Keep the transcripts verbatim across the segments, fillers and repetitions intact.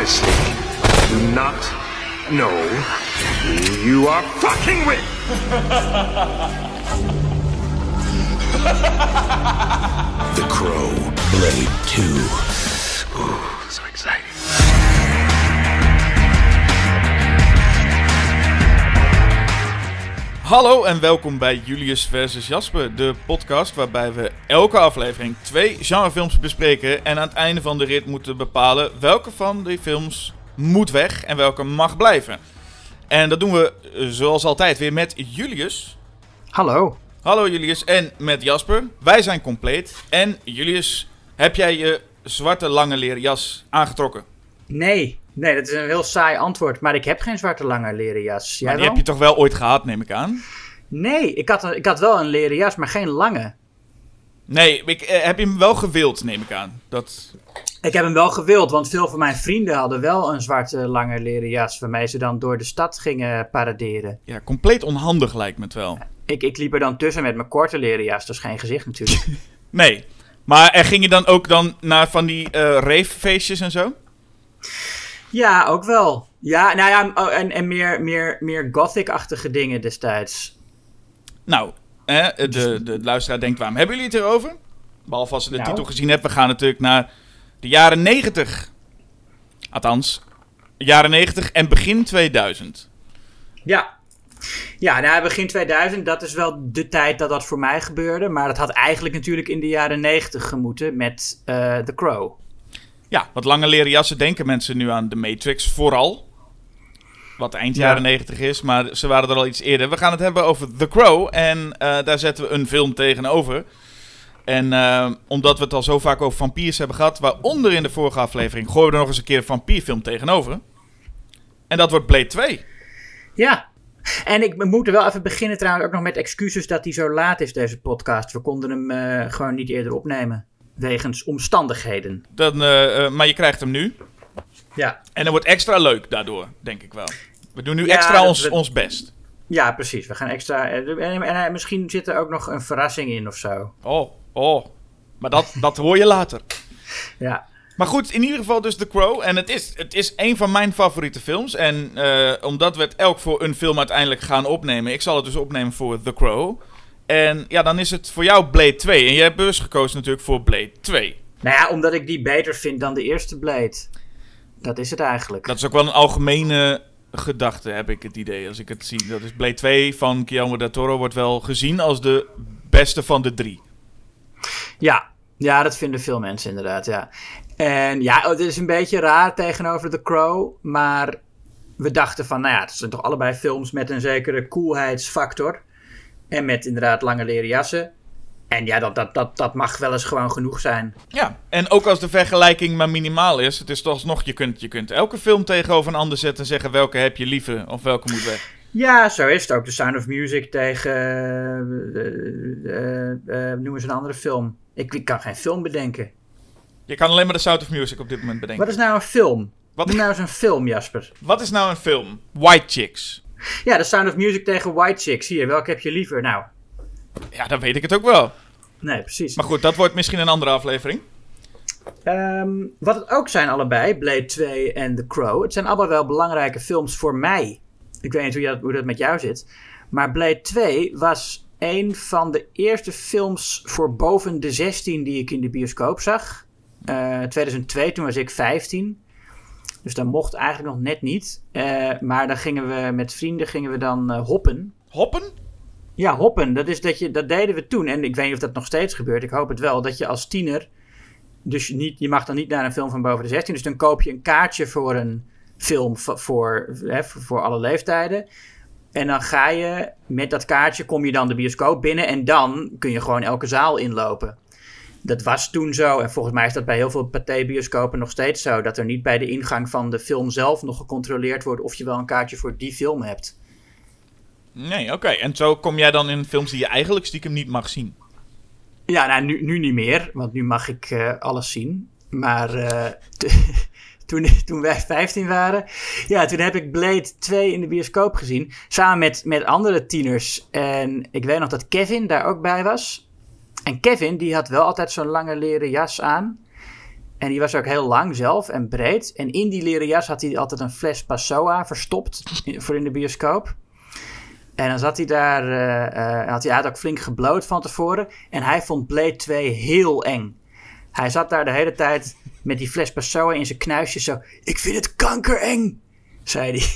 honestly do not know who you are fucking with. The Crow, Blade two. Ooh, so exciting. Hallo en welkom bij Julius versus Jasper, de podcast waarbij we elke aflevering twee genrefilms bespreken en aan het einde van de rit moeten bepalen welke van die films moet weg en welke mag blijven. En dat doen we zoals altijd weer met Julius. Hallo. Hallo Julius en met Jasper. Wij zijn compleet. En Julius, heb jij je zwarte lange leren jas aangetrokken? Nee, nee, dat is een heel saai antwoord, maar ik heb geen zwarte lange leren jas. Jij Maar die wel? heb je toch wel ooit gehad, neem ik aan? Nee, ik had, een, ik had wel een leren jas, maar geen lange. Nee, ik, eh, heb je hem wel gewild, neem ik aan. Dat... Ik heb hem wel gewild, want veel van mijn vrienden hadden wel een zwarte lange leren jas, waarmee ze dan door de stad gingen paraderen. Ja, compleet onhandig lijkt me het wel. Ik, ik liep er dan tussen met mijn korte leren jas, dat is geen gezicht natuurlijk. Nee, maar er ging je dan ook dan naar van die uh, ravefeestjes en zo? Ja, ook wel. Ja, nou ja, oh, en, en meer, meer, meer gothic-achtige dingen destijds. Nou, eh, de, de luisteraar denkt, waarom hebben jullie het erover? Behalve als ze de Nou. titel gezien hebben, we gaan natuurlijk naar de jaren negentig. Althans, jaren negentig en begin tweeduizend. Ja. Ja, nou, begin tweeduizend, dat is wel de tijd dat dat voor mij gebeurde. Maar dat had eigenlijk natuurlijk in de jaren negentig gemoeten met uh, The Crow. Ja, wat lange leren jassen denken mensen nu aan The Matrix vooral. Wat eind jaren Ja. negentig is, maar ze waren er al iets eerder. We gaan het hebben over The Crow en uh, daar zetten we een film tegenover. En uh, omdat we het al zo vaak over vampiers hebben gehad, waaronder in de vorige aflevering, gooien we er nog eens een keer een vampierfilm tegenover. En dat wordt Blade twee. Ja. En ik moet er wel even beginnen trouwens ook nog met excuses dat hij zo laat is, deze podcast. We konden hem uh, gewoon niet eerder opnemen. Wegens omstandigheden. Dan, uh, uh, maar je krijgt hem nu. Ja. En dat wordt extra leuk daardoor, denk ik wel. We doen nu Ja, extra dat ons, we- ons best. Ja, Ja, precies. We gaan extra... En, en, en misschien zit er ook nog een verrassing in of zo. Oh, oh. Maar dat, dat hoor je later. Ja. Maar goed, in ieder geval dus The Crow. En het is, het is een van mijn favoriete films. En uh, omdat we het elk voor een film uiteindelijk gaan opnemen. Ik zal het dus opnemen voor The Crow. En ja, dan is het voor jou Blade twee. En jij hebt bewust gekozen natuurlijk voor Blade twee. Nou ja, omdat ik die beter vind dan de eerste Blade. Dat is het eigenlijk. Dat is ook wel een algemene gedachte, heb ik het idee. Als ik het zie. Dat is Blade twee van Guillermo del Toro wordt wel gezien als de beste van de drie. Ja, ja, dat vinden veel mensen inderdaad, ja. En ja, het is een beetje raar tegenover The Crow, maar we dachten van, nou ja, het zijn toch allebei films met een zekere coolheidsfactor. En met inderdaad lange leren jassen. En ja, dat, dat, dat, dat mag wel eens gewoon genoeg zijn. Ja, en ook als de vergelijking maar minimaal is. Het is toch alsnog, je kunt, je kunt elke film tegenover een ander zetten en zeggen welke heb je liever of welke moet weg. Ja, zo is het ook. The Sound of Music tegen, uh, uh, uh, uh, noem eens een andere film. Ik, ik kan geen film bedenken. Je kan alleen maar de Sound of Music op dit moment bedenken. Wat is nou een film? Wat? Noem nou eens een film, Jasper. Wat is nou een film? White Chicks. Ja, The Sound of Music tegen White Chicks. Hier, welke heb je liever? Nou, Ja, dan weet ik het ook wel. nee, precies. Maar goed, dat wordt misschien een andere aflevering. Um, wat het ook zijn allebei, Blade twee en The Crow. Het zijn allebei wel belangrijke films voor mij. Ik weet niet hoe, je dat, hoe dat met jou zit. Maar Blade twee was een van de eerste films voor boven de zestien die ik in de bioscoop zag. Uh, tweeduizend twee, toen was ik vijftien. Dus dat mocht eigenlijk nog net niet. Uh, maar dan gingen we met vrienden gingen we dan uh, hoppen. Hoppen? Ja, hoppen. Dat, is dat, je, dat deden we toen. En ik weet niet of dat nog steeds gebeurt. Ik hoop het wel. Dat je als tiener... Dus je, niet, je mag dan niet naar een film van boven de zestien. Dus dan koop je een kaartje voor een film v- voor, hè, voor, voor alle leeftijden. En dan ga je met dat kaartje... kom je dan de bioscoop binnen. En dan kun je gewoon elke zaal inlopen. Dat was toen zo. En volgens mij is dat bij heel veel Pathé-bioscopen nog steeds zo. Dat er niet bij de ingang van de film zelf nog gecontroleerd wordt... of je wel een kaartje voor die film hebt. Nee, oké. Okay. En zo kom jij dan in films die je eigenlijk stiekem niet mag zien. Ja, nou, nu, nu niet meer, want nu mag ik uh, alles zien. Maar uh, t- toen, toen wij vijftien waren, ja, toen heb ik Blade twee in de bioscoop gezien. Samen met, met andere tieners. En ik weet nog dat Kevin daar ook bij was. En Kevin, die had wel altijd zo'n lange leren jas aan. En die was ook heel lang zelf en breed. En in die leren jas had hij altijd een fles Passoa verstopt voor in de bioscoop. En dan zat hij daar, uh, uh, had hij had ook flink gebloot van tevoren. En hij vond Blade twee heel eng. Hij zat daar de hele tijd met die fles Passoa in zijn knuisje zo. Ik vind het kankereng, zei hij.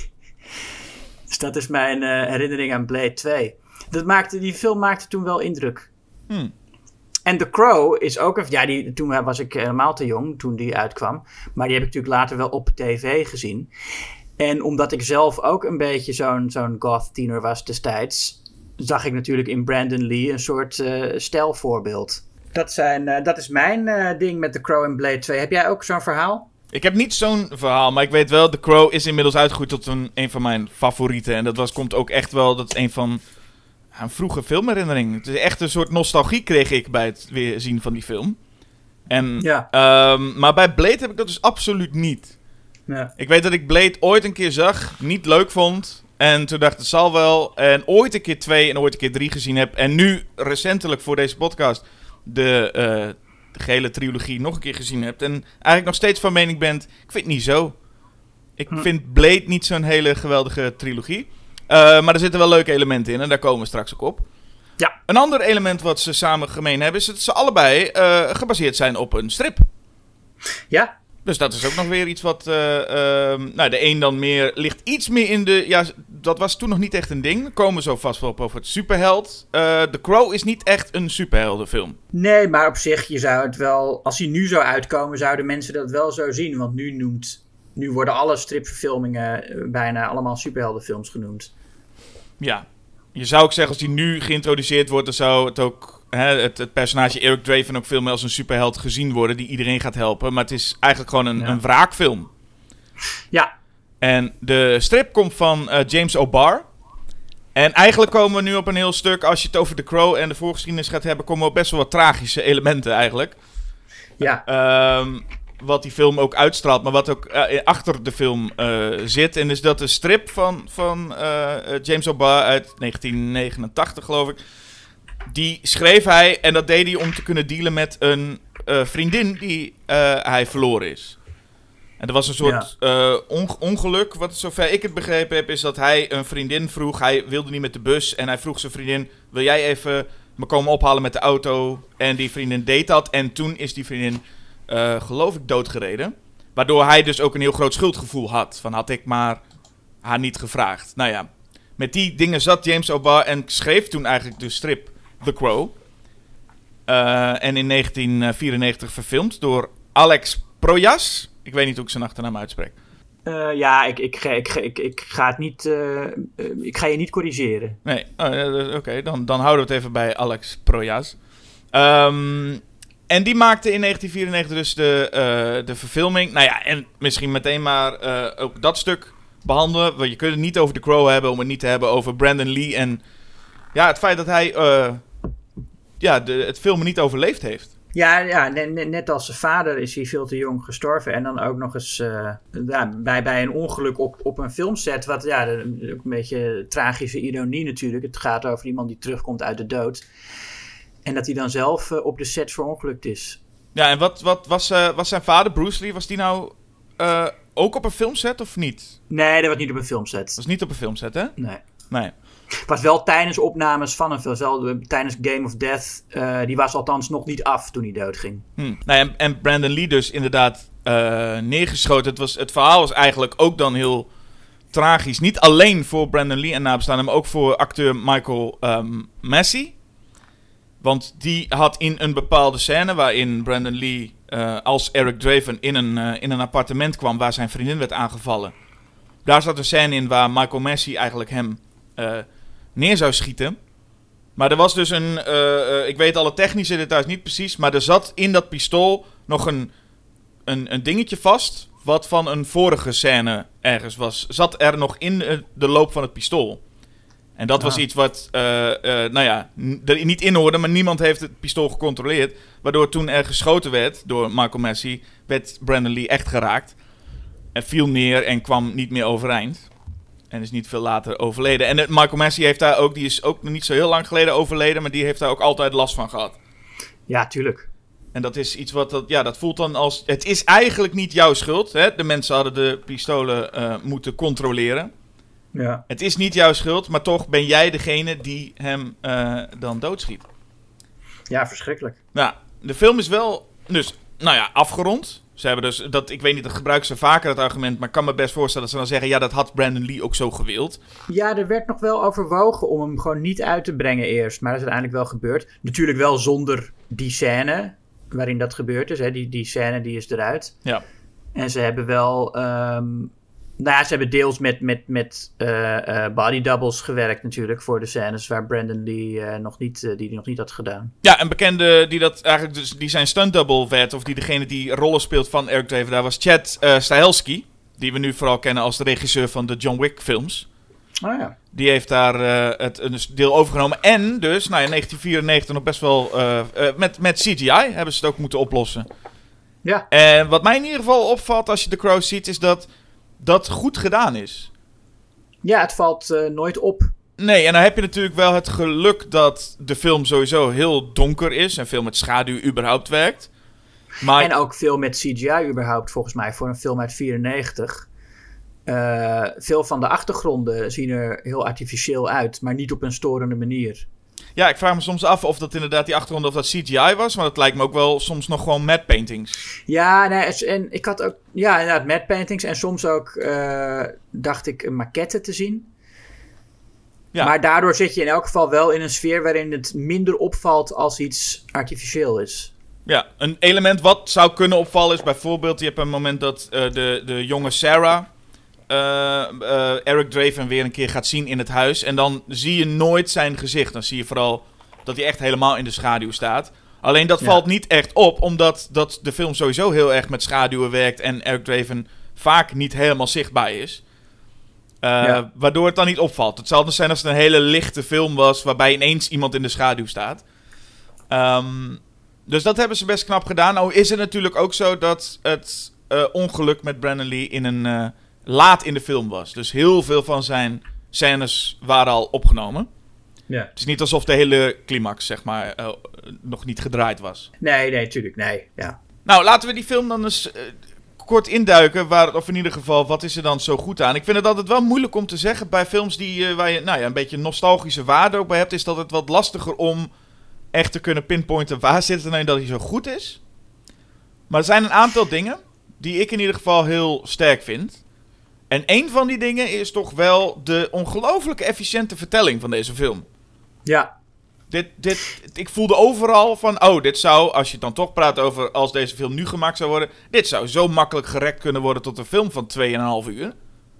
Dus dat is mijn uh, herinnering aan Blade twee. Dat maakte, die film maakte toen wel indruk. Hmm. En The Crow is ook een... Ja, die, toen was ik helemaal te jong, toen die uitkwam. Maar die heb ik natuurlijk later wel op tv gezien. En omdat ik zelf ook een beetje zo'n, zo'n goth-tiener was destijds... zag ik natuurlijk in Brandon Lee een soort uh, stijlvoorbeeld. Dat, zijn, uh, dat is mijn uh, ding met The Crow en Blade twee. Heb jij ook zo'n verhaal? Ik heb niet zo'n verhaal, maar ik weet wel... The Crow is inmiddels uitgegroeid tot een, een van mijn favorieten. En dat was, komt ook echt wel... Dat is een van... Een vroege filmherinnering. Het is echt een soort nostalgie kreeg ik bij het weer zien van die film. En, Ja. Um, maar bij Blade heb ik dat dus absoluut niet. Ja. Ik weet dat ik Blade ooit een keer zag, niet leuk vond. En toen dacht ik, het zal wel. En ooit een keer twee en ooit een keer drie gezien heb. En nu, recentelijk voor deze podcast, de, uh, de gele trilogie nog een keer gezien heb. En eigenlijk nog steeds van mening ben, ik vind het niet zo. Ik Hm. vind Blade niet zo'n hele geweldige trilogie. Uh, maar er zitten wel leuke elementen in en daar komen we straks ook op. Ja. Een ander element wat ze samen gemeen hebben is dat ze allebei uh, gebaseerd zijn op een strip. Ja. Dus dat is ook nog weer iets wat... Uh, uh, nou, de een dan meer ligt iets meer in de... Ja, dat was toen nog niet echt een ding. We komen zo vast wel op over het superheld. Uh, The Crow is niet echt een superheldenfilm. Nee, maar op zich, je zou het wel... Als hij nu zou uitkomen, zouden mensen dat wel zo zien. Want nu noemt... Nu worden alle stripverfilmingen bijna allemaal superheldenfilms genoemd. Ja. Je zou ook zeggen, als die nu geïntroduceerd wordt, dan zou het ook... Hè, het, het personage Eric Draven ook veel meer als een superheld gezien worden die iedereen gaat helpen. Maar het is eigenlijk gewoon een, Ja. een wraakfilm. Ja. En de strip komt van uh, James O'Barr. En eigenlijk komen we nu op een heel stuk, als je het over The Crow en de voorgeschiedenis gaat hebben, komen we op best wel wat tragische elementen eigenlijk. Ja. Um, wat die film ook uitstraalt, maar wat ook uh, achter de film uh, zit. En is dat de strip van, van uh, James O'Barr uit negentien negenentachtig, geloof ik. Die schreef hij en dat deed hij om te kunnen dealen met een uh, vriendin die uh, hij verloren is. En er was een soort ja. uh, on- ongeluk, wat zover ik het begrepen heb, is dat hij een vriendin vroeg. Hij wilde niet met de bus en hij vroeg zijn vriendin, wil jij even me komen ophalen met de auto? En die vriendin deed dat en toen is die vriendin... Uh, geloof ik doodgereden. Waardoor hij dus ook een heel groot schuldgevoel had. Van had ik maar haar niet gevraagd. Nou ja, met die dingen zat James O'Barr en schreef toen eigenlijk de strip The Crow. Uh, en in negentien vierennegentig verfilmd door Alex Proyas. Ik weet niet hoe ik zijn achternaam uitspreek. Uh, ja, ik, ik, ik, ik, ik ga het niet... Uh, uh, ik ga je niet corrigeren. Nee, oh, uh, oké. Okay. Dan, dan houden we het even bij Alex Proyas. Um... En die maakte in negentien vierennegentig dus de, uh, de verfilming. Nou ja, en misschien meteen maar uh, ook dat stuk behandelen. Want je kunt het niet over The Crow hebben om het niet te hebben over Brandon Lee. En ja, het feit dat hij uh, ja, de, het filmen niet overleefd heeft. Ja, ja net, net als zijn vader is hij veel te jong gestorven. En dan ook nog eens uh, ja, bij, bij een ongeluk op, op een filmset. Wat ja, ook een beetje tragische ironie natuurlijk. Het gaat over iemand die terugkomt uit de dood. En dat hij dan zelf uh, op de set verongelukt is. Ja, en wat, wat was, uh, was zijn vader, Bruce Lee, was die nou uh, ook op een filmset of niet? Nee, dat was niet op een filmset. Dat was niet op een filmset, hè? Nee. Nee. Het was wel tijdens opnames van een film. Zelfs tijdens Game of Death. Uh, die was althans nog niet af toen hij doodging. Hmm. Nou, en, en Brandon Lee dus inderdaad uh, neergeschoten. Het, was, het verhaal was eigenlijk ook dan heel tragisch. Niet alleen voor Brandon Lee en nabestaanden, maar ook voor acteur Michael um, Massey. Want die had in een bepaalde scène waarin Brandon Lee uh, als Eric Draven in een, uh, in een appartement kwam waar zijn vriendin werd aangevallen. Daar zat een scène in waar Michael Massey eigenlijk hem uh, neer zou schieten. Maar er was dus een, uh, uh, ik weet alle technische details niet precies, maar er zat in dat pistool nog een, een, een dingetje vast wat van een vorige scène ergens was. Zat er nog in uh, de loop van het pistool. En dat was ah. iets wat, uh, uh, nou ja, n- er niet in hoorde, maar niemand heeft het pistool gecontroleerd. Waardoor toen er geschoten werd door Michael Massey, werd Brandon Lee echt geraakt. En viel neer en kwam niet meer overeind. En is niet veel later overleden. En uh, Michael Massey heeft daar ook, die is ook niet zo heel lang geleden overleden, maar die heeft daar ook altijd last van gehad. Ja, tuurlijk. En dat is iets wat, dat, ja, dat voelt dan als... Het is eigenlijk niet jouw schuld. Hè? De mensen hadden de pistolen uh, moeten controleren. Ja. Het is niet jouw schuld, maar toch ben jij degene die hem uh, dan doodschiet. Ja, verschrikkelijk. Nou, de film is wel, dus, nou ja, afgerond. Ze hebben dus, dat, ik weet niet, dat gebruiken ze vaker, dat argument. Maar ik kan me best voorstellen dat ze dan zeggen, ja, dat had Brandon Lee ook zo gewild. Ja, er werd nog wel overwogen om hem gewoon niet uit te brengen eerst. Maar dat is uiteindelijk wel gebeurd. Natuurlijk wel zonder die scène waarin dat gebeurd is. Hè. Die, die scène die is eruit. Ja. En ze hebben wel... Um, nou ja, ze hebben deels met, met, met uh, uh, body doubles gewerkt natuurlijk. Voor de scènes waar Brandon Lee uh, nog niet, uh, die, die nog niet had gedaan. Ja, een bekende die dat eigenlijk dus, die zijn stunt double werd, of die degene die rollen speelt van Eric Draven, daar was Chad uh, Stahelski. Die we nu vooral kennen als de regisseur van de John Wick films. Oh ja. Die heeft daar uh, het een deel overgenomen. En dus, nou in negentien vierennegentig nog best wel... Uh, uh, met, met C G I hebben ze het ook moeten oplossen. Ja. En wat mij in ieder geval opvalt als je The Crow ziet, is dat dat goed gedaan is. Ja, het valt uh, nooit op. Nee, en dan heb je natuurlijk wel het geluk dat de film sowieso heel donker is. En veel met schaduw überhaupt werkt. Maar... En ook veel met C G I überhaupt, volgens mij, voor een film uit vierennegentig. Uh, veel van de achtergronden zien er heel artificieel uit, maar niet op een storende manier. Ja, ik vraag me soms af of dat inderdaad die achtergrond of dat C G I was. Maar dat lijkt me ook wel soms nog gewoon matte paintings. Ja, nee, en ik had ook, ja, inderdaad, matte paintings. En soms ook, uh, dacht ik, een maquette te zien. Ja. Maar daardoor zit je in elk geval wel in een sfeer waarin het minder opvalt als iets artificieel is. Ja, een element wat zou kunnen opvallen is bijvoorbeeld... Je hebt een moment dat uh, de, de jonge Sarah... Uh, uh, Eric Draven weer een keer gaat zien in het huis. En dan zie je nooit zijn gezicht. Dan zie je vooral dat hij echt helemaal in de schaduw staat. Alleen dat ja. valt niet echt op, omdat dat de film sowieso heel erg met schaduwen werkt. En Eric Draven vaak niet helemaal zichtbaar is. Uh, ja. Waardoor het dan niet opvalt. Het zal dus zijn als het een hele lichte film was, waarbij ineens iemand in de schaduw staat. Um, dus dat hebben ze best knap gedaan. Nou is het natuurlijk ook zo dat het uh, ongeluk met Brandon Lee in een... Uh, laat in de film was. Dus heel veel van zijn scènes waren al opgenomen. Ja. Het is niet alsof de hele climax, zeg maar, uh, nog niet gedraaid was. Nee, nee, tuurlijk, nee. Ja. Nou, laten we die film dan eens uh, kort induiken. Waar, of in ieder geval, wat is er dan zo goed aan? Ik vind het altijd wel moeilijk om te zeggen bij films die, uh, waar je nou ja, een beetje nostalgische waarde ook bij hebt. Is dat het wat lastiger om echt te kunnen pinpointen waar zit het nou in dat hij zo goed is. Maar er zijn een aantal dingen die ik in ieder geval heel sterk vind. En een van die dingen is toch wel de ongelooflijke efficiënte vertelling van deze film. Ja. Dit, dit, ik voelde overal van, oh, dit zou, als je het dan toch praat over als deze film nu gemaakt zou worden, dit zou zo makkelijk gerekt kunnen worden tot een film van tweeënhalf uur.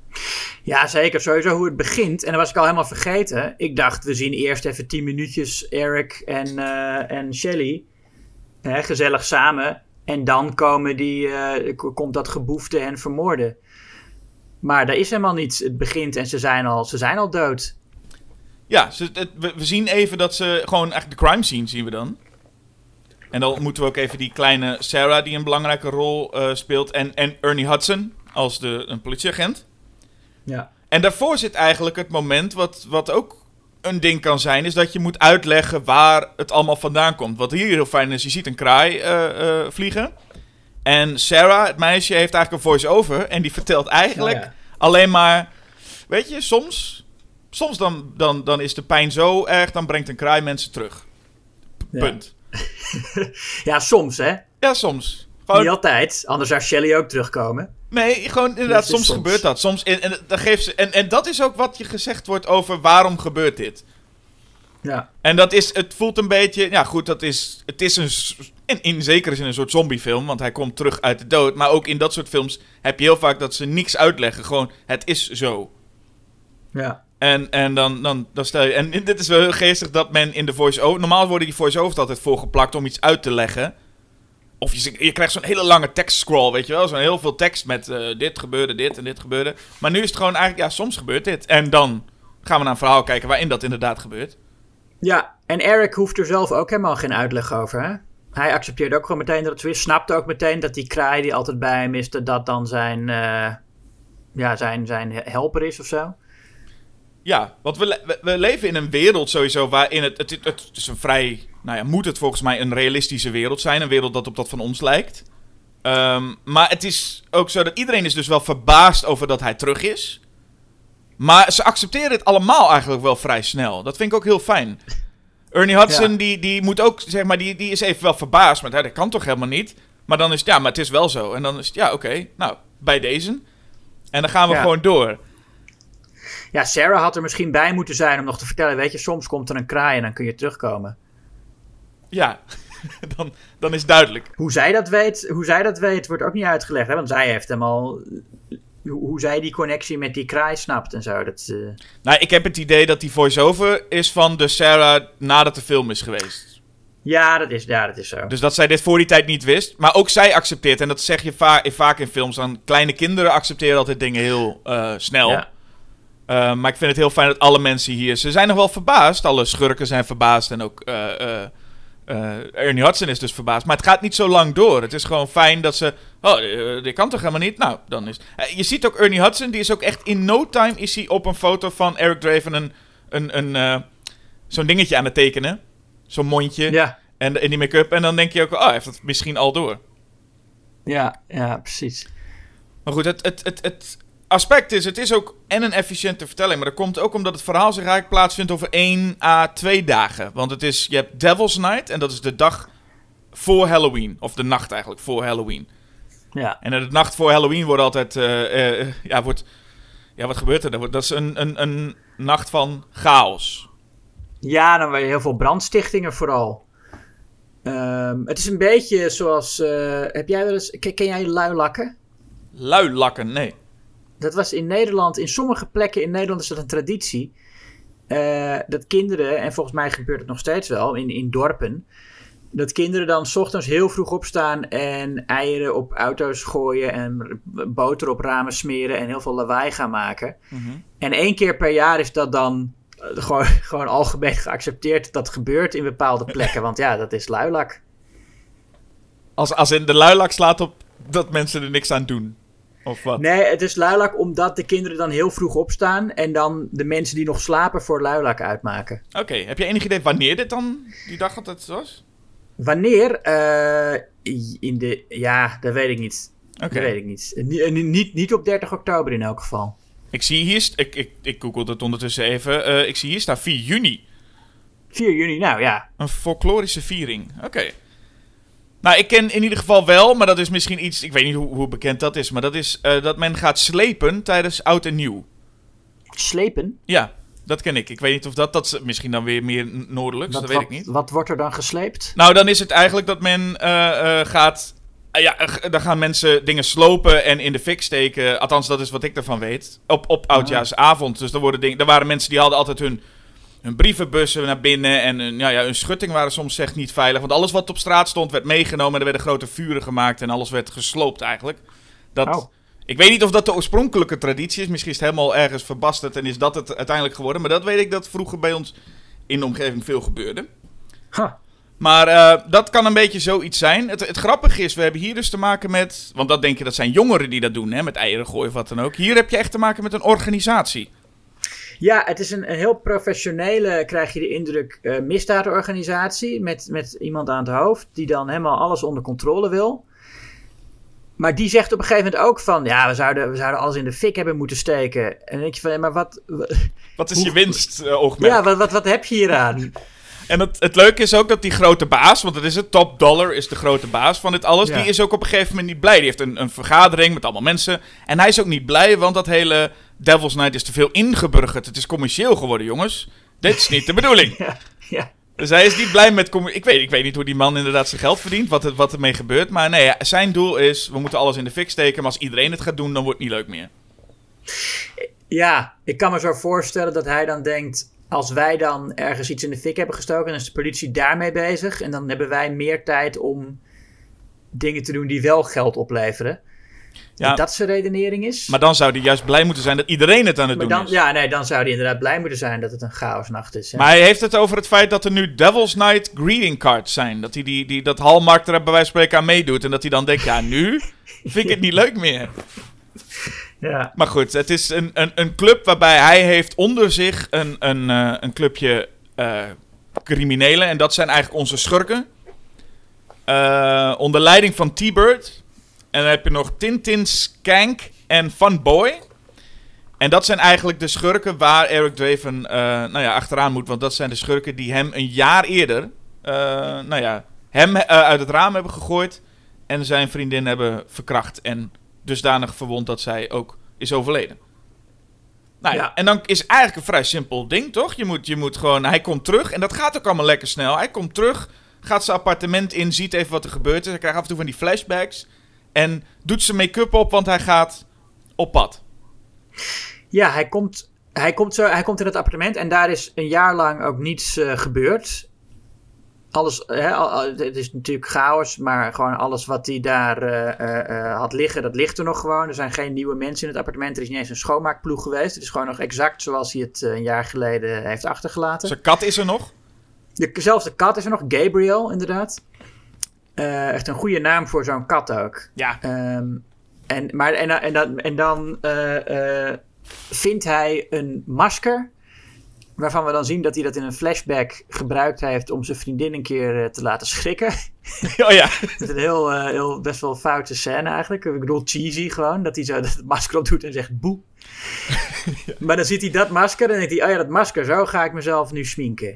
Ja, zeker. Sowieso hoe het begint. En dat was ik al helemaal vergeten. Ik dacht, we zien eerst even tien minuutjes Eric en, uh, en Shelley. Hè, gezellig samen. En dan komen die, uh, komt dat geboefte en vermoorden. Maar dat is helemaal niet. Het begint en ze zijn al, ze zijn al dood. Ja, ze, het, we, we zien even dat ze gewoon eigenlijk de crime scene zien we dan. En dan moeten we ook even die kleine Sarah die een belangrijke rol uh, speelt. En, en Ernie Hudson als de, een politieagent. Ja. En daarvoor zit eigenlijk het moment wat, wat ook een ding kan zijn. Is dat je moet uitleggen waar het allemaal vandaan komt. Wat hier heel fijn is, je ziet een kraai uh, uh, vliegen. En Sarah, het meisje, heeft eigenlijk een voice-over. En die vertelt eigenlijk oh ja. alleen maar... Weet je, soms... Soms dan, dan, dan is de pijn zo erg, dan brengt een kraai mensen terug. P- ja. Punt. Ja, soms hè? Ja, soms. Gewoon... Niet altijd, anders zou Shelley ook terugkomen. Nee, gewoon inderdaad, soms, soms gebeurt dat. Soms, en, en, dat geeft ze, en, en dat is ook wat je gezegd wordt over waarom gebeurt dit. Ja. En dat is, het voelt een beetje, ja goed, dat is, het is een, in, in zekere zin een soort zombiefilm, want hij komt terug uit de dood. Maar ook in dat soort films heb je heel vaak dat ze niks uitleggen, gewoon, het is zo. Ja. En, en dan, dan, dan stel je... En dit is wel heel geestig dat men in de voice-over... Normaal worden die voice-overs altijd voorgeplakt om iets uit te leggen. Of je, je krijgt zo'n hele lange tekstscroll, weet je wel? Zo'n heel veel tekst met uh, dit gebeurde, dit en dit gebeurde. Maar nu is het gewoon eigenlijk... Ja, soms gebeurt dit. En dan gaan we naar een verhaal kijken waarin dat inderdaad gebeurt. Ja, en Eric hoeft er zelf ook helemaal geen uitleg over, hè? Hij accepteert ook gewoon meteen dat het zo is. Snapt ook meteen dat die kraai die altijd bij hem is... dat dat dan zijn, uh, ja, zijn, zijn helper is of zo. Ja, want we, we, we leven in een wereld sowieso waarin het, het... Het is een vrij nou ja, moet het volgens mij een realistische wereld zijn. Een wereld dat op dat van ons lijkt. Um, maar het is ook zo dat iedereen is dus wel verbaasd over dat hij terug is. Maar ze accepteren het allemaal eigenlijk wel vrij snel. Dat vind ik ook heel fijn. Ernie Hudson, ja. die, die moet ook, zeg maar, die, die is even wel verbaasd. Maar dat kan toch helemaal niet? Maar dan is het, ja, maar het is wel zo. En dan is het, ja, oké, okay, nou, bij deze. En dan gaan we ja. gewoon door. Ja, Sarah had er misschien bij moeten zijn om nog te vertellen, weet je, soms komt er een kraai en dan kun je terugkomen. Ja, dan, dan is het duidelijk. Hoe zij dat weet, hoe zij dat weet, wordt ook niet uitgelegd. Hè? Want zij heeft hem al... Hoe zij die connectie met die kraai snapt en zo. Dat, uh... Nou, ik heb het idee dat die voice-over is van de Sarah nadat de film is geweest. Ja, dat is, ja, dat is zo. Dus dat zij dit voor die tijd niet wist. Maar ook zij accepteert, en dat zeg je va- vaak in films, dan kleine kinderen accepteren altijd dingen heel uh, snel. Ja. Uh, maar ik vind het heel fijn dat alle mensen hier... Ze zijn nog wel verbaasd. Alle schurken zijn verbaasd. En ook uh, uh, uh, Ernie Hudson is dus verbaasd. Maar het gaat niet zo lang door. Het is gewoon fijn dat ze... Oh, uh, dit kan toch helemaal niet? Nou, dan is... Uh, je ziet ook Ernie Hudson. Die is ook echt... In no time is hij op een foto van Eric Draven... een, een, een, uh, zo'n dingetje aan het tekenen. Zo'n mondje. Ja. En in die make-up. En dan denk je ook... Oh, hij heeft het misschien al door. Ja, ja, precies. Maar goed, het... het, het, het aspect is, het is ook en een efficiënte vertelling, maar dat komt ook omdat het verhaal zich eigenlijk plaatsvindt over één à twee dagen. Want het is, je hebt Devil's Night en dat is de dag voor Halloween. Of de nacht eigenlijk, voor Halloween. Ja. En de nacht voor Halloween wordt altijd, uh, uh, ja, wordt, ja, wat gebeurt er? Dat is een, een, een nacht van chaos. Ja, dan ben je heel veel brandstichtingen vooral. Um, het is een beetje zoals, uh, heb jij wel eens, ken, ken jij luilakken? Luilakken, nee. Dat was in Nederland, in sommige plekken in Nederland is dat een traditie. Uh, dat kinderen, en volgens mij gebeurt het nog steeds wel in, in dorpen. Dat kinderen dan 's ochtends heel vroeg opstaan en eieren op auto's gooien en boter op ramen smeren en heel veel lawaai gaan maken. Mm-hmm. En één keer per jaar is dat dan uh, gewoon, gewoon algemeen geaccepteerd dat dat gebeurt in bepaalde plekken. Want ja, dat is luilak. Als, als in de luilak slaat op dat mensen er niks aan doen. Of wat? Nee, het is luilak omdat de kinderen dan heel vroeg opstaan en dan de mensen die nog slapen voor luilak uitmaken. Oké, okay. Heb je enig idee wanneer dit dan, die dag dat het was? Wanneer? Uh, in de, ja, dat weet ik niet. Okay. Dat weet ik niet. Niet, niet. Niet op dertig oktober in elk geval. Ik zie hier, ik, ik, ik googelde het ondertussen even, uh, ik zie hier staan vier juni. vier juni, nou ja. Een folklorische viering, oké. Okay. Nou, ik ken in ieder geval wel, maar dat is misschien iets... Ik weet niet hoe, hoe bekend dat is, maar dat is uh, dat men gaat slepen tijdens oud en nieuw. Slepen? Ja, dat ken ik. Ik weet niet of dat... Dat is misschien dan weer meer noordelijks, wat, dat weet wat, ik niet. Wat wordt er dan gesleept? Nou, dan is het eigenlijk dat men uh, uh, gaat... Uh, ja, uh, dan gaan mensen dingen slopen en in de fik steken. Althans, dat is wat ik ervan weet. Op, op oudjaarsavond. Dus er, worden dingen, er waren mensen die hadden altijd hun... hun brievenbussen naar binnen en een, ja, ja, hun schutting waren soms echt niet veilig. Want alles wat op straat stond werd meegenomen en er werden grote vuren gemaakt en alles werd gesloopt eigenlijk. Dat, oh. Ik weet niet of dat de oorspronkelijke traditie is. Misschien is het helemaal ergens verbasterd en is dat het uiteindelijk geworden. Maar dat weet ik dat vroeger bij ons in de omgeving veel gebeurde. Huh. Maar uh, dat kan een beetje zoiets zijn. Het, het grappige is, we hebben hier dus te maken met... Want dat denk je, dat zijn jongeren die dat doen, hè, met eieren gooien of wat dan ook. Hier heb je echt te maken met een organisatie. Ja, het is een, een heel professionele, krijg je de indruk, uh, misdaadorganisatie met, met iemand aan het hoofd die dan helemaal alles onder controle wil. Maar die zegt op een gegeven moment ook van, ja, we zouden, we zouden alles in de fik hebben moeten steken. En dan denk je van, ja, maar wat... Wat is hoe, je winst, uh, oogmerk? Ja, wat, wat, wat heb je hier aan? En het, het leuke is ook dat die grote baas, want het is het, Top Dollar is de grote baas van dit alles, ja. Die is ook op een gegeven moment niet blij. Die heeft een, een vergadering met allemaal mensen en hij is ook niet blij, want dat hele Devil's Night is te veel ingeburgerd. Het is commercieel geworden, jongens. Dit is niet de bedoeling. Ja, ja. Dus hij is niet blij met... Com- ik, weet, ik weet niet hoe die man inderdaad zijn geld verdient, wat, het, wat ermee gebeurt. Maar nee, zijn doel is, we moeten alles in de fik steken, maar als iedereen het gaat doen, dan wordt het niet leuk meer. Ja, ik kan me zo voorstellen dat hij dan denkt... Als wij dan ergens iets in de fik hebben gestoken... dan is de politie daarmee bezig... en dan hebben wij meer tijd om dingen te doen die wel geld opleveren. Ja, dat dat zijn redenering is. Maar dan zou hij juist blij moeten zijn dat iedereen het aan het maar doen dan, is. Ja, nee, dan zou hij inderdaad blij moeten zijn dat het een chaosnacht is. Ja. Maar hij heeft het over het feit dat er nu Devil's Night greeting cards zijn. Dat hij die, die, dat Hallmark er bij wijze van spreken aan meedoet. En dat hij dan denkt, ja, nu vind ik het niet leuk meer. Ja. Maar goed, het is een, een, een club waarbij hij heeft onder zich een, een, uh, een clubje uh, criminelen. En dat zijn eigenlijk onze schurken. Uh, onder leiding van T-Bird. En dan heb je nog Tintin, Skank en Funboy. En dat zijn eigenlijk de schurken waar Eric Draven uh, nou ja, achteraan moet. Want dat zijn de schurken die hem een jaar eerder... Uh, nou ja, hem uh, uit het raam hebben gegooid. En zijn vriendin hebben verkracht. En dusdanig verwond dat zij ook is overleden. Nou ja, ja. En dan is eigenlijk een vrij simpel ding, toch? Je moet, je moet gewoon... Hij komt terug. En dat gaat ook allemaal lekker snel. Hij komt terug, gaat zijn appartement in, ziet even wat er gebeurd is. Hij krijgt af en toe van die flashbacks. En doet zijn make-up op, want hij gaat op pad. Ja, hij komt, hij komt, zo, hij komt in het appartement en daar is een jaar lang ook niets uh, gebeurd. Alles, hè, al, het is natuurlijk chaos, maar gewoon alles wat hij daar uh, uh, had liggen, dat ligt er nog gewoon. Er zijn geen nieuwe mensen in het appartement. Er is niet eens een schoonmaakploeg geweest. Het is gewoon nog exact zoals hij het uh, een jaar geleden heeft achtergelaten. Zijn kat is er nog? Dezelfde kat is er nog, Gabriel inderdaad. Uh, echt een goede naam voor zo'n kat ook. Ja. Um, en, maar, en, en, dan, en dan uh, uh, vindt hij een masker... waarvan we dan zien dat hij dat in een flashback gebruikt heeft... om zijn vriendin een keer uh, te laten schrikken. Oh ja. Dat is een heel, uh, heel best wel foute scène eigenlijk. Ik bedoel, cheesy gewoon. Dat hij zo dat het masker op doet en zegt boe. Ja. Maar dan ziet hij dat masker en dan denkt hij... oh ja, dat masker, zo ga ik mezelf nu schminken.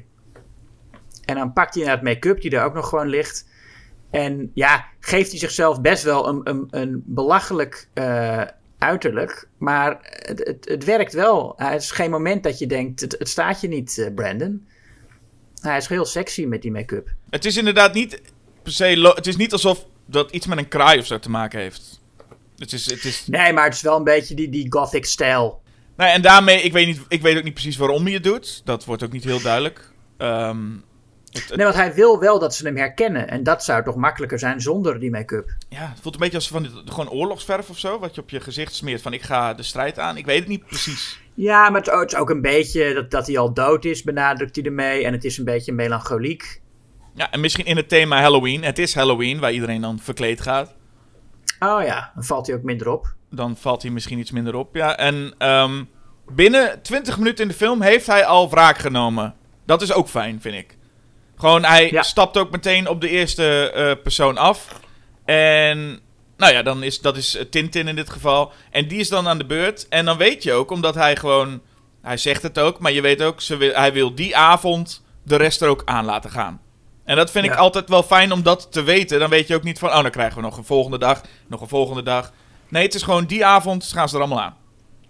En dan pakt hij naar het make-up die daar ook nog gewoon ligt... En ja, geeft hij zichzelf best wel een, een, een belachelijk uh, uiterlijk. Maar het, het, het werkt wel. Uh, het is geen moment dat je denkt, het, het staat je niet, uh, Brandon. Hij is heel sexy met die make-up. Het is inderdaad niet per se... Lo- het is niet alsof dat iets met een kraai of zo te maken heeft. Het is, het is... Nee, maar het is wel een beetje die, die gothic stijl. Nou, en daarmee, ik weet, niet, ik weet ook niet precies waarom hij het doet. Dat wordt ook niet heel duidelijk. Um, Het, het... Nee, want hij wil wel dat ze hem herkennen. En dat zou toch makkelijker zijn zonder die make-up. Ja, het voelt een beetje als van die, gewoon oorlogsverf of zo. Wat je op je gezicht smeert van ik ga de strijd aan. Ik weet het niet precies. Ja, maar het is ook een beetje dat, dat hij al dood is, benadrukt hij ermee. En het is een beetje melancholiek. Ja, en misschien in het thema Halloween. Het is Halloween, waar iedereen dan verkleed gaat. Oh ja, dan valt hij ook minder op. Dan valt hij misschien iets minder op, ja. En um, binnen twintig minuten in de film heeft hij al wraak genomen. Dat is ook fijn, vind ik. Gewoon, hij ja. stapt ook meteen op de eerste uh, persoon af. En, nou ja, dan is, dat is Tintin in dit geval. En die is dan aan de beurt. En dan weet je ook, omdat hij gewoon... Hij zegt het ook, maar je weet ook... Ze wil, hij wil die avond de rest er ook aan laten gaan. En dat vind ja. ik altijd wel fijn om dat te weten. Dan weet je ook niet van... Oh, dan krijgen we nog een volgende dag. Nog een volgende dag. Nee, het is gewoon die avond gaan ze er allemaal aan.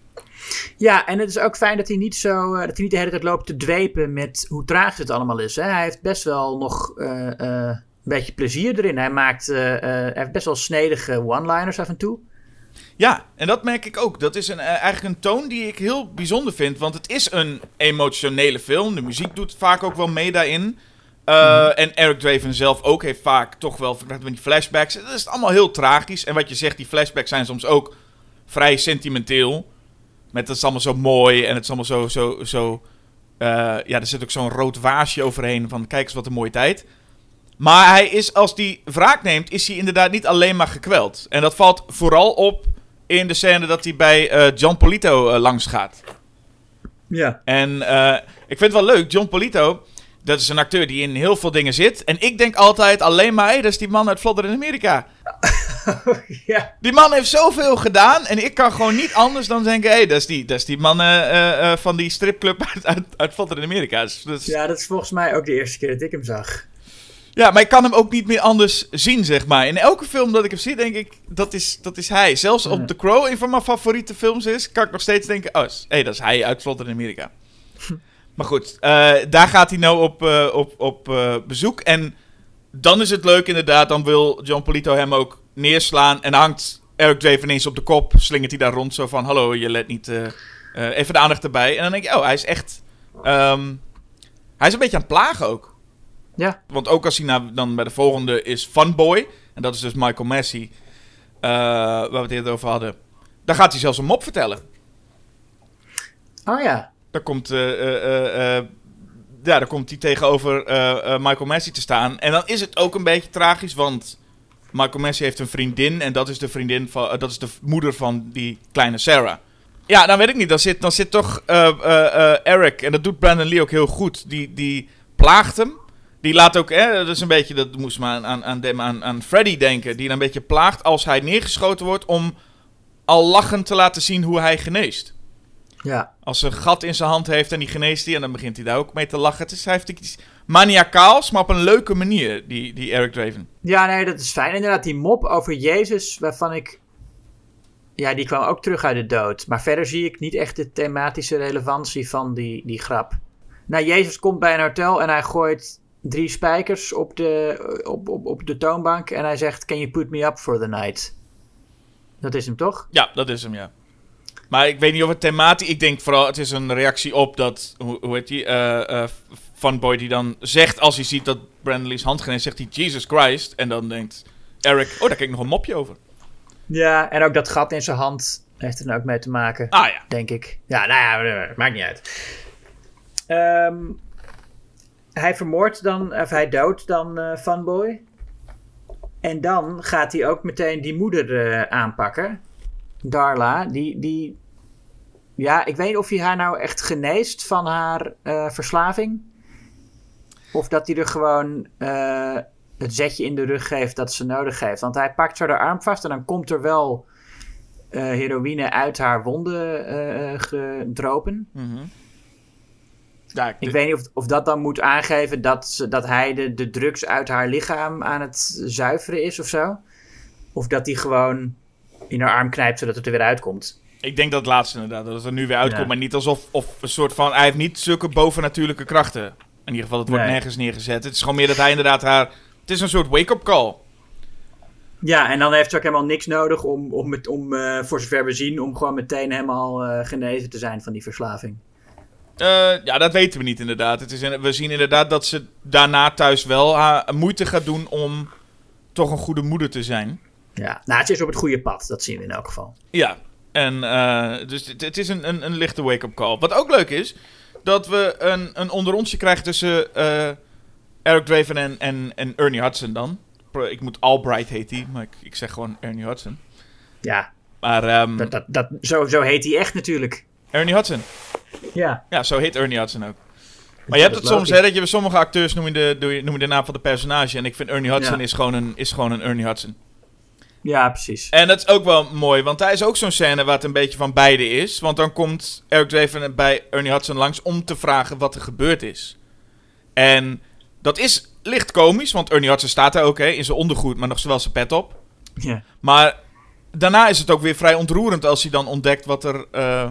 Ja, en het is ook fijn dat hij niet zo uh, dat hij niet de hele tijd loopt te dwepen met hoe tragisch het allemaal is. Hè? Hij heeft best wel nog uh, uh, een beetje plezier erin. Hij maakt uh, uh, hij heeft best wel snedige one-liners af en toe. Ja, en dat merk ik ook. Dat is een, uh, eigenlijk een toon die ik heel bijzonder vind. Want het is een emotionele film. De muziek doet vaak ook wel mee daarin. Uh, mm-hmm. En Eric Draven zelf ook heeft vaak toch wel met die flashbacks. Het is allemaal heel tragisch. En wat je zegt, die flashbacks zijn soms ook vrij sentimenteel. Met het is allemaal zo mooi en het is allemaal zo... zo, zo uh, ja, er zit ook zo'n rood waasje overheen van kijk eens wat een mooie tijd. Maar hij is, als hij wraak neemt, is hij inderdaad niet alleen maar gekweld. En dat valt vooral op in de scène dat hij bij uh, John Polito uh, langs gaat. Ja. En uh, ik vind het wel leuk, John Polito, dat is een acteur die in heel veel dingen zit. En ik denk altijd alleen maar, hey, dat is die man uit Vlodder in Amerika. Ja. Die man heeft zoveel gedaan en ik kan gewoon niet anders dan denken, hé, hey, dat is die, dat is die man uh, uh, van die stripclub uit, uit, uit Vlodder in Amerika. Dus, dus... Ja, dat is volgens mij ook de eerste keer dat ik hem zag. Ja, maar ik kan hem ook niet meer anders zien, zeg maar. In elke film dat ik hem zie, denk ik, dat is, dat is hij. Zelfs ja. op The Crow, een van mijn favoriete films is, kan ik nog steeds denken, oh, hé, hey, dat is hij uit Vlodder in Amerika. Maar goed, uh, daar gaat hij nou op, uh, op, op uh, bezoek. En dan is het leuk inderdaad, dan wil John Polito hem ook neerslaan. En hangt Eric Draven ineens op de kop, slingert hij daar rond zo van, hallo, je let niet, uh, uh, even de aandacht erbij. En dan denk je, oh, hij is echt, um, hij is een beetje aan het plagen ook. Ja. Want ook als hij nou, dan bij de volgende is Funboy, en dat is dus Michael Massey, uh, waar we het eerder over hadden. Daar gaat hij zelfs een mop vertellen. Oh ja. Daar komt, uh, uh, uh, uh, ja, daar komt hij tegenover uh, uh, Michael Massey te staan. En dan is het ook een beetje tragisch, want Michael Massey heeft een vriendin. En dat is de vriendin van, uh, dat is de moeder van die kleine Sarah. Ja, dan weet ik niet. Dan zit, dan zit toch uh, uh, uh, Eric, en dat doet Brandon Lee ook heel goed. Die, die plaagt hem. Die laat ook, hè, dat is een beetje, dat moest me aan, aan, aan, aan, aan Freddy denken. Die een beetje plaagt als hij neergeschoten wordt om al lachend te laten zien hoe hij geneest. Ja. Als ze een gat in zijn hand heeft en die geneest hij en dan begint hij daar ook mee te lachen. Het is, hij heeft iets maniacaals, maar op een leuke manier, die, die Eric Draven. Ja, nee, dat is fijn. Inderdaad, die mop over Jezus, waarvan ik... Ja, die kwam ook terug uit de dood. Maar verder zie ik niet echt de thematische relevantie van die, die grap. Nou, Jezus komt bij een hotel en hij gooit drie spijkers op de, op, op, op de toonbank. En hij zegt, can you put me up for the night? Dat is hem toch? Ja, dat is hem, ja. Maar ik weet niet of het thematisch... Ik denk vooral, het is een reactie op dat... Hoe, hoe heet die? Uh, uh, Funboy die dan zegt, als hij ziet dat Brandon Lee's hand geneest, zegt hij Jesus Christ. En dan denkt Eric, oh, daar kijk ik nog een mopje over. Ja, en ook dat gat in zijn hand heeft er dan ook mee te maken. Ah ja. Denk ik. Ja, nou ja, maakt niet uit. Um, hij vermoordt dan, of hij doodt dan uh, Funboy. En dan gaat hij ook meteen die moeder uh, aanpakken. Darla, die, die... Ja, ik weet niet of hij haar nou echt geneest van haar uh, verslaving. Of dat hij er gewoon uh, het zetje in de rug geeft dat ze nodig heeft. Want hij pakt haar de arm vast en dan komt er wel uh, heroïne uit haar wonden uh, gedropen. Mm-hmm. Ja, ik ik weet niet of, of dat dan moet aangeven dat, ze, dat hij de, de drugs uit haar lichaam aan het zuiveren is of zo. Of dat hij gewoon in haar arm knijpt zodat het er weer uitkomt. Ik denk dat het laatste inderdaad, dat het er nu weer uitkomt. Ja. Maar niet alsof of een soort van... Hij heeft niet zulke bovennatuurlijke krachten. In ieder geval, het wordt Nee. nergens neergezet. Het is gewoon meer dat hij inderdaad haar... Het is een soort wake-up call. Ja, en dan heeft ze ook helemaal niks nodig om, om, met, om uh, voor zover we zien, om gewoon meteen helemaal uh, genezen te zijn van die verslaving. Uh, ja, dat weten we niet inderdaad. Het is, we zien inderdaad dat ze daarna thuis wel haar moeite gaat doen om toch een goede moeder te zijn. Ja, nou, het is op het goede pad. Dat zien we in elk geval. Ja, en uh, dus het, het is een, een, een lichte wake-up call. Wat ook leuk is, dat we een, een onderontje krijgen tussen uh, Eric Draven en, en, en Ernie Hudson dan. Ik moet Albright heet hij, maar ik, ik zeg gewoon Ernie Hudson. Ja, Maar, um, dat, dat, dat, zo, zo heet hij echt natuurlijk. Ernie Hudson. Ja. Ja, zo heet Ernie Hudson ook. Maar je hebt het soms, hè, dat je bij sommige acteurs noemen de, noemen de naam van de personage. En ik vind Ernie Hudson Ja. is, gewoon een, is gewoon een Ernie Hudson. Ja, precies. En dat is ook wel mooi, want hij is ook zo'n scène waar het een beetje van beide is. Want dan komt Eric Draven bij Ernie Hudson langs om te vragen wat er gebeurd is. En dat is licht komisch, want Ernie Hudson staat daar ook, hè, in zijn ondergoed, maar nog wel zijn pet op. Ja. Maar daarna is het ook weer vrij ontroerend als hij dan ontdekt wat er, uh,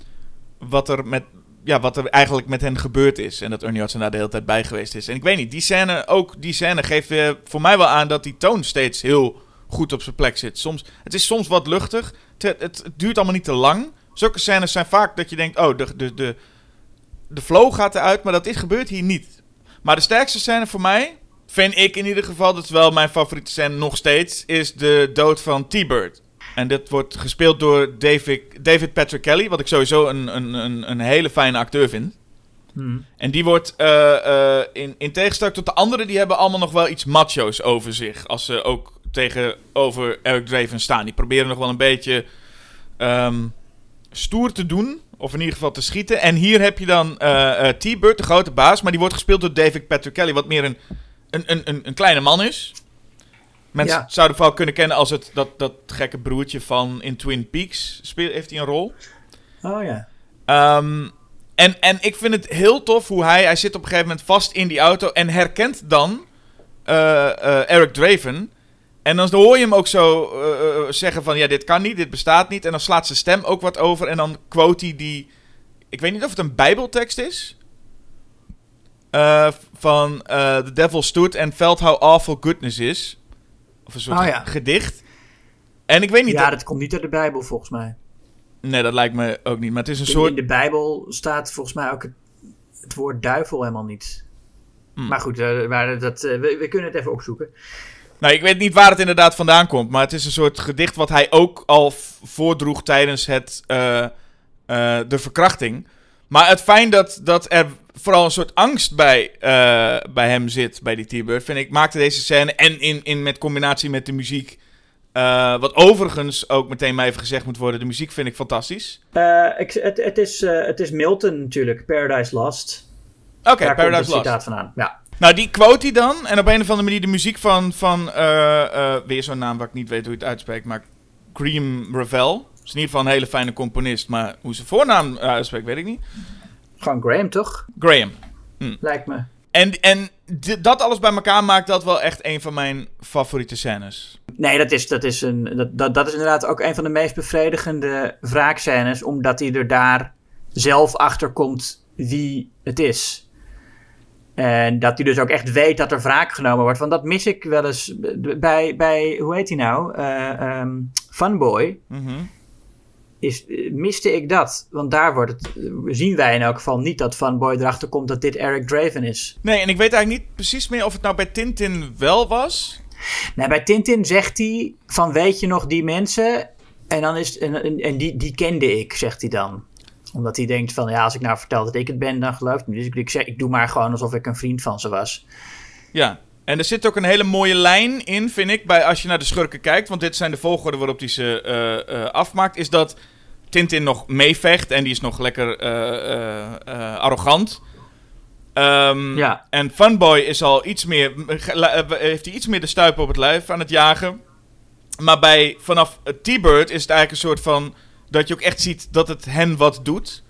wat er, met, ja, wat er eigenlijk met hen gebeurd is. En dat Ernie Hudson daar de hele tijd bij geweest is. En ik weet niet, die scène, ook die scène geeft weer voor mij wel aan dat die toon steeds heel goed op zijn plek zit. Soms, het is soms wat luchtig. Het, het, het duurt allemaal niet te lang. Zulke scènes zijn vaak dat je denkt, oh, de, de, de, de flow gaat eruit, maar dat is, gebeurt hier niet. Maar de sterkste scène voor mij, vind ik in ieder geval, dat is wel mijn favoriete scène nog steeds, is de dood van T-Bird. En dit wordt gespeeld door David, David Patrick Kelly, wat ik sowieso een, een, een, een hele fijne acteur vind. Hmm. En die wordt, uh, uh, in, in tegenstelling tot de anderen, die hebben allemaal nog wel iets macho's over zich. Als ze ook tegenover Eric Draven staan. Die proberen nog wel een beetje um, stoer te doen. Of in ieder geval te schieten. En hier heb je dan uh, uh, T-Bird, de grote baas. Maar die wordt gespeeld door David Patrick Kelly. Wat meer een, een, een, een, een kleine man is. Mensen Ja. zouden vooral kunnen kennen als het, dat, dat gekke broertje van in Twin Peaks. Speel, heeft hij een rol. Oh ja. Um, en, en ik vind het heel tof hoe hij... Hij zit op een gegeven moment vast in die auto. En herkent dan uh, uh, Eric Draven. En dan hoor je hem ook zo uh, uh, zeggen van... Ja, dit kan niet, dit bestaat niet. En dan slaat zijn stem ook wat over. En dan quote hij die... Ik weet niet of het een bijbeltekst is. Uh, van... Uh, The devil stood and felt how awful goodness is. Of een soort Oh, ja. gedicht. En ik weet niet... Ja, dat... dat komt niet uit de Bijbel volgens mij. Nee, dat lijkt me ook niet. Maar het is een In, soort... in de Bijbel staat volgens mij ook het, het woord duivel helemaal niet. Hmm. Maar goed, uh, maar dat, uh, we, we kunnen het even opzoeken. Nou, ik weet niet waar het inderdaad vandaan komt. Maar het is een soort gedicht wat hij ook al v- voordroeg tijdens het, uh, uh, de verkrachting. Maar het fijn dat, dat er vooral een soort angst bij, uh, bij hem zit, bij die T-Bird, vind ik, maakte deze scène en in, in met combinatie met de muziek... Uh, wat overigens ook meteen maar even gezegd moet worden, de muziek vind ik fantastisch. Uh, ik, het, het, is, uh, het is Milton natuurlijk, Paradise Lost. Oké, okay, Daar Paradise komt het Lost. citaat vandaan, ja. Nou, die quote hij dan. En op een of andere manier de muziek van... van uh, uh, weer zo'n naam waar ik niet weet hoe je het uitspreekt. Maar Graham Revell. Is in ieder geval een hele fijne componist. Maar hoe zijn voornaam uitspreekt, weet ik niet. Gewoon Graham, toch? Graham. Hm. Lijkt me. En, en d- dat alles bij elkaar maakt dat wel echt een van mijn favoriete scènes. Nee, dat is, dat, is een, dat, dat, dat is inderdaad ook een van de meest bevredigende wraakscènes. Omdat hij er daar zelf achter komt wie het is. En dat hij dus ook echt weet dat er wraak genomen wordt. Want dat mis ik wel eens bij, bij hoe heet hij nou? Uh, um, Funboy. Mm-hmm. Is, miste ik dat. Want daar wordt het, zien wij in elk geval niet dat Funboy erachter komt dat dit Eric Draven is. Nee, en ik weet eigenlijk niet precies meer of het nou bij Tintin wel was. Nou, bij Tintin zegt hij van weet je nog die mensen? En, dan is, en, en die, die kende ik, zegt hij dan. Omdat hij denkt van ja, als ik nou vertel dat ik het ben, dan gelooft hij me. Dus ik, ik, zeg, ik doe maar gewoon alsof ik een vriend van ze was. Ja, en er zit ook een hele mooie lijn in, vind ik, bij als je naar de schurken kijkt. Want dit zijn de volgorde waarop hij ze uh, uh, afmaakt. Is dat Tintin nog meevecht en die is nog lekker uh, uh, uh, arrogant. Um, ja. En Funboy is al iets meer, heeft hij iets meer de stuip op het lijf aan het jagen. Maar bij, vanaf uh, T-Bird is het eigenlijk een soort van, dat je ook echt ziet dat het hen wat doet.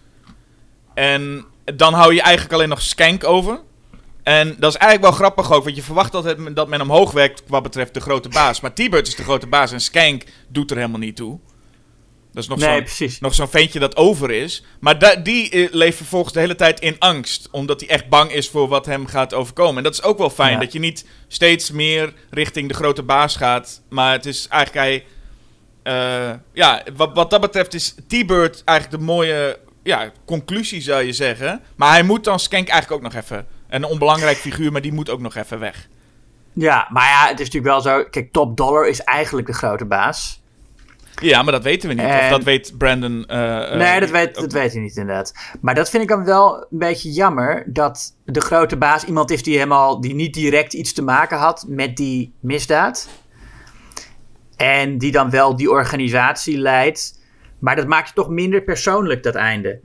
En dan hou je eigenlijk alleen nog Skank over. En dat is eigenlijk wel grappig ook, want je verwacht dat, het, dat men omhoog werkt wat betreft de grote baas. Maar T-Bird is de grote baas en Skank doet er helemaal niet toe. Dat is nog, nee, zo'n, nog zo'n ventje dat over is. Maar da- die uh, leeft vervolgens de hele tijd in angst. Omdat hij echt bang is voor wat hem gaat overkomen. En dat is ook wel fijn. Ja. Dat je niet steeds meer richting de grote baas gaat. Maar het is eigenlijk hij... Uh, ja, wat, wat dat betreft is T-Bird eigenlijk de mooie ja, conclusie, zou je zeggen. Maar hij moet dan Skank eigenlijk ook nog even... Een onbelangrijk figuur, maar die moet ook nog even weg. Ja, maar ja, het is natuurlijk wel zo... Kijk, Top Dollar is eigenlijk de grote baas. Ja, maar dat weten we niet. En... Of dat weet Brandon... Uh, nee, dat weet, dat weet hij niet inderdaad. Maar dat vind ik dan wel een beetje jammer... dat de grote baas iemand is die helemaal... die niet direct iets te maken had met die misdaad. En die dan wel die organisatie leidt. Maar dat maakt het toch minder persoonlijk, dat einde.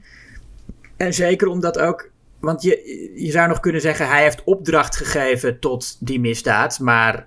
En zeker omdat ook... Want je, je zou nog kunnen zeggen... hij heeft opdracht gegeven tot die misdaad. Maar...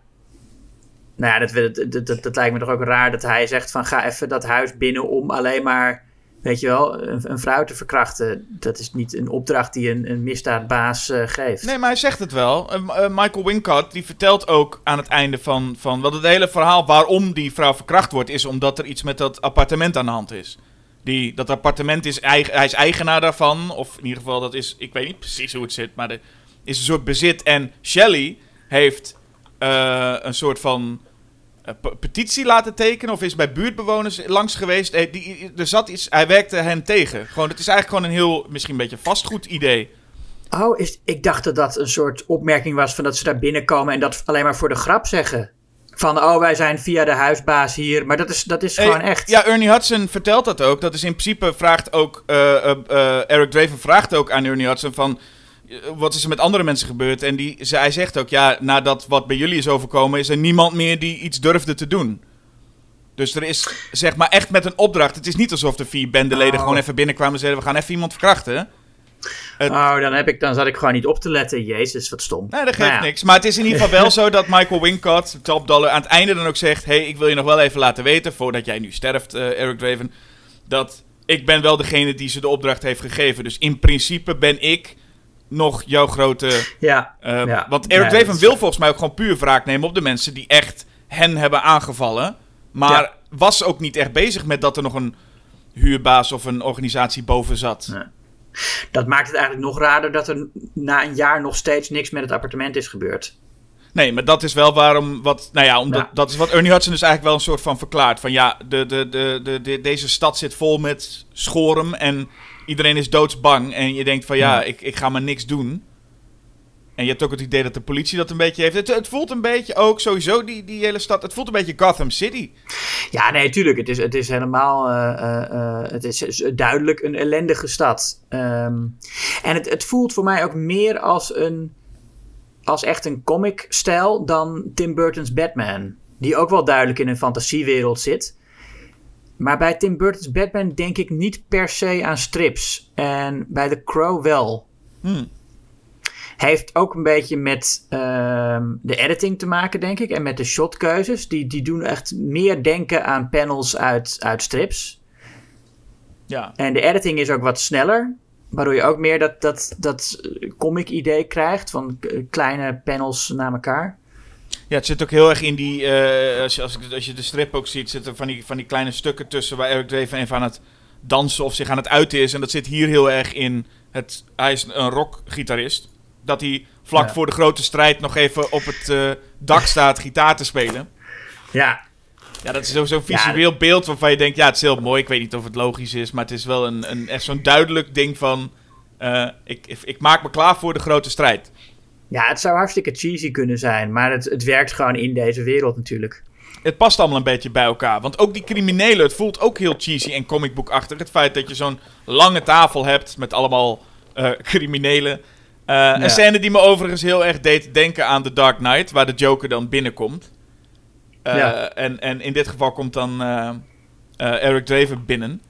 Nou ja, dat, dat, dat, dat lijkt me toch ook raar dat hij zegt van... ga even dat huis binnen om alleen maar... weet je wel, een, een vrouw te verkrachten. Dat is niet een opdracht die een, een misdaadbaas uh, geeft. Nee, maar hij zegt het wel. Uh, uh, Michael Wincott die vertelt ook aan het einde van... van wat het hele verhaal waarom die vrouw verkracht wordt... is omdat er iets met dat appartement aan de hand is. Die, dat appartement is, eigen, hij is eigenaar daarvan. Of in ieder geval, dat is... Ik weet niet precies hoe het zit, maar er is een soort bezit. En Shelley heeft uh, een soort van... Uh, petitie laten tekenen of is bij buurtbewoners langs geweest. Eh, die, er zat iets, hij werkte hen tegen. Gewoon, het is eigenlijk gewoon een heel, misschien een beetje vastgoed idee. Oh, is, ik dacht dat dat een soort opmerking was van dat ze daar binnenkomen en dat alleen maar voor de grap zeggen. Van, oh, wij zijn via de huisbaas hier. Maar dat is, dat is gewoon eh, echt. Ja, Ernie Hudson vertelt dat ook. Dat is in principe vraagt ook, uh, uh, uh, Eric Draven vraagt ook aan Ernie Hudson van... Wat is er met andere mensen gebeurd? En die, hij zegt ook, ja, nadat wat bij jullie is overkomen... is er niemand meer die iets durfde te doen. Dus er is, zeg maar, echt met een opdracht... Het is niet alsof de vier bendeleden oh. gewoon even binnenkwamen en zeiden... we gaan even iemand verkrachten. Het... Oh, dan, heb ik, dan zat ik gewoon niet op te letten. Jezus, wat stom. Nee, dat geeft nou ja. niks. Maar het is in ieder geval wel zo dat Michael Wincott, Top Dollar... aan het einde dan ook zegt... hey, ik wil je nog wel even laten weten... voordat jij nu sterft, uh, Eric Draven... dat ik ben wel degene die ze de opdracht heeft gegeven. Dus in principe ben ik... nog jouw grote... Ja, uh, ja. Want Eric ja, Draven wil volgens mij ook gewoon puur wraak nemen... op de mensen die echt hen hebben aangevallen. Maar ja. was ook niet echt bezig met dat er nog een huurbaas... of een organisatie boven zat. Ja. Dat maakt het eigenlijk nog raarder... dat er na een jaar nog steeds niks met het appartement is gebeurd. Nee, maar dat is wel waarom... Wat, nou ja, omdat, ja. dat is wat Ernie Hudson dus eigenlijk wel een soort van verklaart. Van ja, de, de, de, de, de, deze stad zit vol met schorm... en iedereen is doodsbang. En je denkt van ja, ja. Ik, ik ga maar niks doen. En je hebt ook het idee dat de politie dat een beetje heeft. Het, het voelt een beetje ook sowieso, die, die hele stad... Het voelt een beetje Gotham City. Ja, nee, tuurlijk. Het is, het is helemaal... Uh, uh, het is duidelijk een ellendige stad. Um, en het, het voelt voor mij ook meer als een... als echt een comic-stijl dan Tim Burton's Batman. Die ook wel duidelijk in een fantasiewereld zit. Maar bij Tim Burton's Batman denk ik niet per se aan strips. En bij The Crow wel. Hmm. Heeft ook een beetje met uh, de editing te maken, denk ik. En met de shotkeuzes. Die, die doen echt meer denken aan panels uit, uit strips. Ja. En de editing is ook wat sneller. Waardoor je ook meer dat, dat, dat comic idee krijgt. Van kleine panels naar elkaar. Ja, het zit ook heel erg in die... Uh, als, je, als, als je de strip ook ziet, zitten van die, van die kleine stukken tussen... waar Eric Draven even aan het dansen of zich aan het uiten is. En dat zit hier heel erg in... Het, hij is een rockgitarist. Dat hij vlak ja. voor de grote strijd nog even op het uh, dak staat gitaar te spelen. Ja. Ja, dat is zo'n zo visueel ja, beeld waarvan je denkt... Ja, het is heel mooi. Ik weet niet of het logisch is. Maar het is wel een, een, echt zo'n duidelijk ding van... Uh, ik, ik, ik maak me klaar voor de grote strijd. Ja, het zou hartstikke cheesy kunnen zijn. Maar het, het werkt gewoon in deze wereld natuurlijk. Het past allemaal een beetje bij elkaar. Want ook die criminelen, het voelt ook heel cheesy en comicboekachtig. Het feit dat je zo'n lange tafel hebt met allemaal uh, criminelen. Uh, ja. Een scène die me overigens heel erg deed denken aan The Dark Knight, waar de Joker dan binnenkomt. Uh, ja. en, en in dit geval komt dan uh, uh, Eric Draven binnen.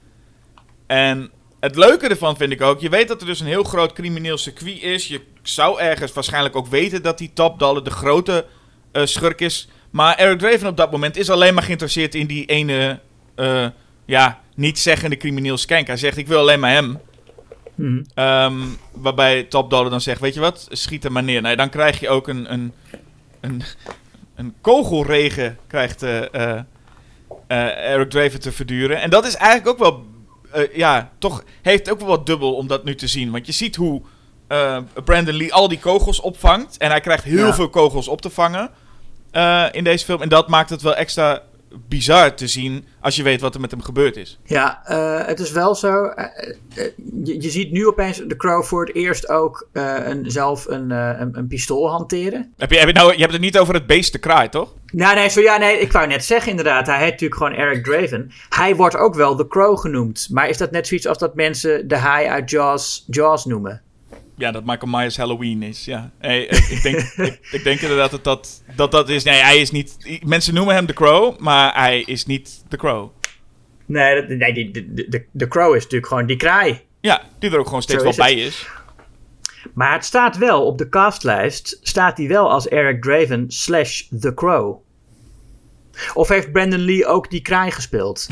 En het leuke ervan vind ik ook, je weet dat er dus een heel groot crimineel circuit is. Je zou ergens waarschijnlijk ook weten dat die Top Dollar de grote uh, schurk is. Maar Eric Draven op dat moment is alleen maar geïnteresseerd in die ene, uh, ja, niet zeggende crimineel skank. Hij zegt, ik wil alleen maar hem. Mm. Um, waarbij Top Dollar dan zegt, weet je wat, schiet hem maar neer. Nou, dan krijg je ook een, een, een, een kogelregen, krijgt uh, uh, uh, Eric Draven te verduren. En dat is eigenlijk ook wel, uh, ja, toch heeft ook wel wat dubbel om dat nu te zien. Want je ziet hoe uh, Brandon Lee al die kogels opvangt. En hij krijgt heel ja. veel kogels op te vangen. Uh, in deze film. En dat maakt het wel extra bizar te zien als je weet wat er met hem gebeurd is. Ja, uh, het is wel zo. Uh, uh, je, je ziet nu opeens de Crow voor het eerst ook uh, een, zelf een, uh, een, een pistool hanteren. Heb je, heb je, nou, je hebt het niet over het beest de kraai, toch? Nou, nee, zo, ja, nee, ik wou net zeggen inderdaad. Hij heet natuurlijk gewoon Eric Draven. Hij wordt ook wel de Crow genoemd. Maar is dat net zoiets als dat mensen de haai uit Jaws, Jaws noemen? Ja, dat Michael Myers Halloween is, ja. Hey, ik, denk, ik, ik denk inderdaad dat dat, dat dat is... Nee, hij is niet... Mensen noemen hem The Crow, maar hij is niet The Crow. Nee, de, nee de, de, de, de Crow is natuurlijk gewoon die kraai. Ja, die er ook gewoon steeds wel bij is. Maar het staat wel, op de castlijst staat hij wel als Eric Draven slash The Crow. Of heeft Brandon Lee ook die kraai gespeeld?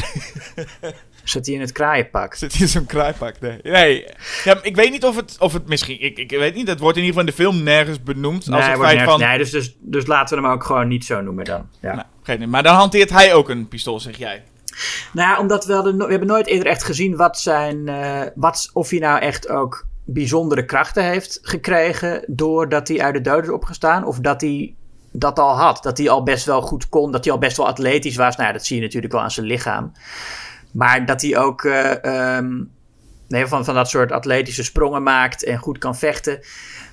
Zit hij in het kraaienpak? Zit hij in zo'n kraaienpak? Nee. nee. Ja, ik weet niet of het, of het misschien... Ik, ik weet niet, het wordt in ieder geval in de film nergens benoemd. Nee, als het feit nergens, van... nee dus, dus, dus laten we hem ook gewoon niet zo noemen dan. Ja. Nou, geen idee. Maar dan hanteert hij ook een pistool, zeg jij? Nou ja, omdat we, hadden, we hebben nooit eerder echt gezien wat zijn... Uh, wat, of hij nou echt ook bijzondere krachten heeft gekregen doordat hij uit de dood is opgestaan. Of dat hij dat al had. Dat hij al best wel goed kon. Dat hij al best wel atletisch was. Nou ja, dat zie je natuurlijk wel aan zijn lichaam. Maar dat hij ook uh, um, nee, van, van dat soort atletische sprongen maakt en goed kan vechten.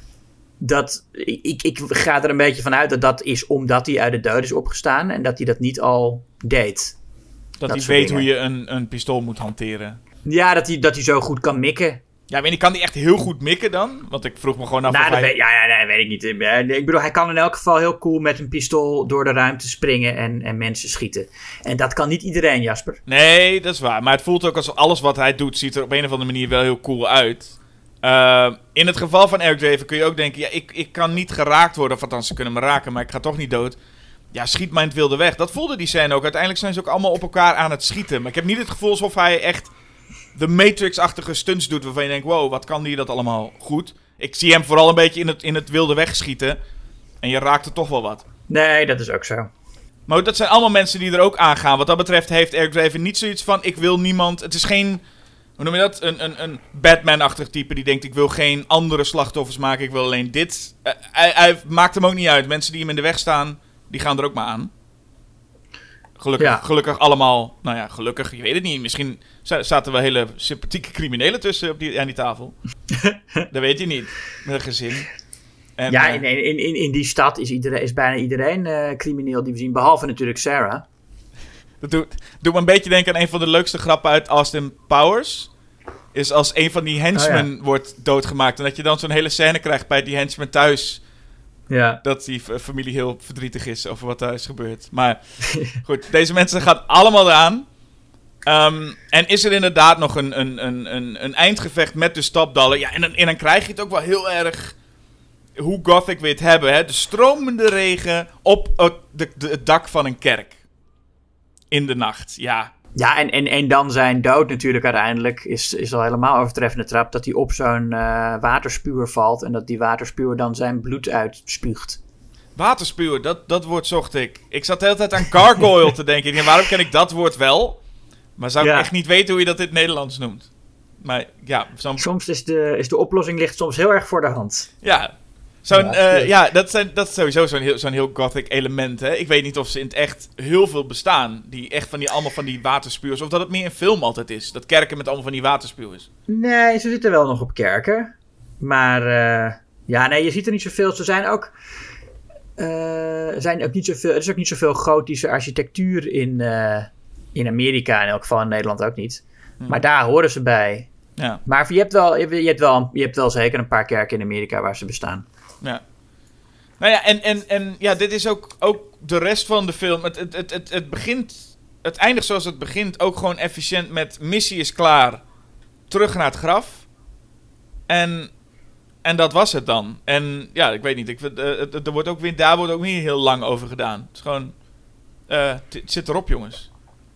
Dat, ik, ik ga er een beetje van uit dat dat is omdat hij uit de dood is opgestaan. En dat hij dat niet al deed. Dat, dat hij weet dingen. Hoe je een, een pistool moet hanteren. Ja, dat hij, dat hij zo goed kan mikken. Ja, weet ik, kan hij echt heel goed mikken dan? Want ik vroeg me gewoon af nou, of dat hij... weet, ja, ja, nee, weet ik niet. Ik bedoel, hij kan in elk geval heel cool met een pistool door de ruimte springen en, en mensen schieten. En dat kan niet iedereen, Jasper. Nee, dat is waar. Maar het voelt ook als alles wat hij doet, ziet er op een of andere manier wel heel cool uit. Uh, in het geval van Eric Draven kun je ook denken, ja, ik, ik kan niet geraakt worden. Of althans, ze kunnen me raken, maar ik ga toch niet dood. Ja, schiet mij in het wilde weg. Dat voelde die scène ook. Uiteindelijk zijn ze ook allemaal op elkaar aan het schieten. Maar ik heb niet het gevoel alsof hij echt de Matrix-achtige stunts doet, waarvan je denkt, wow, wat kan die dat allemaal goed? Ik zie hem vooral een beetje in het, in het wilde weg schieten. En je raakt er toch wel wat. Nee, dat is ook zo. Maar dat zijn allemaal mensen die er ook aangaan. Wat dat betreft heeft Eric Draven niet zoiets van, ik wil niemand... Het is geen, hoe noem je dat? Een, een, een Batman-achtig type die denkt, ik wil geen andere slachtoffers maken, ik wil alleen dit. Uh, hij, hij maakt hem ook niet uit. Mensen die hem in de weg staan, die gaan er ook maar aan. Gelukkig, ja. gelukkig allemaal, nou ja, gelukkig, je weet het niet. Misschien zaten wel hele sympathieke criminelen tussen op die, aan die tafel. Dat weet je niet, met een gezin. En, ja, uh, in, in, in, in die stad is, iedereen, is bijna iedereen uh, crimineel die we zien, behalve natuurlijk Sarah. Dat doet, doet me een beetje denken aan een van de leukste grappen uit Austin Powers. Is als een van die henchmen oh, ja. wordt doodgemaakt. En dat je dan zo'n hele scène krijgt bij die henchman thuis. Ja. Dat die familie heel verdrietig is over wat daar is gebeurd. Maar goed, deze mensen gaan allemaal eraan. Um, en is er inderdaad nog een, een, een, een, een eindgevecht met de Top Dollar. Ja, en dan, en dan krijg je het ook wel heel erg hoe gothic we het hebben. Hè? De stromende regen op het, de, de, het dak van een kerk. In de nacht, ja. Ja, en, en, en dan zijn dood natuurlijk uiteindelijk is, is al helemaal overtreffende trap. Dat hij op zo'n uh, waterspuwer valt. En dat die waterspuwer dan zijn bloed uitspuugt. Waterspuwer, dat, dat woord zocht ik. Ik zat de hele tijd aan gargoyle te denken. Ik denk, waarom ken ik dat woord wel? Maar zou ik Ja. echt niet weten hoe je dat in het Nederlands noemt. Maar ja, zo'n... Soms is de, is de oplossing ligt soms heel erg voor de hand. Ja, zo'n, Ja, ja, tuurlijk. ja dat, zijn, dat is sowieso zo'n heel, zo'n heel gothic element. Hè? Ik weet niet of ze in het echt heel veel bestaan. Die echt van die, allemaal van die waterspuwers. Of dat het meer in film altijd is. Dat kerken met allemaal van die waterspuwers. Nee, ze zitten wel nog op kerken. Maar uh, ja, nee, je ziet er niet zoveel. Ze zijn ook... Uh, zijn ook niet zoveel, er is ook niet zoveel gotische architectuur in, uh, in Amerika. In elk geval in Nederland ook niet. Hmm. Maar daar horen ze bij. Ja, Maar je hebt, wel, je, hebt- je, hebt wel, je hebt wel zeker een paar kerken in Amerika waar ze bestaan. ja. Nou ja, en, en, en ja, dit is ook, ook de rest van de film. Het, het, het, het, het begint... Het eindigt zoals het begint. Ook gewoon efficiënt met missie is klaar. Terug naar het graf. En... En dat was het dan. En ja, ik weet niet. Ik, vind, uh, het, het- er wordt ook weer, daar wordt ook niet heel lang over gedaan. Het is gewoon... uh, t- het zit erop, jongens.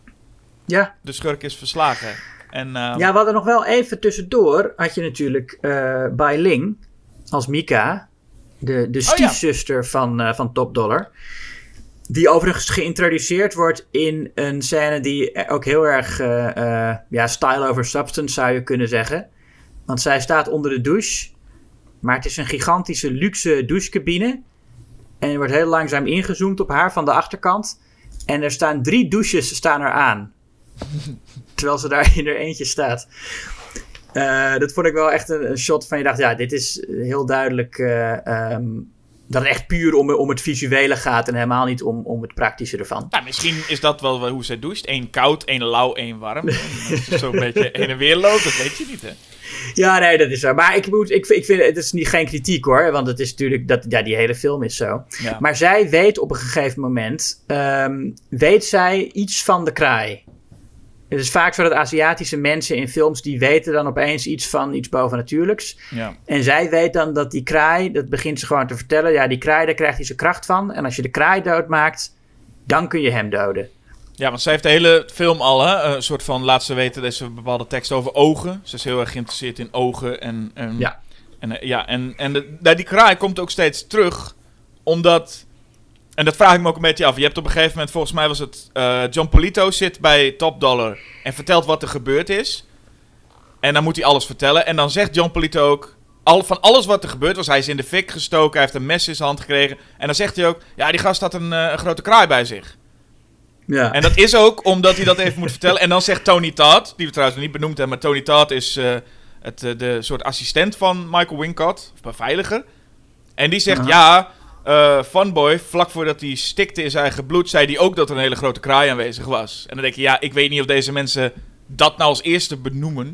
Ja. De schurk is verslagen. En, uh, Ja, we hadden nog wel even tussendoor. Had je natuurlijk uh, Bai Ling als Mika. De, de stiefzuster van, uh, van Top Dollar. Die overigens geïntroduceerd wordt in een scène die ook heel erg... Uh, uh, ja, style over substance zou je kunnen zeggen. Want zij staat onder de douche. Maar het is een gigantische luxe douchecabine. En er wordt heel langzaam ingezoomd op haar van de achterkant. En er staan drie douches staan er aan. Terwijl ze daar in er eentje staat. Uh, dat vond ik wel echt een, een shot van je dacht... Ja, dit is heel duidelijk... Uh, um, dat het echt puur om, om het visuele gaat... en helemaal niet om, om het praktische ervan. nou, misschien is dat wel hoe ze doucht. Eén koud, één lauw, één warm. En als het zo een beetje heen en weer loopt, dat weet je niet, hè? Ja, nee, dat is zo. Maar ik, moet, ik, ik vind het is niet, geen kritiek hoor. Want het is natuurlijk... Dat, ja, die hele film is zo. Ja. Maar zij weet op een gegeven moment... Um, weet zij iets van de kraai. Het is vaak zo dat Aziatische mensen in films... die weten dan opeens iets van iets bovennatuurlijks. Ja. En zij weet dan dat die kraai... dat begint ze gewoon te vertellen... ja, die kraai, daar krijgt hij zijn kracht van. En als je de kraai doodmaakt... dan kun je hem doden. Ja, want zij heeft de hele film al, hè, een soort van, laat ze weten, dat ze een bepaalde tekst over ogen. Ze is heel erg geïnteresseerd in ogen. En, en, Ja. En, uh, ja, en, en de, nou, die kraai komt ook steeds terug, omdat... En dat vraag ik me ook een beetje af. Je hebt op een gegeven moment, volgens mij was het... Uh, John Polito zit bij Top Dollar en vertelt wat er gebeurd is. En dan moet hij alles vertellen. En dan zegt John Polito ook... Al, van alles wat er gebeurd was, hij is in de fik gestoken, hij heeft een mes in zijn hand gekregen. En dan zegt hij ook... Ja, die gast had een, uh, een grote kraai bij zich. Ja. En dat is ook omdat hij dat even moet vertellen. En dan zegt Tony Todd, die we trouwens nog niet benoemd hebben... maar Tony Todd is uh, het, uh, de soort assistent van Michael Wincott, of beveiliger. En die zegt, Uh-huh. ja, uh, Funboy, vlak voordat hij stikte in zijn eigen bloed... zei hij ook dat er een hele grote kraai aanwezig was. En dan denk je, ja, ik weet niet of deze mensen dat nou als eerste benoemen.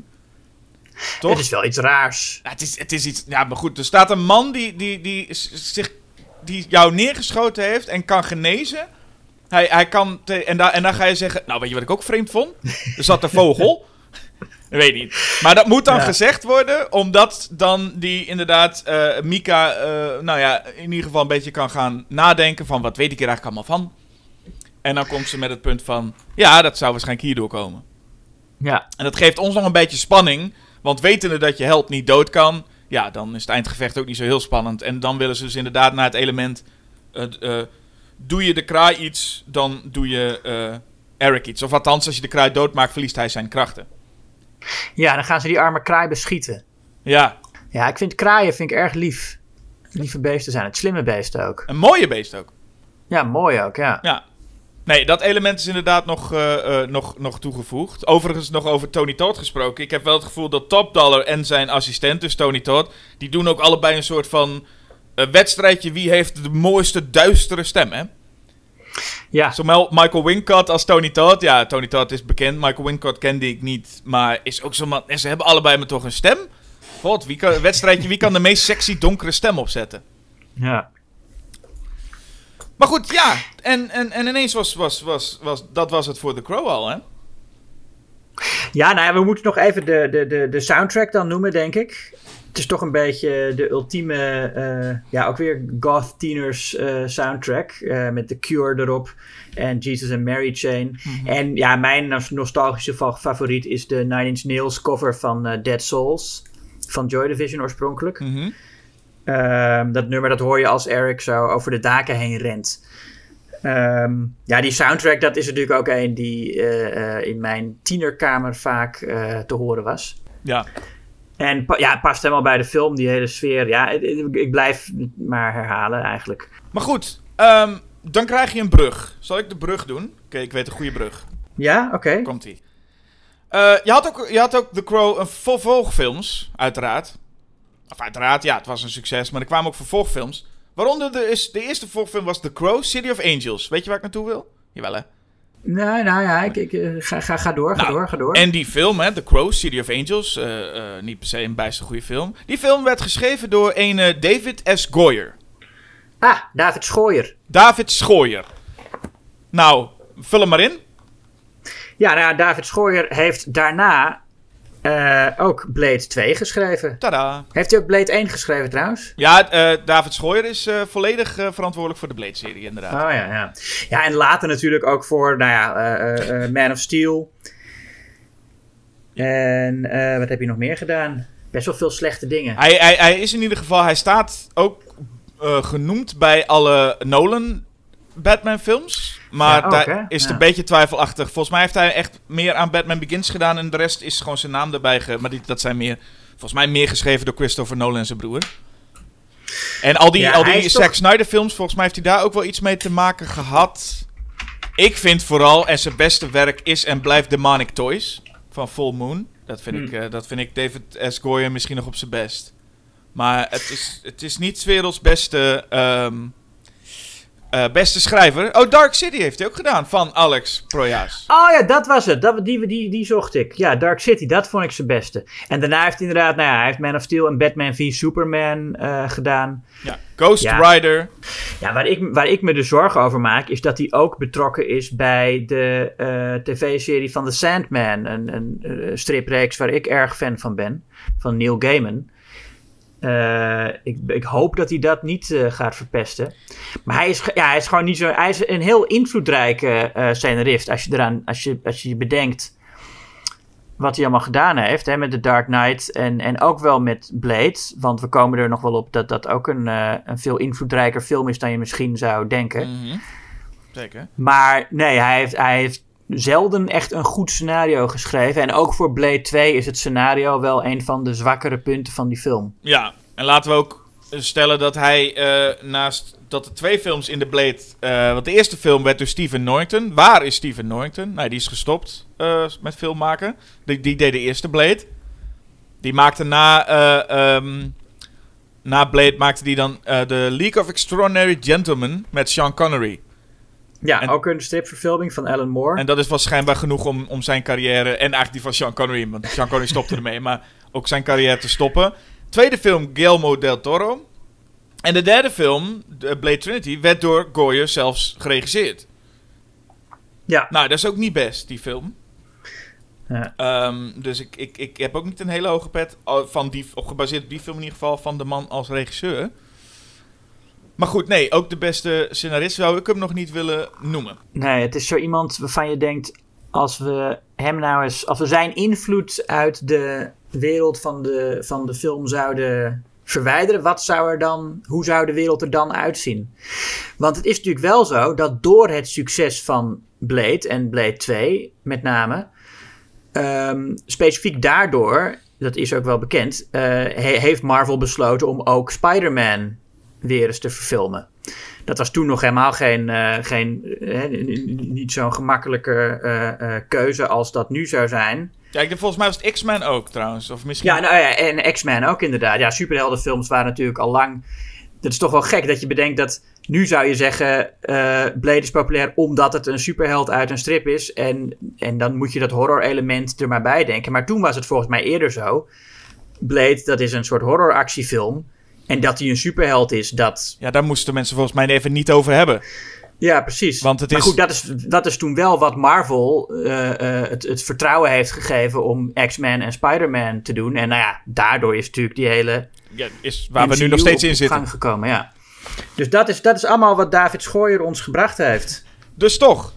Toch? Het is wel iets raars. Ja, het, is, het is iets... Ja, maar goed, er staat een man die, die, die, zich, die jou neergeschoten heeft en kan genezen... Hij, hij kan... Te, en, da, en dan ga je zeggen... Nou, weet je wat ik ook vreemd vond? Er zat een vogel. Ik weet niet. Maar dat moet dan Ja. gezegd worden... Omdat dan die inderdaad... Uh, Mika... Uh, nou ja, in ieder geval een beetje kan gaan nadenken... Van wat weet ik hier eigenlijk allemaal van? En dan komt ze met het punt van... Ja, dat zou waarschijnlijk hierdoor komen. Ja. En dat geeft ons nog een beetje spanning... Want wetende dat je held niet dood kan... Ja, dan is het eindgevecht ook niet zo heel spannend. En dan willen ze dus inderdaad naar het element... Uh, uh, Doe je de kraai iets, dan doe je uh, Eric iets. Of althans, als je de kraai doodmaakt, verliest hij zijn krachten. Ja, dan gaan ze die arme kraai beschieten. Ja, Ja, ik vind kraaien vind ik erg lief. Lieve beesten zijn het. Slimme beesten ook. een mooie beest ook. Ja, mooi ook, ja. Ja. Nee, dat element is inderdaad nog, uh, uh, nog, nog toegevoegd. Overigens nog over Tony Todd gesproken. Ik heb wel het gevoel dat Top Dollar en zijn assistent, dus Tony Todd... die doen ook allebei een soort van... Een wedstrijdje wie heeft de mooiste duistere stem, hè? Ja, Zowel Michael Wincott als Tony Todd. Ja, Tony Todd is bekend. Michael Wincott kende ik niet. Maar is ook zo'n man... En ze hebben allebei maar toch een stem. God, wie kan, wedstrijdje, wie kan de meest sexy donkere stem opzetten? ja. Maar goed, ja. En, en, en ineens was, was, was, was... Dat was het voor The Crow al, hè? Ja, nou ja, we moeten nog even de, de, de, de soundtrack dan noemen, denk ik. Het is toch een beetje de ultieme, uh, ja, ook weer goth teeners uh, soundtrack. Uh, met The Cure erop en Jesus and Mary Chain. Mm-hmm. En ja, mijn nostalgische favoriet is de Nine Inch Nails cover van uh, Dead Souls. Van Joy Division oorspronkelijk. Mm-hmm. Uh, dat nummer, dat hoor je als Eric zo over de daken heen rent. Um, ja, die soundtrack, dat is natuurlijk ook een die uh, uh, in mijn tienerkamer vaak uh, te horen was. Ja. En pa- ja, het past helemaal bij de film, die hele sfeer. Ja, ik, ik blijf het maar herhalen eigenlijk. Maar goed, um, dan krijg je een brug. Zal ik de brug doen? Oké, okay, ik weet een goede brug. Ja, oké. Okay. Komt-ie. Uh, je, had ook, je had ook The Crow een vervolgfilms, uiteraard. Of uiteraard, ja, het was een succes, maar er kwamen ook vervolgfilms. Waaronder de, is, de eerste vervolgfilm was The Crow, City of Angels. Weet je waar ik naartoe wil? Jawel, hè? Nou, nou ja, ik, ik, uh, ga, ga, ga door, ga nou, door, ga door. En die film, hè, The Crow, City of Angels, uh, uh, niet per se een bijster goede film. Die film werd geschreven door een uh, David S. Goyer. Ah, David Schooyer. David Schooyer. Nou, vul hem maar in. Ja, nou, David Schooyer heeft daarna uh, ook Blade twee geschreven. Tada. Heeft hij ook Blade één geschreven trouwens? Ja, uh, David Schooyer is uh, volledig uh, verantwoordelijk voor de Blade-serie, inderdaad. Oh ja, ja. Ja, en later natuurlijk ook voor, nou ja, uh, uh, Man of Steel. En uh, wat heb je nog meer gedaan? Best wel veel slechte dingen. Hij, hij, hij is in ieder geval, hij staat ook uh, genoemd bij alle Nolan Batman films. Maar ja, daar okay. is het ja. een beetje twijfelachtig. Volgens mij heeft hij echt meer aan Batman Begins gedaan. En de rest is gewoon zijn naam erbij. Ge- maar die, dat zijn meer, volgens mij meer geschreven door Christopher Nolan en zijn broer. En al die, ja, al die Zack toch... Snyder films, volgens mij heeft hij daar ook wel iets mee te maken gehad. Ik vind vooral, en zijn beste werk is en blijft Demonic Toys van Full Moon. Dat vind, hmm. ik, uh, dat vind ik David S. Goyer misschien nog op zijn best. Maar het is, het is niet 's werelds beste... Um, Uh, beste schrijver. Oh, Dark City heeft hij ook gedaan. Van Alex Proyas. Oh ja, dat was het. Dat, die, die, die zocht ik. Ja, Dark City. Dat vond ik zijn beste. En daarna heeft hij inderdaad... Nou ja, hij heeft Man of Steel en Batman v Superman uh, gedaan. Ja, Ghost ja. Rider. Ja, waar ik, waar ik me dus zorgen over maak... is dat hij ook betrokken is bij de uh, tv-serie van The Sandman. Een, een uh, stripreeks waar ik erg fan van ben. Van Neil Gaiman. Uh, ik, ik hoop dat hij dat niet uh, gaat verpesten. Maar hij is, ja, hij is gewoon niet zo... Hij is een heel invloedrijke uh, scenarist. Als je, eraan, als, je, als je bedenkt wat hij allemaal gedaan heeft. Hè, met The Dark Knight en, en ook wel met Blade. Want we komen er nog wel op dat dat ook een, uh, een veel invloedrijker film is dan je misschien zou denken. Mm-hmm. Zeker. Maar nee, hij heeft, hij heeft zelden echt een goed scenario geschreven. En ook voor Blade twee is het scenario wel een van de zwakkere punten van die film. Ja, en laten we ook stellen dat hij uh, naast dat er twee films in de Blade... Uh, want de eerste film werd door Stephen Norrington. Waar is Stephen Norrington? Nou, die is gestopt uh, met film maken. Die, die deed de eerste Blade. Die maakte na... Uh, um, na Blade maakte die dan uh, The League of Extraordinary Gentlemen met Sean Connery. Ja, en, ook een stripverfilming van Alan Moore. En dat is wel schijnbaar genoeg om, om zijn carrière... En eigenlijk die van Sean Connery, want Sean Connery stopte ermee. Maar ook zijn carrière te stoppen. Tweede film, Guillermo del Toro. En de derde film, Blade Trinity, werd door Goyer zelfs geregisseerd. Ja. Nou, dat is ook niet best, die film. Ja. Um, dus ik, ik, ik heb ook niet een hele hoge pet van die, of gebaseerd op die film in ieder geval, van de man als regisseur. Maar goed, nee, ook de beste scenarist zou ik hem nog niet willen noemen. Nee, het is zo iemand waarvan je denkt, als we hem nou eens, als we zijn invloed uit de wereld van de, van de film zouden verwijderen, wat zou er dan, hoe zou de wereld er dan uitzien? Want het is natuurlijk wel zo dat door het succes van Blade en Blade twee met name, um, specifiek daardoor, dat is ook wel bekend, uh, he, heeft Marvel besloten om ook Spider-Man weer eens te verfilmen. Dat was toen nog helemaal geen, uh, geen uh, niet zo'n gemakkelijke uh, uh, keuze als dat nu zou zijn. Ja, ik denk, volgens mij was het X-Men ook trouwens. Of misschien... Ja, nou ja, en X-Men ook inderdaad. Ja, superheldenfilms waren natuurlijk al lang... Dat is toch wel gek dat je bedenkt dat... Nu zou je zeggen, uh, Blade is populair omdat het een superheld uit een strip is. En, en dan moet je dat horror element er maar bij denken. Maar toen was het volgens mij eerder zo. Blade, dat is een soort horroractiefilm. En dat hij een superheld is, dat... Ja, daar moesten mensen volgens mij even niet over hebben. Ja, precies. Want het maar is... goed, dat is, dat is toen wel wat Marvel uh, uh, het, het vertrouwen heeft gegeven om X-Men en Spider-Man te doen. En nou ja, daardoor is natuurlijk die hele... Ja, is waar M C U we nu nog steeds in zitten. Gang gekomen, ja. Dus dat is, dat is allemaal wat David Schooier ons gebracht heeft. Dus toch.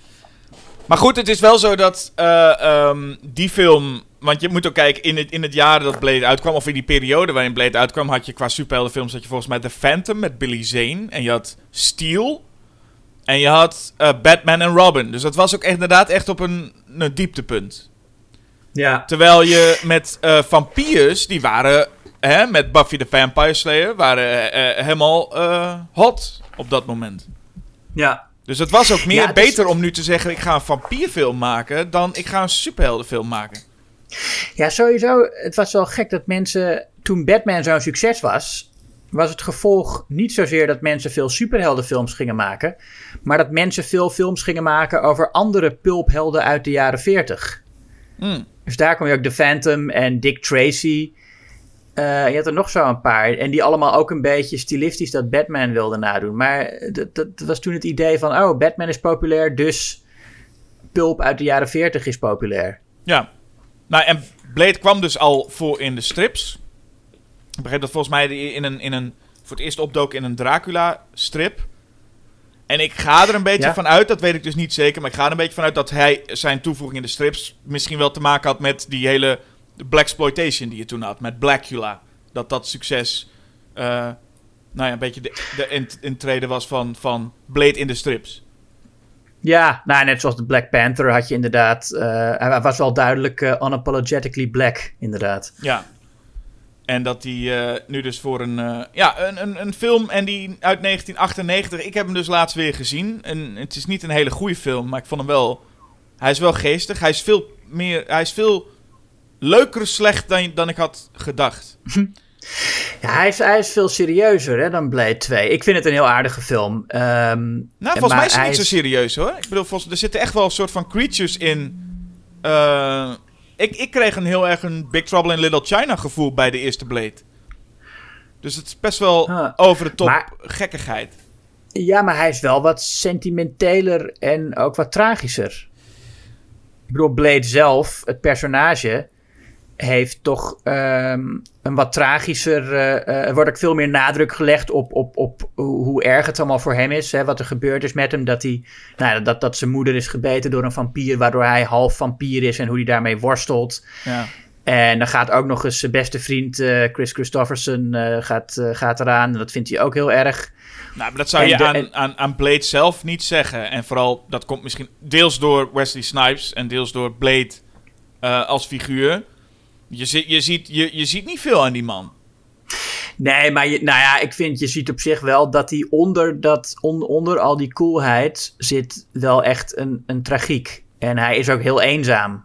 Maar goed, het is wel zo dat uh, um, die film... Want je moet ook kijken, in het, in het jaar dat Blade uitkwam... of in die periode waarin Blade uitkwam... had je qua superheldenfilms... had je volgens mij The Phantom met Billy Zane... en je had Steel... en je had uh, Batman en Robin. Dus dat was ook inderdaad echt op een, een dieptepunt. Ja. Terwijl je met uh, vampiers... die waren... Hè, met Buffy the Vampire Slayer... waren uh, helemaal uh, hot op dat moment. Ja. Dus het was ook meer ja, beter is... om nu te zeggen... ik ga een vampierfilm maken... dan ik ga een superheldenfilm maken. Ja, sowieso. Het was wel gek dat mensen... toen Batman zo'n succes was... was het gevolg niet zozeer dat mensen veel superheldenfilms gingen maken... maar dat mensen veel films gingen maken... over andere pulphelden uit de jaren veertig. Mm. Dus daar kom je ook The Phantom en Dick Tracy... Uh, je had er nog zo een paar. En die allemaal ook een beetje stilistisch dat Batman wilden nadoen. Maar dat, dat was toen het idee van... oh, Batman is populair, dus pulp uit de jaren veertig is populair. Ja. Nou, en Blade kwam dus al voor in de strips. Ik begreep dat volgens mij in een, in een, voor het eerst opdook in een Dracula-strip. En ik ga er een beetje ja? van uit, dat weet ik dus niet zeker... maar ik ga er een beetje van uit dat hij zijn toevoeging in de strips... misschien wel te maken had met die hele... de blaxploitation die je toen had, met Blackula. Dat dat succes, uh, nou ja, een beetje de, de intrede was van, van Blade in de strips. Ja, nou net zoals de Black Panther had je inderdaad... Uh, hij was wel duidelijk uh, unapologetically black, inderdaad. Ja. En dat die uh, nu dus voor een, uh, ja, een, een, een film en die uit negentien achtennegentig... Ik heb hem dus laatst weer gezien. En het is niet een hele goede film, maar ik vond hem wel... Hij is wel geestig. Hij is veel meer... Hij is veel... leuker slecht dan, dan ik had gedacht. Ja, hij is, hij is veel serieuzer hè, dan Blade twee. Ik vind het een heel aardige film. Um, nou, volgens mij is het niet is... zo serieus hoor. Ik bedoel, volgens, er zitten echt wel een soort van creatures in. Uh, ik, ik kreeg een heel erg een Big Trouble in Little China gevoel bij de eerste Blade. Dus het is best wel ah, over de top maar... gekkigheid. Ja, maar hij is wel wat sentimenteler en ook wat tragischer. Ik bedoel, Blade zelf, het personage... heeft toch um, een wat tragischer... Uh, er wordt ook veel meer nadruk gelegd op, op, op hoe erg het allemaal voor hem is. Hè, wat er gebeurd is met hem. Dat, hij, nou, dat, dat zijn moeder is gebeten door een vampier... waardoor hij half vampier is en hoe hij daarmee worstelt. Ja. En dan gaat ook nog eens zijn beste vriend uh, Chris Christopherson uh, gaat, uh, gaat eraan. Dat vindt hij ook heel erg. Nou, maar dat zou je de, aan, en... aan, aan Blade zelf niet zeggen. En vooral, dat komt misschien deels door Wesley Snipes... en deels door Blade uh, als figuur... Je, zi- je, ziet, je, je ziet niet veel aan die man. Nee, maar je, nou ja, ik vind, je ziet op zich wel dat hij onder, dat, on, onder al die coolheid zit wel echt een, een tragiek. En hij is ook heel eenzaam.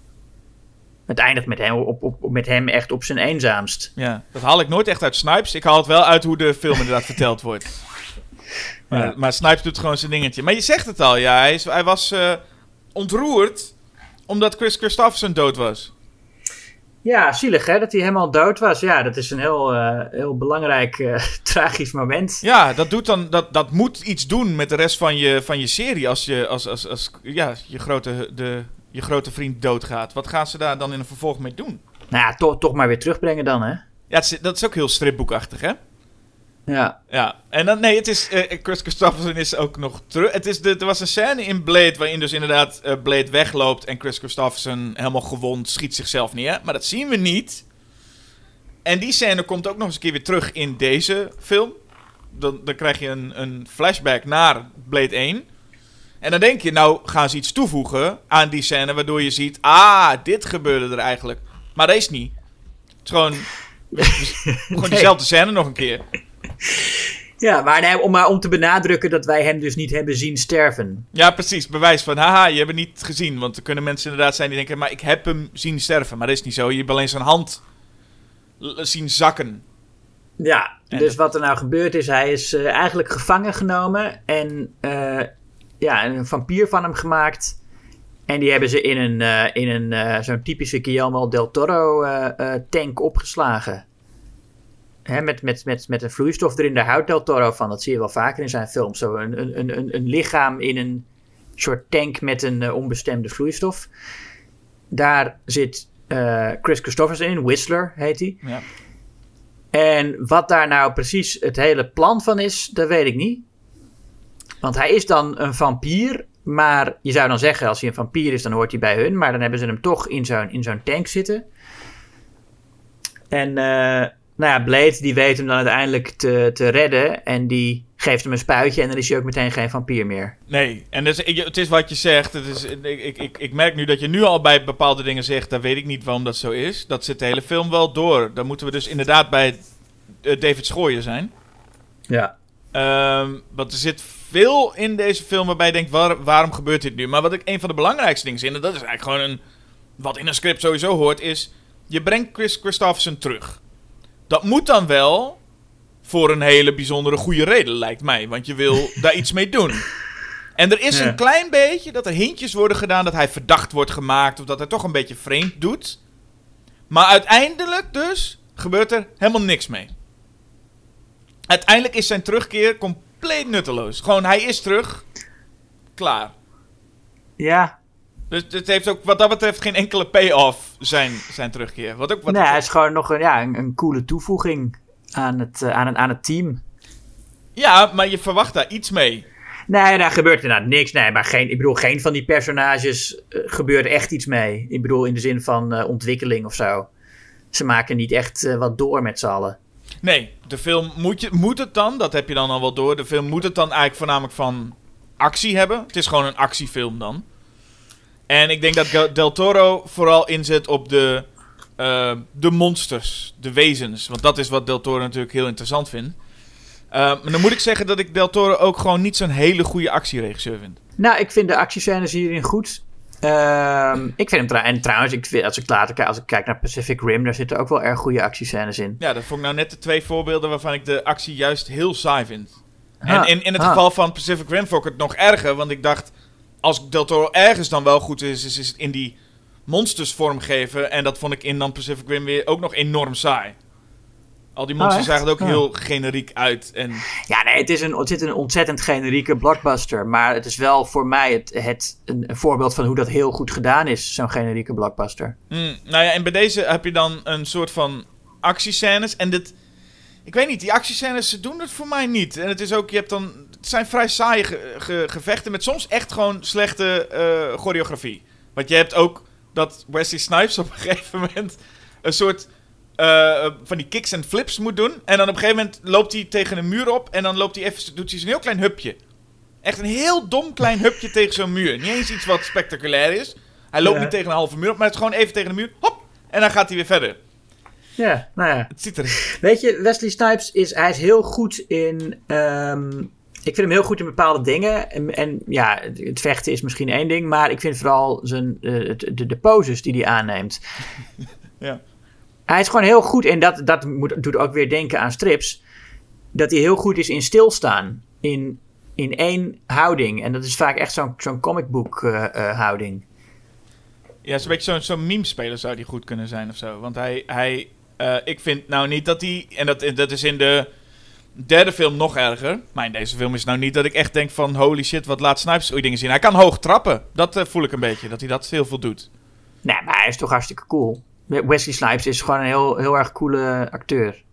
Het eindigt met hem, op, op, met hem echt op zijn eenzaamst. Ja, dat haal ik nooit echt uit Snipes. Ik haal het wel uit hoe de film inderdaad verteld wordt. Maar, ja. maar Snipes doet gewoon zijn dingetje. Maar je zegt het al, ja. Hij, is, hij was uh, ontroerd omdat Chris Christopherson dood was. Ja, zielig hè, dat hij helemaal dood was. Ja, dat is een heel, uh, heel belangrijk uh, tragisch moment. Ja, dat, doet dan, dat, dat moet iets doen met de rest van je, van je serie als, je, als, als, als ja, je, grote, de, je grote vriend doodgaat. Wat gaan ze daar dan in een vervolg mee doen? Nou ja, to- toch maar weer terugbrengen dan hè. Ja, het is, dat is ook heel stripboekachtig hè. Ja. Ja, en dan, nee, het is, uh, Chris Christopherson is ook nog terug. Het is de, er was een scène in Blade waarin dus inderdaad uh, Blade wegloopt en Chris Christopherson helemaal gewond schiet zichzelf neer. Maar dat zien we niet. En die scène komt ook nog eens een keer weer terug in deze film. Dan, dan krijg je een, een flashback naar Blade één. En dan denk je, nou gaan ze iets toevoegen aan die scène waardoor je ziet, ah, dit gebeurde er eigenlijk. Maar dat is niet. Het is gewoon, gewoon nee. diezelfde scène nog een keer. Ja, maar, nee, om, maar om te benadrukken dat wij hem dus niet hebben zien sterven. Ja, precies. Bewijs van, haha, je hebt het niet gezien. Want er kunnen mensen inderdaad zijn die denken, maar ik heb hem zien sterven. Maar dat is niet zo. Je hebt alleen zijn hand l- zien zakken. Ja, en dus dat... wat er nou gebeurd is, hij is uh, eigenlijk gevangen genomen. En uh, ja, een vampier van hem gemaakt. En die hebben ze in een, uh, in een uh, zo'n typische Guillermo del Toro uh, uh, tank opgeslagen. hè, met, met, met, met een vloeistof erin. Daar houdt Del Toro van. Dat zie je wel vaker in zijn films. Zo een, een, een, een lichaam in een soort tank met een uh, onbestemde vloeistof. Daar zit uh, Chris Christopherson in. Whistler heet hij. Ja. En wat daar nou precies het hele plan van is, dat weet ik niet. Want hij is dan een vampier. Maar je zou dan zeggen, als hij een vampier is, dan hoort hij bij hun. Maar dan hebben ze hem toch in zo'n, in zo'n tank zitten. En uh, nou ja, Blade die weet hem dan uiteindelijk te, te redden. En die geeft hem een spuitje en dan is hij ook meteen geen vampier meer. Nee, en dus, het is wat je zegt. Het is, ik, ik, ik merk nu dat je nu al bij bepaalde dingen zegt. Daar weet ik niet waarom dat zo is. Dat zit de hele film wel door. Dan moeten we dus inderdaad bij uh, David Schooier zijn. Ja. Um, want er zit veel in deze film waarbij je denkt, waar, waarom gebeurt dit nu? Maar wat ik een van de belangrijkste dingen vind, en dat is eigenlijk gewoon een, wat in een script sowieso hoort, is, je brengt Chris Christopherson terug. Dat moet dan wel voor een hele bijzondere goede reden, lijkt mij. Want je wil daar iets mee doen. En er is ja. een klein beetje dat er hintjes worden gedaan dat hij verdacht wordt gemaakt, of dat hij toch een beetje vreemd doet. Maar uiteindelijk dus gebeurt er helemaal niks mee. Uiteindelijk is zijn terugkeer compleet nutteloos. Gewoon, hij is terug. Klaar. Ja. Dus het heeft ook wat dat betreft geen enkele payoff, zijn, zijn terugkeer. Wat ook, wat nee, hij is gewoon nog een, ja, een, een coole toevoeging aan het, uh, aan, aan het team. Ja, maar je verwacht daar iets mee. Nee, daar gebeurt inderdaad niks. Nee, maar geen, ik bedoel, geen van die personages uh, gebeurt echt iets mee. Ik bedoel, in de zin van uh, ontwikkeling of zo. Ze maken niet echt uh, wat door met z'n allen. Nee, de film moet, je, moet het dan, dat heb je dan al wel door. De film moet het dan eigenlijk voornamelijk van actie hebben. Het is gewoon een actiefilm dan. En ik denk dat Del Toro vooral inzet op de, uh, de monsters, de wezens. Want dat is wat Del Toro natuurlijk heel interessant vindt. Uh, maar dan moet ik zeggen dat ik Del Toro ook gewoon niet zo'n hele goede actieregisseur vind. Nou, ik vind de actiescènes hierin goed. Uh, ik vind hem trouw- en trouwens, ik vind, als, ik later, als ik kijk naar Pacific Rim, daar zitten ook wel erg goede actiescènes in. Ja, dat vond ik nou net de twee voorbeelden waarvan ik de actie juist heel saai vind. Ah, en in, in het ah. geval van Pacific Rim vond ik het nog erger, want ik dacht, als Del Toro ergens dan wel goed is, is, is het in die monsters vormgeven. En dat vond ik in dan Pacific Rim weer ook nog enorm saai. Al die monsters oh, zagen er ook oh. heel generiek uit. En... Ja, nee, het is een, het is een ontzettend generieke blockbuster. Maar het is wel voor mij het, het, een, een voorbeeld van hoe dat heel goed gedaan is, zo'n generieke blockbuster. Mm, nou ja, en bij deze heb je dan een soort van actiescènes. En dit, ik weet niet, die actiescènes, ze doen het voor mij niet. En het is ook, je hebt dan, het zijn vrij saaie ge, ge, gevechten met soms echt gewoon slechte uh, choreografie. Want je hebt ook dat Wesley Snipes op een gegeven moment een soort... Uh, van die kicks en flips moet doen. En dan op een gegeven moment loopt hij tegen een muur op. En dan loopt hij even, doet hij zo'n heel klein hupje. Echt een heel dom klein hupje tegen zo'n muur. Niet eens iets wat spectaculair is. Hij loopt ja. niet tegen een halve muur op, maar het is gewoon even tegen de muur. Hop! En dan gaat hij weer verder. Ja, nou ja. Het ziet er... Weet je, Wesley Snipes is, hij is heel goed in... Um, ik vind hem heel goed in bepaalde dingen. En, en ja, het vechten is misschien één ding. Maar ik vind vooral zijn, uh, de, de poses die hij aanneemt. ja. Hij is gewoon heel goed, en dat, dat moet, doet ook weer denken aan strips, dat hij heel goed is in stilstaan. In, in één houding. En dat is vaak echt zo'n, zo'n comicbook uh, uh, houding. Ja, zo'n beetje zo'n, zo'n meme-speler zou die goed kunnen zijn of zo. Want hij, hij uh, ik vind nou niet dat hij, en dat, dat is in de derde film nog erger. Maar in deze film is het nou niet dat ik echt denk van, holy shit, wat laat Snipes ooit dingen zien. Hij kan hoog trappen. Dat uh, voel ik een beetje, dat hij dat heel veel doet. Nee, maar hij is toch hartstikke cool. Wesley Snipes is gewoon een heel, heel erg coole acteur.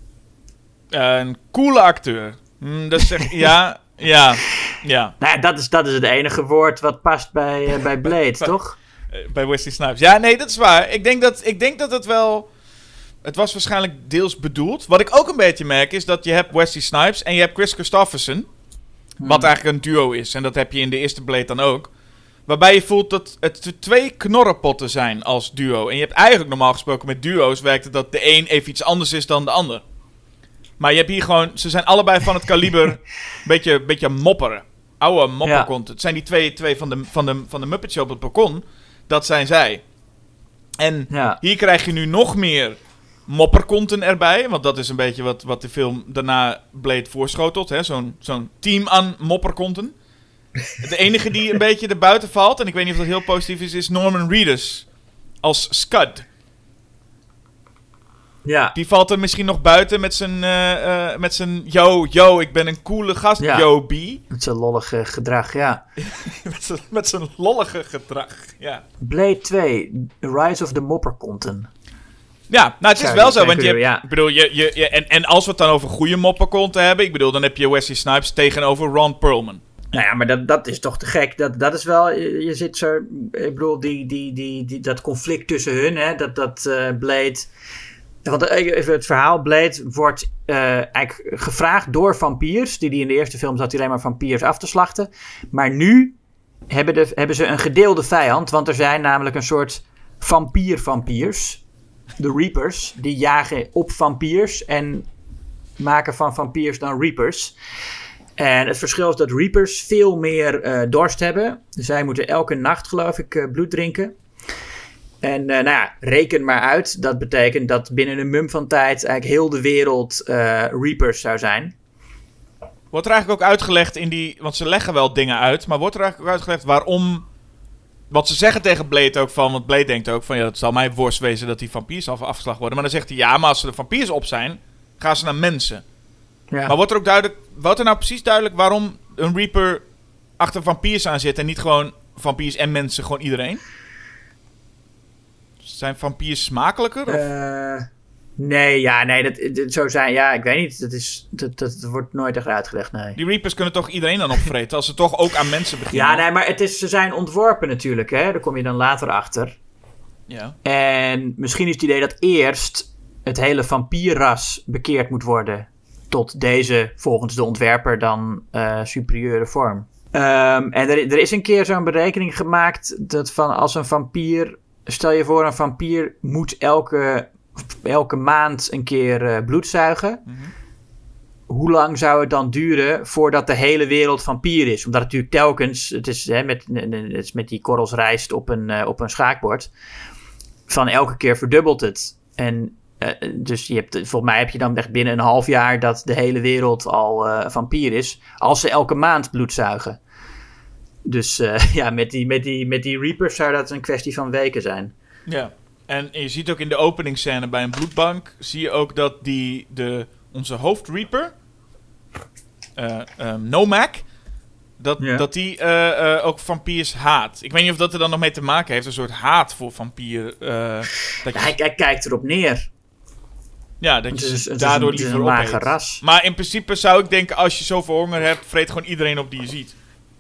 Uh, een coole acteur. Mm, dat zeg, ja, ja, ja. Nou ja, dat is, dat is het enige woord wat past bij, uh, bij Blade, toch? Uh, bij Wesley Snipes. Ja, nee, dat is waar. Ik denk dat, ik denk dat het wel... Het was waarschijnlijk deels bedoeld. Wat ik ook een beetje merk is dat je hebt Wesley Snipes en je hebt Chris Christopherson. Hmm. Wat eigenlijk een duo is. En dat heb je in de eerste Blade dan ook. Waarbij je voelt dat het twee knorrenpotten zijn als duo. En je hebt eigenlijk normaal gesproken met duo's werkt het dat de een even iets anders is dan de ander. Maar je hebt hier gewoon... Ze zijn allebei van het kaliber een beetje, beetje mopperen. Oude mopperkont. Ja. Het zijn die twee, twee van, de, van, de, van de Muppet Show op het balkon. Dat zijn zij. En ja. Hier krijg je nu nog meer mopperkonten erbij. Want dat is een beetje wat, wat de film daarna Blade voorschotelt. Hè? Zo'n, zo'n team aan mopperkonten. De enige die een beetje erbuiten valt, en ik weet niet of dat heel positief is, is Norman Reedus als Scud. Ja. Die valt er misschien nog buiten met zijn, uh, uh, met zijn yo, yo, ik ben een coole gast, Ja. yo, B. Met zijn lollige gedrag, ja. met, zijn, met zijn lollige gedrag, ja. Blade twee, Rise of the Mopperkonten. Ja, nou het is Zou wel je zo, kunnen want je, doen, ja. ik bedoel, je, je, je, en, en als we het dan over goede mopperkonten hebben, ik bedoel, dan heb je Wesley Snipes tegenover Ron Perlman. Nou ja, maar dat, dat is toch te gek. Dat, dat is wel, je, je zit zo, ik bedoel, die, die, die, die, dat conflict tussen hun, hè, dat, dat uh, Blade... Want even het verhaal, Blade wordt uh, eigenlijk gevraagd door vampiers, die, die in de eerste film zat hij alleen maar vampiers af te slachten. Maar nu hebben, de, hebben ze een gedeelde vijand, want er zijn namelijk een soort vampier-vampiers, de Reapers, die jagen op vampiers en maken van vampiers dan Reapers. En het verschil is dat Reapers veel meer uh, dorst hebben. Zij moeten elke nacht, geloof ik, uh, bloed drinken. En uh, nou ja, reken maar uit. Dat betekent dat binnen een mum van tijd eigenlijk heel de wereld uh, Reapers zou zijn. Wordt er eigenlijk ook uitgelegd in die... Want ze leggen wel dingen uit, maar wordt er eigenlijk ook uitgelegd waarom... Wat ze zeggen tegen Blade ook van... Want Blade denkt ook van... Ja, het zal mij worst wezen dat die vampiers af afgeslacht worden. Maar dan zegt hij... Ja, maar als er de vampiers op zijn... Gaan ze naar mensen. Ja. Maar wordt er ook duidelijk... Wordt er nou precies duidelijk waarom een Reaper achter vampiers aan zit... En niet gewoon vampiers en mensen, gewoon iedereen? Zijn vampiers smakelijker? Of? Uh, nee, ja, nee, dat, dat zo zijn... Ja, ik weet niet. Dat, is, dat, dat wordt nooit echt uitgelegd, nee. Die Reapers kunnen toch iedereen dan opvreten... Als ze toch ook aan mensen beginnen? Ja, nee, maar het is, ze zijn ontworpen natuurlijk, hè. Daar kom je dan later achter. Ja. En misschien is het idee dat eerst het hele vampierras bekeerd moet worden... tot deze, volgens de ontwerper, dan uh, superieure vorm. Um, en er, er is een keer zo'n berekening gemaakt... dat van als een vampier... Stel je voor, een vampier moet elke, elke maand een keer uh, bloed zuigen. Mm-hmm. Hoe lang zou het dan duren voordat de hele wereld vampier is? Omdat het natuurlijk telkens, het is, hè, met, het is met die korrels rijst op een, uh, op een schaakbord. Van elke keer verdubbelt het. En uh, dus je hebt, volgens mij heb je dan echt binnen een half jaar dat de hele wereld al uh, vampier is. Als ze elke maand bloed zuigen. Dus uh, ja, met die, met, die, met die Reapers zou dat een kwestie van weken zijn. Ja, en je ziet ook in de openingsscène bij een bloedbank... zie je ook dat die, de, onze hoofdreaper, uh, um, Nomak... dat, ja. dat die uh, uh, ook vampiers haat. Ik weet niet of dat er dan nog mee te maken heeft. Een soort haat voor vampier. Uh, dat ja, hij, hij kijkt erop neer. Ja, dat je is, daardoor is een, liever een lage opeet. ras. Maar in principe zou ik denken... als je zoveel honger hebt... vreet gewoon iedereen op die je ziet.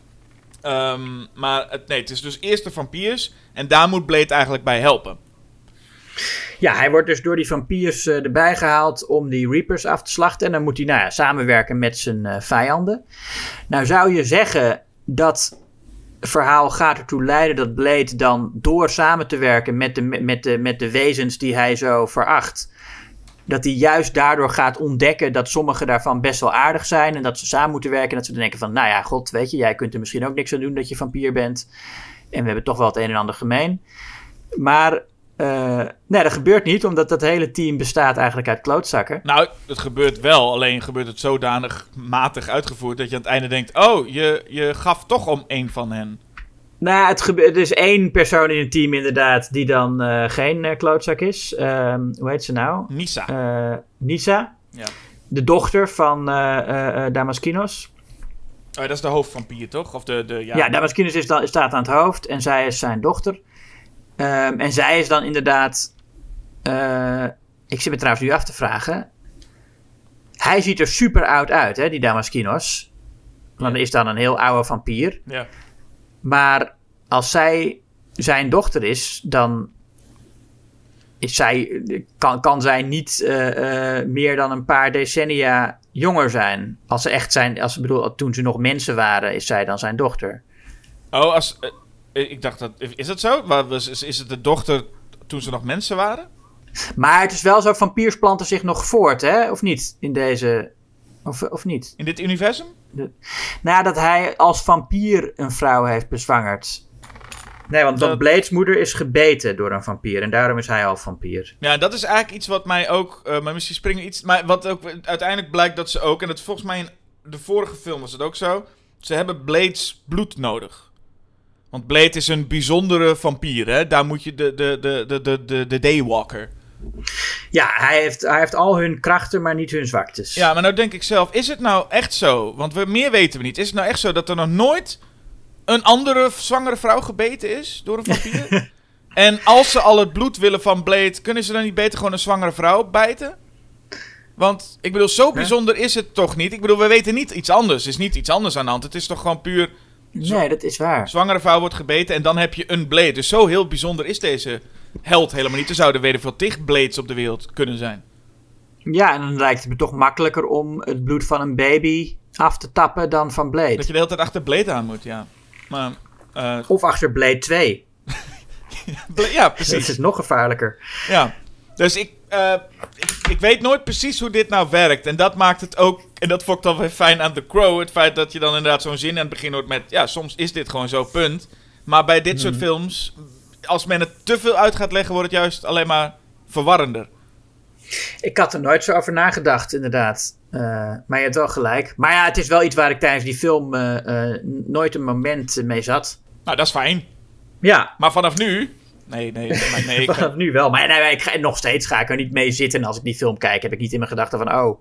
Um, maar het, nee, het is dus eerst de vampiers... en daar moet Blade eigenlijk bij helpen. Ja, hij wordt dus door die vampiers uh, erbij gehaald... om die Reapers af te slachten. En dan moet hij nou ja, samenwerken met zijn uh, vijanden. Nou zou je zeggen... dat verhaal gaat ertoe leiden... dat Blade dan door samen te werken... met de, met de, met de wezens die hij zo veracht... dat hij juist daardoor gaat ontdekken dat sommige daarvan best wel aardig zijn... en dat ze samen moeten werken en dat ze dan denken van... nou ja, god, weet je, jij kunt er misschien ook niks aan doen dat je vampier bent. En we hebben toch wel het een en ander gemeen. Maar uh, nee, dat gebeurt niet, omdat dat hele team bestaat eigenlijk uit klootzakken. Nou, het gebeurt wel, alleen gebeurt het zodanig matig uitgevoerd... dat je aan het einde denkt... oh, je, je gaf toch om één van hen. Nou, het gebe- er is één persoon in het team inderdaad die dan uh, geen uh, klootzak is. Um, hoe heet ze nou? Nisa. Uh, Nisa. Ja. De dochter van uh, uh, Damaskinos. Oh, dat is de hoofdvampier, toch? Of de, de, ja, ja, Damaskinos is dan, staat aan het hoofd en zij is zijn dochter. Um, en zij is dan inderdaad... Uh, ik zit me trouwens nu af te vragen. Hij ziet er super oud uit, hè, die Damaskinos. Want Ja. er is dan een heel oude vampier. Ja. Maar als zij zijn dochter is, dan is zij, kan, kan zij niet uh, uh, meer dan een paar decennia jonger zijn. Als ze echt zijn, als, bedoel, toen ze nog mensen waren, is zij dan zijn dochter. Oh, als, uh, ik dacht dat... Is dat zo? Was, is, is het de dochter toen ze nog mensen waren? Maar het is wel zo, vampiers planten zich nog voort, hè? Of niet? In deze... Of, of niet? In dit universum? De, nou, dat hij als vampier een vrouw heeft bezwangerd. Nee, want Dat- dat Blades moeder is gebeten door een vampier. En daarom is hij al vampier. Ja, dat is eigenlijk iets wat mij ook... Uh, maar misschien springen we iets... Maar wat ook uiteindelijk blijkt dat ze ook... En dat volgens mij in de vorige film was het ook zo... Ze hebben Blades bloed nodig. Want Blade is een bijzondere vampier, hè? Daar moet je de, de, de, de, de, de, de Daywalker. Ja, hij heeft, hij heeft al hun krachten, maar niet hun zwaktes. Ja, maar nou denk ik zelf, is het nou echt zo? Want we, meer weten we niet. Is het nou echt zo dat er nog nooit een andere zwangere vrouw gebeten is door een vampier? En als ze al het bloed willen van Blade, kunnen ze dan niet beter gewoon een zwangere vrouw bijten? Want, ik bedoel, zo bijzonder is het toch niet? Ik bedoel, we weten niet iets anders. Er is niet iets anders aan de hand. Het is toch gewoon puur... Nee, dat is waar. Zwangere vrouw wordt gebeten en dan heb je een Blade. Dus zo heel bijzonder is deze held helemaal niet. Er zouden weer veel tig Blades op de wereld kunnen zijn. Ja, en dan lijkt het me toch makkelijker om het bloed van een baby af te tappen dan van Blade. Dat je de hele tijd achter Blade aan moet, ja. Maar, uh... Of achter Blade twee. Ja, precies. Dat is nog gevaarlijker. Ja, dus ik, uh, ik, ik weet nooit precies hoe dit nou werkt. En dat maakt het ook, en dat vond ik dan weer fijn aan The Crow. Het feit dat je dan inderdaad zo'n zin aan het begin hoort met... Ja, soms is dit gewoon zo, punt. Maar bij dit mm. soort films, als men het te veel uit gaat leggen, wordt het juist alleen maar verwarrender. Ik had er nooit zo over nagedacht, inderdaad. Uh, maar je hebt wel gelijk. Maar ja, het is wel iets waar ik tijdens die film uh, uh, nooit een moment mee zat. Nou, dat is fijn. Ja. Maar vanaf nu... Nee, nee, nee. nee ik vanaf nu wel. Maar nee, nee, ik ga, nog steeds ga ik er niet mee zitten als ik die film kijk. Heb ik niet in mijn gedachten van, oh,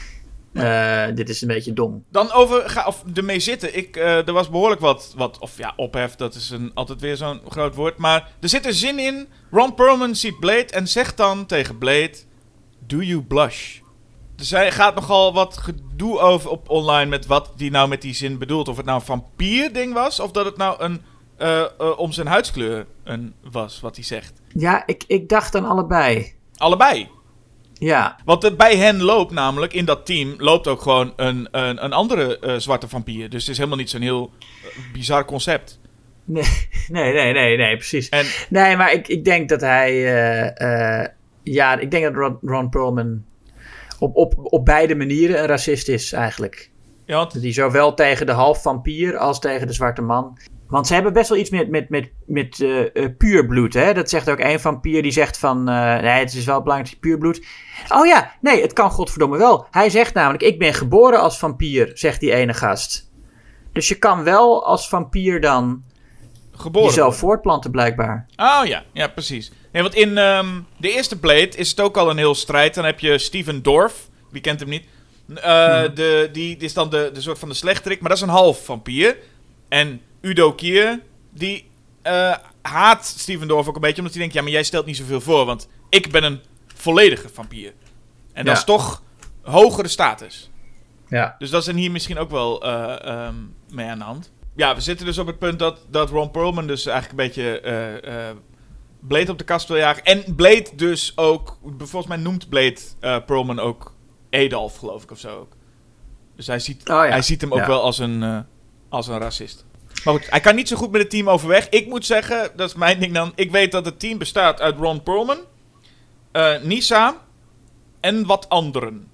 uh, dit is een beetje dom. Dan over, ga, of ermee zitten. Ik, uh, er was behoorlijk wat, wat, of ja, ophef, dat is een, altijd weer zo'n groot woord. Maar er zit een zin in. Ron Perlman ziet Blade en zegt dan tegen Blade, do you blush? Dus er gaat nogal wat gedoe over op online met wat die nou met die zin bedoelt. Of het nou een vampier ding was, of dat het nou een... Uh, uh, om zijn huidskleur een, was, wat hij zegt. Ja, ik, ik dacht aan allebei. Allebei? Ja. Want uh, bij hen loopt namelijk, in dat team, loopt ook gewoon een, een, een andere uh, zwarte vampier. Dus het is helemaal niet zo'n heel uh, bizar concept. Nee, nee, nee, nee, nee precies. En, nee, maar ik, ik denk dat hij... Uh, uh, ja, ik denk dat Ron, Ron Perlman op, op, op beide manieren een racist is, eigenlijk. Ja, want... Die zowel tegen de half vampier als tegen de zwarte man... Want ze hebben best wel iets met, met, met, met uh, uh, puur bloed. Hè? Dat zegt ook een vampier die zegt van... Uh, nee, het is wel belangrijk dat je puur bloed... Oh ja, nee, het kan godverdomme wel. Hij zegt namelijk, ik ben geboren als vampier, zegt die ene gast. Dus je kan wel als vampier dan geboren jezelf worden. voortplanten blijkbaar. Oh ja, ja precies. Nee, want in um, de eerste Blade is het ook al een heel strijd. Dan heb je Steven Dorff, wie kent hem niet? Uh, hmm. de, die, die is dan de, de soort van de slechterik, maar dat is een half vampier. En... Udo Kier, die uh, haat Steven Dorff ook een beetje, omdat hij denkt, ja, maar jij stelt niet zoveel voor, want ik ben een volledige vampier. En dat ja. is toch hogere status. Ja. Dus dat is er hier misschien ook wel uh, um, mee aan de hand. Ja, we zitten dus op het punt dat, dat Ron Perlman dus eigenlijk een beetje uh, uh, Blade op de kast wil jagen. En Blade dus ook, volgens mij noemt Blade uh, Perlman ook Adolf, geloof ik, of zo ook. Dus hij ziet, oh ja. hij ziet hem ook ja. wel als een, uh, als een racist. Maar goed, hij kan niet zo goed met het team overweg. Ik moet zeggen, dat is mijn ding dan. Ik weet dat het team bestaat uit Ron Perlman, uh, Nisa en wat anderen.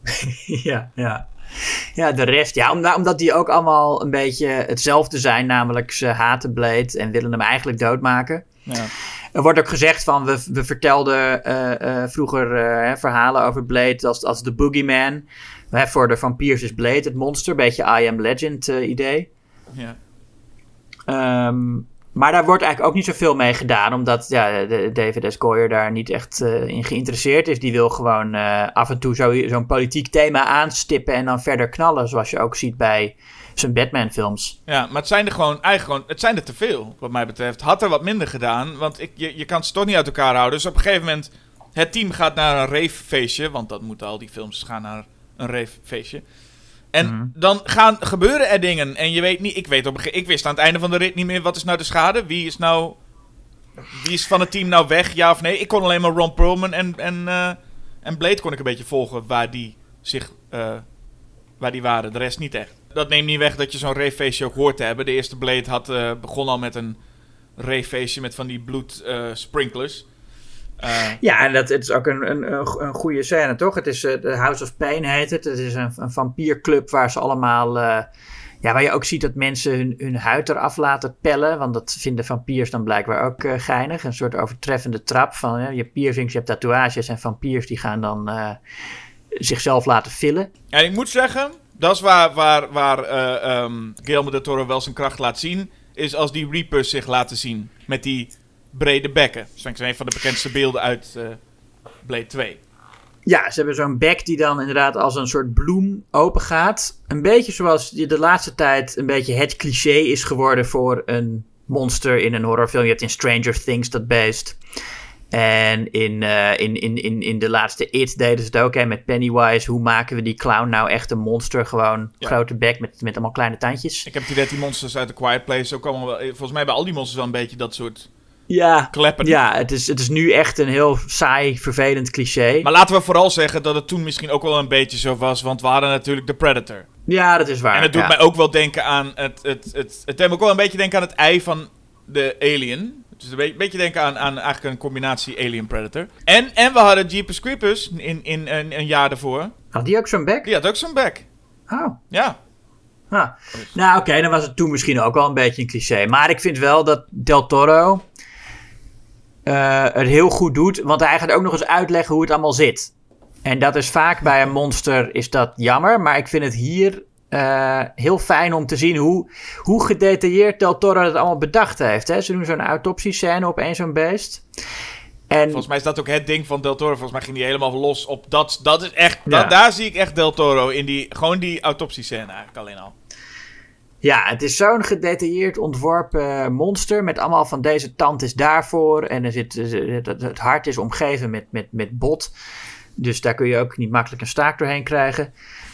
ja, ja. Ja, de rest. Ja, omdat, omdat die ook allemaal een beetje hetzelfde zijn. Namelijk, ze haten Blade en willen hem eigenlijk doodmaken. Ja. Er wordt ook gezegd van, we, we vertelden uh, uh, vroeger uh, verhalen over Blade als, als de Boogeyman. Uh, voor de vampiers is Blade het monster. Beetje I Am Legend uh, idee. Ja. Um, maar daar wordt eigenlijk ook niet zoveel mee gedaan, omdat ja, de, David S. Goyer daar niet echt uh, in geïnteresseerd is. Die wil gewoon uh, af en toe zo, zo'n politiek thema aanstippen en dan verder knallen, zoals je ook ziet bij zijn Batman-films. Ja, maar het zijn er gewoon, eigenlijk gewoon, het zijn er te veel, wat mij betreft. Had er wat minder gedaan, want ik, je, je kan ze toch niet uit elkaar houden. Dus op een gegeven moment, het team gaat naar een ravefeestje, want dat moeten al die films gaan naar een ravefeestje. En mm-hmm. dan gaan, gebeuren er dingen. En je weet niet, ik weet op een, ik wist aan het einde van de rit niet meer wat is nou de schade. Wie is nou, wie is van het team nou weg, ja of nee? Ik kon alleen maar Ron Perlman en, en, uh, en Blade kon ik een beetje volgen waar die zich, uh, waar die waren. De rest niet echt. Dat neemt niet weg dat je zo'n ravefeestje ook hoort te hebben. De eerste Blade had, uh, begon al met een ravefeestje met van die bloed uh, sprinklers. Uh, ja, en dat, het is ook een, een, een goede scène, toch? Het is uh, de House of Pain heet het. Het is een, een vampierclub waar ze allemaal... Uh, ja, waar je ook ziet dat mensen hun, hun huid eraf laten pellen. Want dat vinden vampiers dan blijkbaar ook uh, geinig. Een soort overtreffende trap van... Uh, je hebt piercings, je hebt tatoeages en vampiers die gaan dan uh, zichzelf laten villen. En ik moet zeggen, dat is waar, waar, waar uh, um, Guillermo del Toro wel zijn kracht laat zien... is als die Reapers zich laten zien met die... brede bekken. Dat zijn een van de bekendste beelden uit, uh, Blade twee. Ja, ze hebben zo'n bek die dan inderdaad als een soort bloem open gaat. Een beetje zoals die de laatste tijd een beetje het cliché is geworden voor een monster in een horrorfilm. Je hebt in Stranger Things dat beest. En in, uh, in, in, in, in de laatste It deden ze het ook, hè, met Pennywise. Hoe maken we die clown nou echt een monster? Gewoon Ja. grote bek met, met allemaal kleine tandjes. Ik heb het idee dat die monsters uit The Quiet Place ook allemaal wel... Volgens mij bij al die monsters wel een beetje dat soort Ja, kleppen. ja het, is, het is nu echt een heel saai, vervelend cliché. Maar laten we vooral zeggen dat het toen misschien ook wel een beetje zo was. Want we hadden natuurlijk The Predator. Ja, dat is waar. En het doet ja. mij ook wel denken aan het... Het, het, het deed me ook wel een beetje denken aan het ei van de Alien. Dus een beetje, beetje denken aan, aan eigenlijk een combinatie Alien-Predator. En, en we hadden Jeepers Creepers in, in, in een, een jaar daarvoor. Had die ook zo'n bek? Die had ook zo'n bek. Oh. Ja. Ah. Nou, oké, okay, dan was het toen misschien ook wel een beetje een cliché. Maar ik vind wel dat Del Toro uh, het heel goed doet. Want hij gaat ook nog eens uitleggen hoe het allemaal zit. En dat is vaak bij een monster is dat jammer. Maar ik vind het hier uh, heel fijn om te zien hoe, hoe gedetailleerd Del Toro het allemaal bedacht heeft. Hè? Ze doen zo'n autopsiescène op één zo'n beest. En Volgens mij is dat ook het ding van Del Toro. Volgens mij ging die helemaal los op dat. Dat is echt. Ja. Dat, daar zie ik echt Del Toro in die. Gewoon die autopsiescène eigenlijk alleen al. ja, het is zo'n gedetailleerd ontworpen monster. Met allemaal van deze tand is daarvoor. En er zit, het, het hart is omgeven met, met, met bot. Dus daar kun je ook niet makkelijk een staak doorheen krijgen.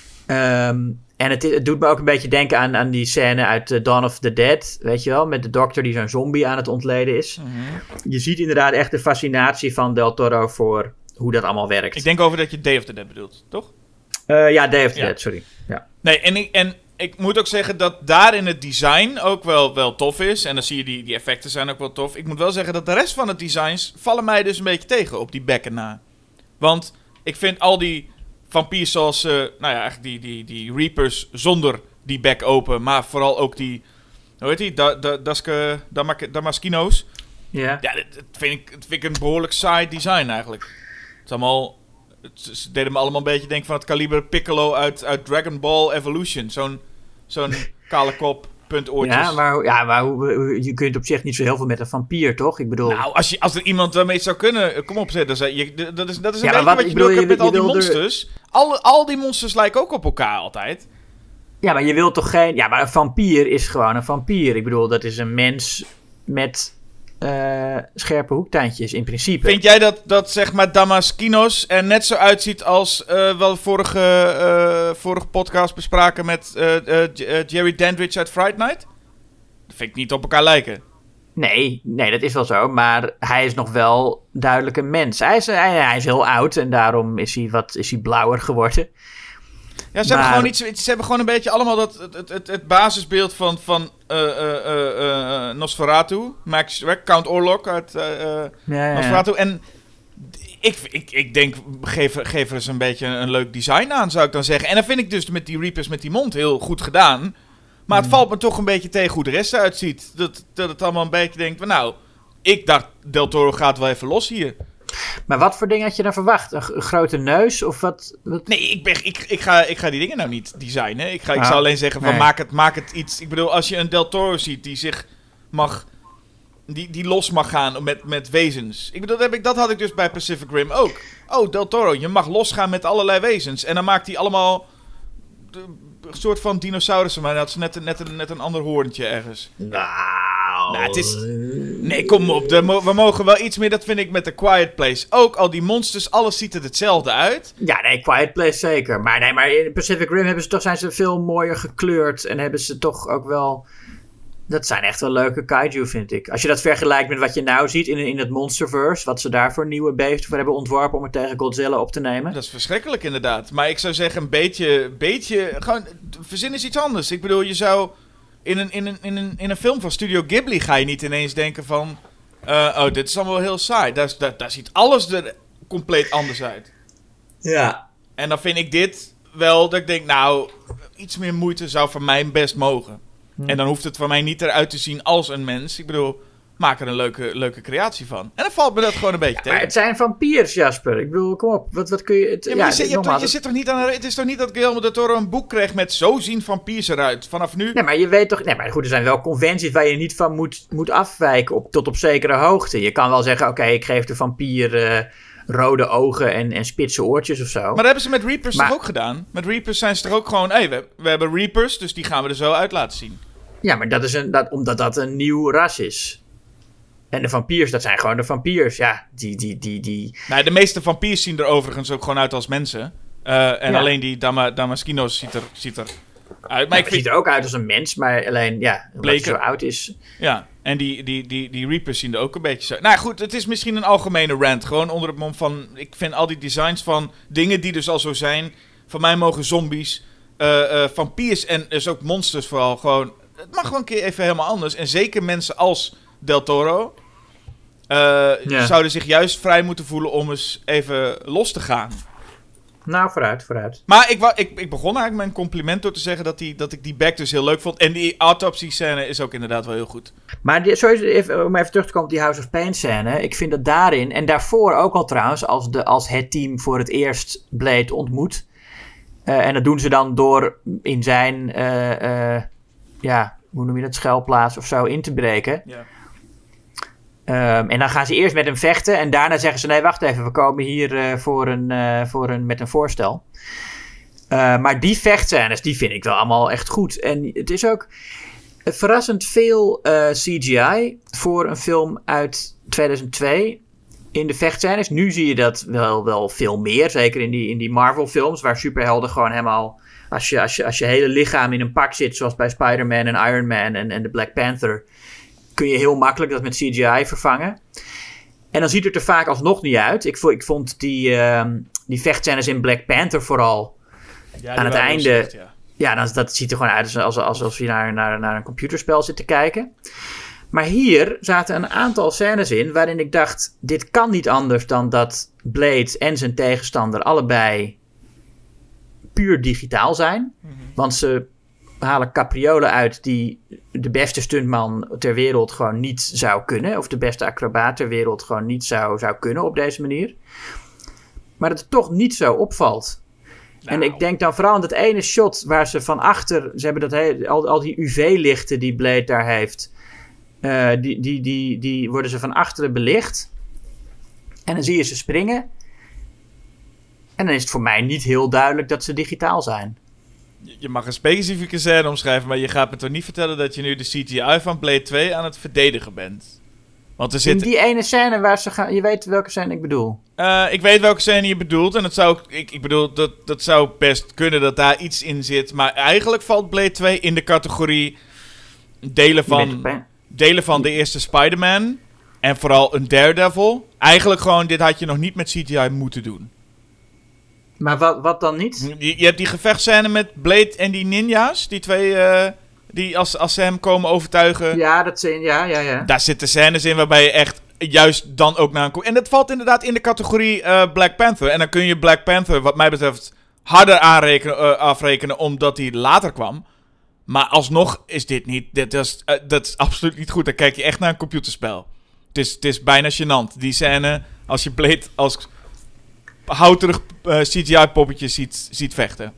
Um, en het, het doet me ook een beetje denken aan, aan die scène uit uh, Dawn of the Dead. Weet je wel, met de dokter die zo'n zombie aan het ontleden is. Mm-hmm. Je ziet inderdaad echt de fascinatie van Del Toro voor hoe dat allemaal werkt. Ik denk over dat je Day of the Dead bedoelt, toch? Uh, ja, Day of the Ja. Dead, sorry. Ja. Nee, en ik, en ik moet ook zeggen dat daarin het design ook wel, wel tof is. En dan zie je die, die effecten zijn ook wel tof. Ik moet wel zeggen dat de rest van het designs vallen mij dus een beetje tegen op die bekken na. Want ik vind al die vampiers zoals, uh, nou ja, eigenlijk die, die, die Reapers zonder die bek open. Maar vooral ook die, hoe heet die, da, da, Daske, Damak- Damaskino's. Ja. Ja, dat, dat, vind ik, dat vind ik een behoorlijk saai design eigenlijk. Het is allemaal... Het, ze deden me allemaal een beetje denken van het kaliber Piccolo uit, uit Dragon Ball Evolution. Zo'n, zo'n kale kop, punt oortjes. Ja, maar, ja, maar hoe- hoe- je kunt op zich niet zo heel veel met een vampier, toch? Ik bedoel... Nou, als, je, als er iemand daarmee zou kunnen... Kom op, dan zei je, dat is, dat is een Ja, maar beetje wat- wat ik je bedoel, bedoelt je- met al je die wil er- monsters. Al, al die monsters lijken ook op elkaar altijd. Ja, maar je wilt toch geen... Ja, maar een vampier is gewoon een vampier. Ik bedoel, dat is een mens met uh, scherpe hoektandjes in principe. Vind jij dat, dat zeg maar Damaskinos er net zo uitziet als uh, wel vorige, uh, vorige podcast bespraken met uh, uh, J- uh, Jerry Dandridge uit Fright Night? Dat vind ik niet op elkaar lijken. Nee, nee, dat is wel zo. Maar hij is nog wel duidelijk een mens. Hij is, hij, hij is heel oud en daarom is hij, wat, is hij blauwer geworden. Ja, ze, Maar- hebben gewoon iets, ze hebben gewoon een beetje allemaal dat, het, het, het, het basisbeeld van, van uh, uh, uh, uh, Nosferatu. Max, Count Orlok uit uh, uh, Ja, ja, ja. Nosferatu. En ik, ik, ik denk, geef, geef er eens een beetje een leuk design aan, zou ik dan zeggen. En dan vind ik dus met die Reapers met die mond heel goed gedaan. Maar het valt me toch een beetje tegen hoe de rest eruit ziet. Dat, dat het allemaal een beetje denkt van nou, ik dacht Del Toro gaat wel even los hier. Maar wat voor ding had je dan verwacht? Een, g- een grote neus of wat? wat? Nee, ik, ben, ik, ik, ga, ik ga die dingen nou niet designen. Ik, ga, ik Ah, zou alleen zeggen van nee. maak, het, maak het iets... Ik bedoel, als je een Del Toro ziet die zich mag... Die, die los mag gaan met, met wezens. Ik bedoel, dat, heb ik, dat had ik dus bij Pacific Rim ook. Oh, Del Toro, je mag losgaan met allerlei wezens. En dan maakt hij allemaal... de- een soort van dinosaurussen, maar dat is net, een- net, een, net een ander hoorntje ergens. Nou, Nou, het is... Nee, kom op. de mo- we mogen wel iets meer, dat vind ik met The Quiet Place. Ook al die monsters, alles ziet er hetzelfde uit. Ja, nee, Quiet Place zeker. Maar nee, maar in Pacific Rim hebben ze toch, zijn ze veel mooier gekleurd. En hebben ze toch ook wel... Dat zijn echt wel leuke kaiju, vind ik. Als je dat vergelijkt met wat je nou ziet in, in het Monsterverse. Wat ze daar voor nieuwe beesten voor hebben ontworpen om het tegen Godzilla op te nemen. Dat is verschrikkelijk inderdaad. Maar ik zou zeggen een beetje... beetje gewoon, verzin eens iets anders. Ik bedoel, je zou... In een, in, een, in, een, in een film van Studio Ghibli ga je niet ineens denken van... Uh, oh, dit is allemaal wel heel saai. Daar, daar, daar ziet alles er compleet anders uit. Ja. En dan vind ik dit wel dat ik denk... Nou, iets meer moeite zou van mij best mogen. En dan hoeft het van mij niet eruit te zien als een mens. Ik bedoel, maak er een leuke, leuke creatie van. En dan valt me dat gewoon een beetje Maar tegen. het zijn vampiers, Jasper. Ik bedoel, kom op. Wat, wat kun je... Het, Ja, maar je, zit, je, hebt toch- nogmaals, je zit toch niet aan... Het is toch niet dat Guillermo del Toro een boek kreeg met zo zien vampiers eruit. Vanaf nu... Nee, maar je weet toch... Nee, maar goed, er zijn wel conventies waar je niet van moet, moet afwijken op, tot op zekere hoogte. Je kan wel zeggen, oké, ik geef de vampier... eh, rode ogen en, en spitse oortjes of zo. Maar dat hebben ze met Reapers maar, toch ook gedaan? Met Reapers zijn ze toch ook gewoon... Hé, hey, we, we hebben Reapers, dus die gaan we er zo uit laten zien. Ja, maar dat is een, dat, omdat dat een nieuw ras is. En de vampiers, dat zijn gewoon de vampiers. Ja, die... die, die, die... Nou, de meeste vampiers zien er overigens ook gewoon uit als mensen. Uh, en ja. alleen die Dama, Damaskinos ziet er, ziet er uit. Maar ja, ik vind... ziet er ook uit als een mens, maar alleen, ja, omdat hij zo oud is. Ja, en die, die, die, die Reapers zien er ook een beetje zo... Nou goed, het is misschien een algemene rant. Gewoon onder het mom van... Ik vind al die designs van dingen die dus al zo zijn... Van mij mogen zombies, uh, uh, vampiers en dus ook monsters vooral gewoon... Het mag gewoon een keer even helemaal anders. En zeker mensen als Del Toro... Uh, ja. zouden zich juist vrij moeten voelen om eens even los te gaan. Nou, vooruit, vooruit. Maar ik, ik, ik begon eigenlijk mijn compliment door te zeggen dat, die, dat ik die back dus heel leuk vond. En die autopsie-scène is ook inderdaad wel heel goed. Maar die, sowieso, even, om even terug te komen op die House of Pain-scène. Ik vind dat daarin, en daarvoor ook al trouwens, als, de, als het team voor het eerst Blade ontmoet. Uh, en dat doen ze dan door in zijn, uh, uh, ja, hoe noem je dat, schuilplaats of zo in te breken. Ja. Um, en dan gaan ze eerst met hem vechten. En daarna zeggen ze, nee, wacht even. We komen hier uh, voor een, uh, voor een, met een voorstel. Uh, maar die vechtscènes, die vind ik wel allemaal echt goed. En het is ook verrassend veel uh, C G I voor een film uit tweeduizend twee. In de vechtscènes. Nu zie je dat wel, wel veel meer. Zeker in die, in die Marvel films. Waar superhelden gewoon helemaal... Als je, als, je, als je hele lichaam in een pak zit. Zoals bij Spider-Man en Iron Man en, en de Black Panther... kun je heel makkelijk dat met C G I vervangen. En dan ziet het er vaak alsnog niet uit. Ik vond, ik vond die, uh, die vechtscènes in Black Panther vooral... Ja, aan het einde... Slecht, ja, ja dan, dat ziet er gewoon uit alsof, alsof je naar, naar, naar een computerspel zit te kijken. Maar hier zaten een aantal scènes in... waarin ik dacht, dit kan niet anders dan dat Blade en zijn tegenstander... allebei puur digitaal zijn. Mm-hmm. Want ze... halen capriolen uit die de beste stuntman ter wereld gewoon niet zou kunnen. Of de beste acrobaat ter wereld gewoon niet zou, zou kunnen op deze manier. Maar dat het toch niet zo opvalt. Nou. En ik denk dan vooral aan dat ene shot waar ze van achter... Ze hebben dat he, al, al die U V-lichten die Blade daar heeft... Uh, die, die, die, die worden ze van achteren belicht. En dan zie je ze springen. En dan is het voor mij niet heel duidelijk dat ze digitaal zijn. Je mag een specifieke scène omschrijven, maar je gaat me toch niet vertellen dat je nu de C G I van Blade twee aan het verdedigen bent? Want er zit... In die ene scène waar ze gaan... Je weet welke scène ik bedoel. Uh, ik weet welke scène je bedoelt. En het zou... Ik, ik bedoel, dat, dat zou best kunnen dat daar iets in zit. Maar eigenlijk valt Blade twee in de categorie... Delen van... Delen van de eerste Spider-Man. En vooral een Daredevil. Eigenlijk gewoon, dit had je nog niet met C G I moeten doen. Maar wat, wat dan niet? Je, je hebt die gevechtscène met Blade en die ninja's. Die twee, uh, die als, als ze hem komen overtuigen. Ja, dat zijn, ja, ja, ja. Daar zitten scènes in waarbij je echt juist dan ook naar een... En dat valt inderdaad in de categorie uh, Black Panther. En dan kun je Black Panther, wat mij betreft, harder aanrekenen, uh, afrekenen omdat hij later kwam. Maar alsnog is dit niet... Dit is, uh, dat is absoluut niet goed. Dan kijk je echt naar een computerspel. Het is, het is bijna gênant. Die scène, als je Blade als... houterig uh, C G I-poppetje ziet, ziet vechten.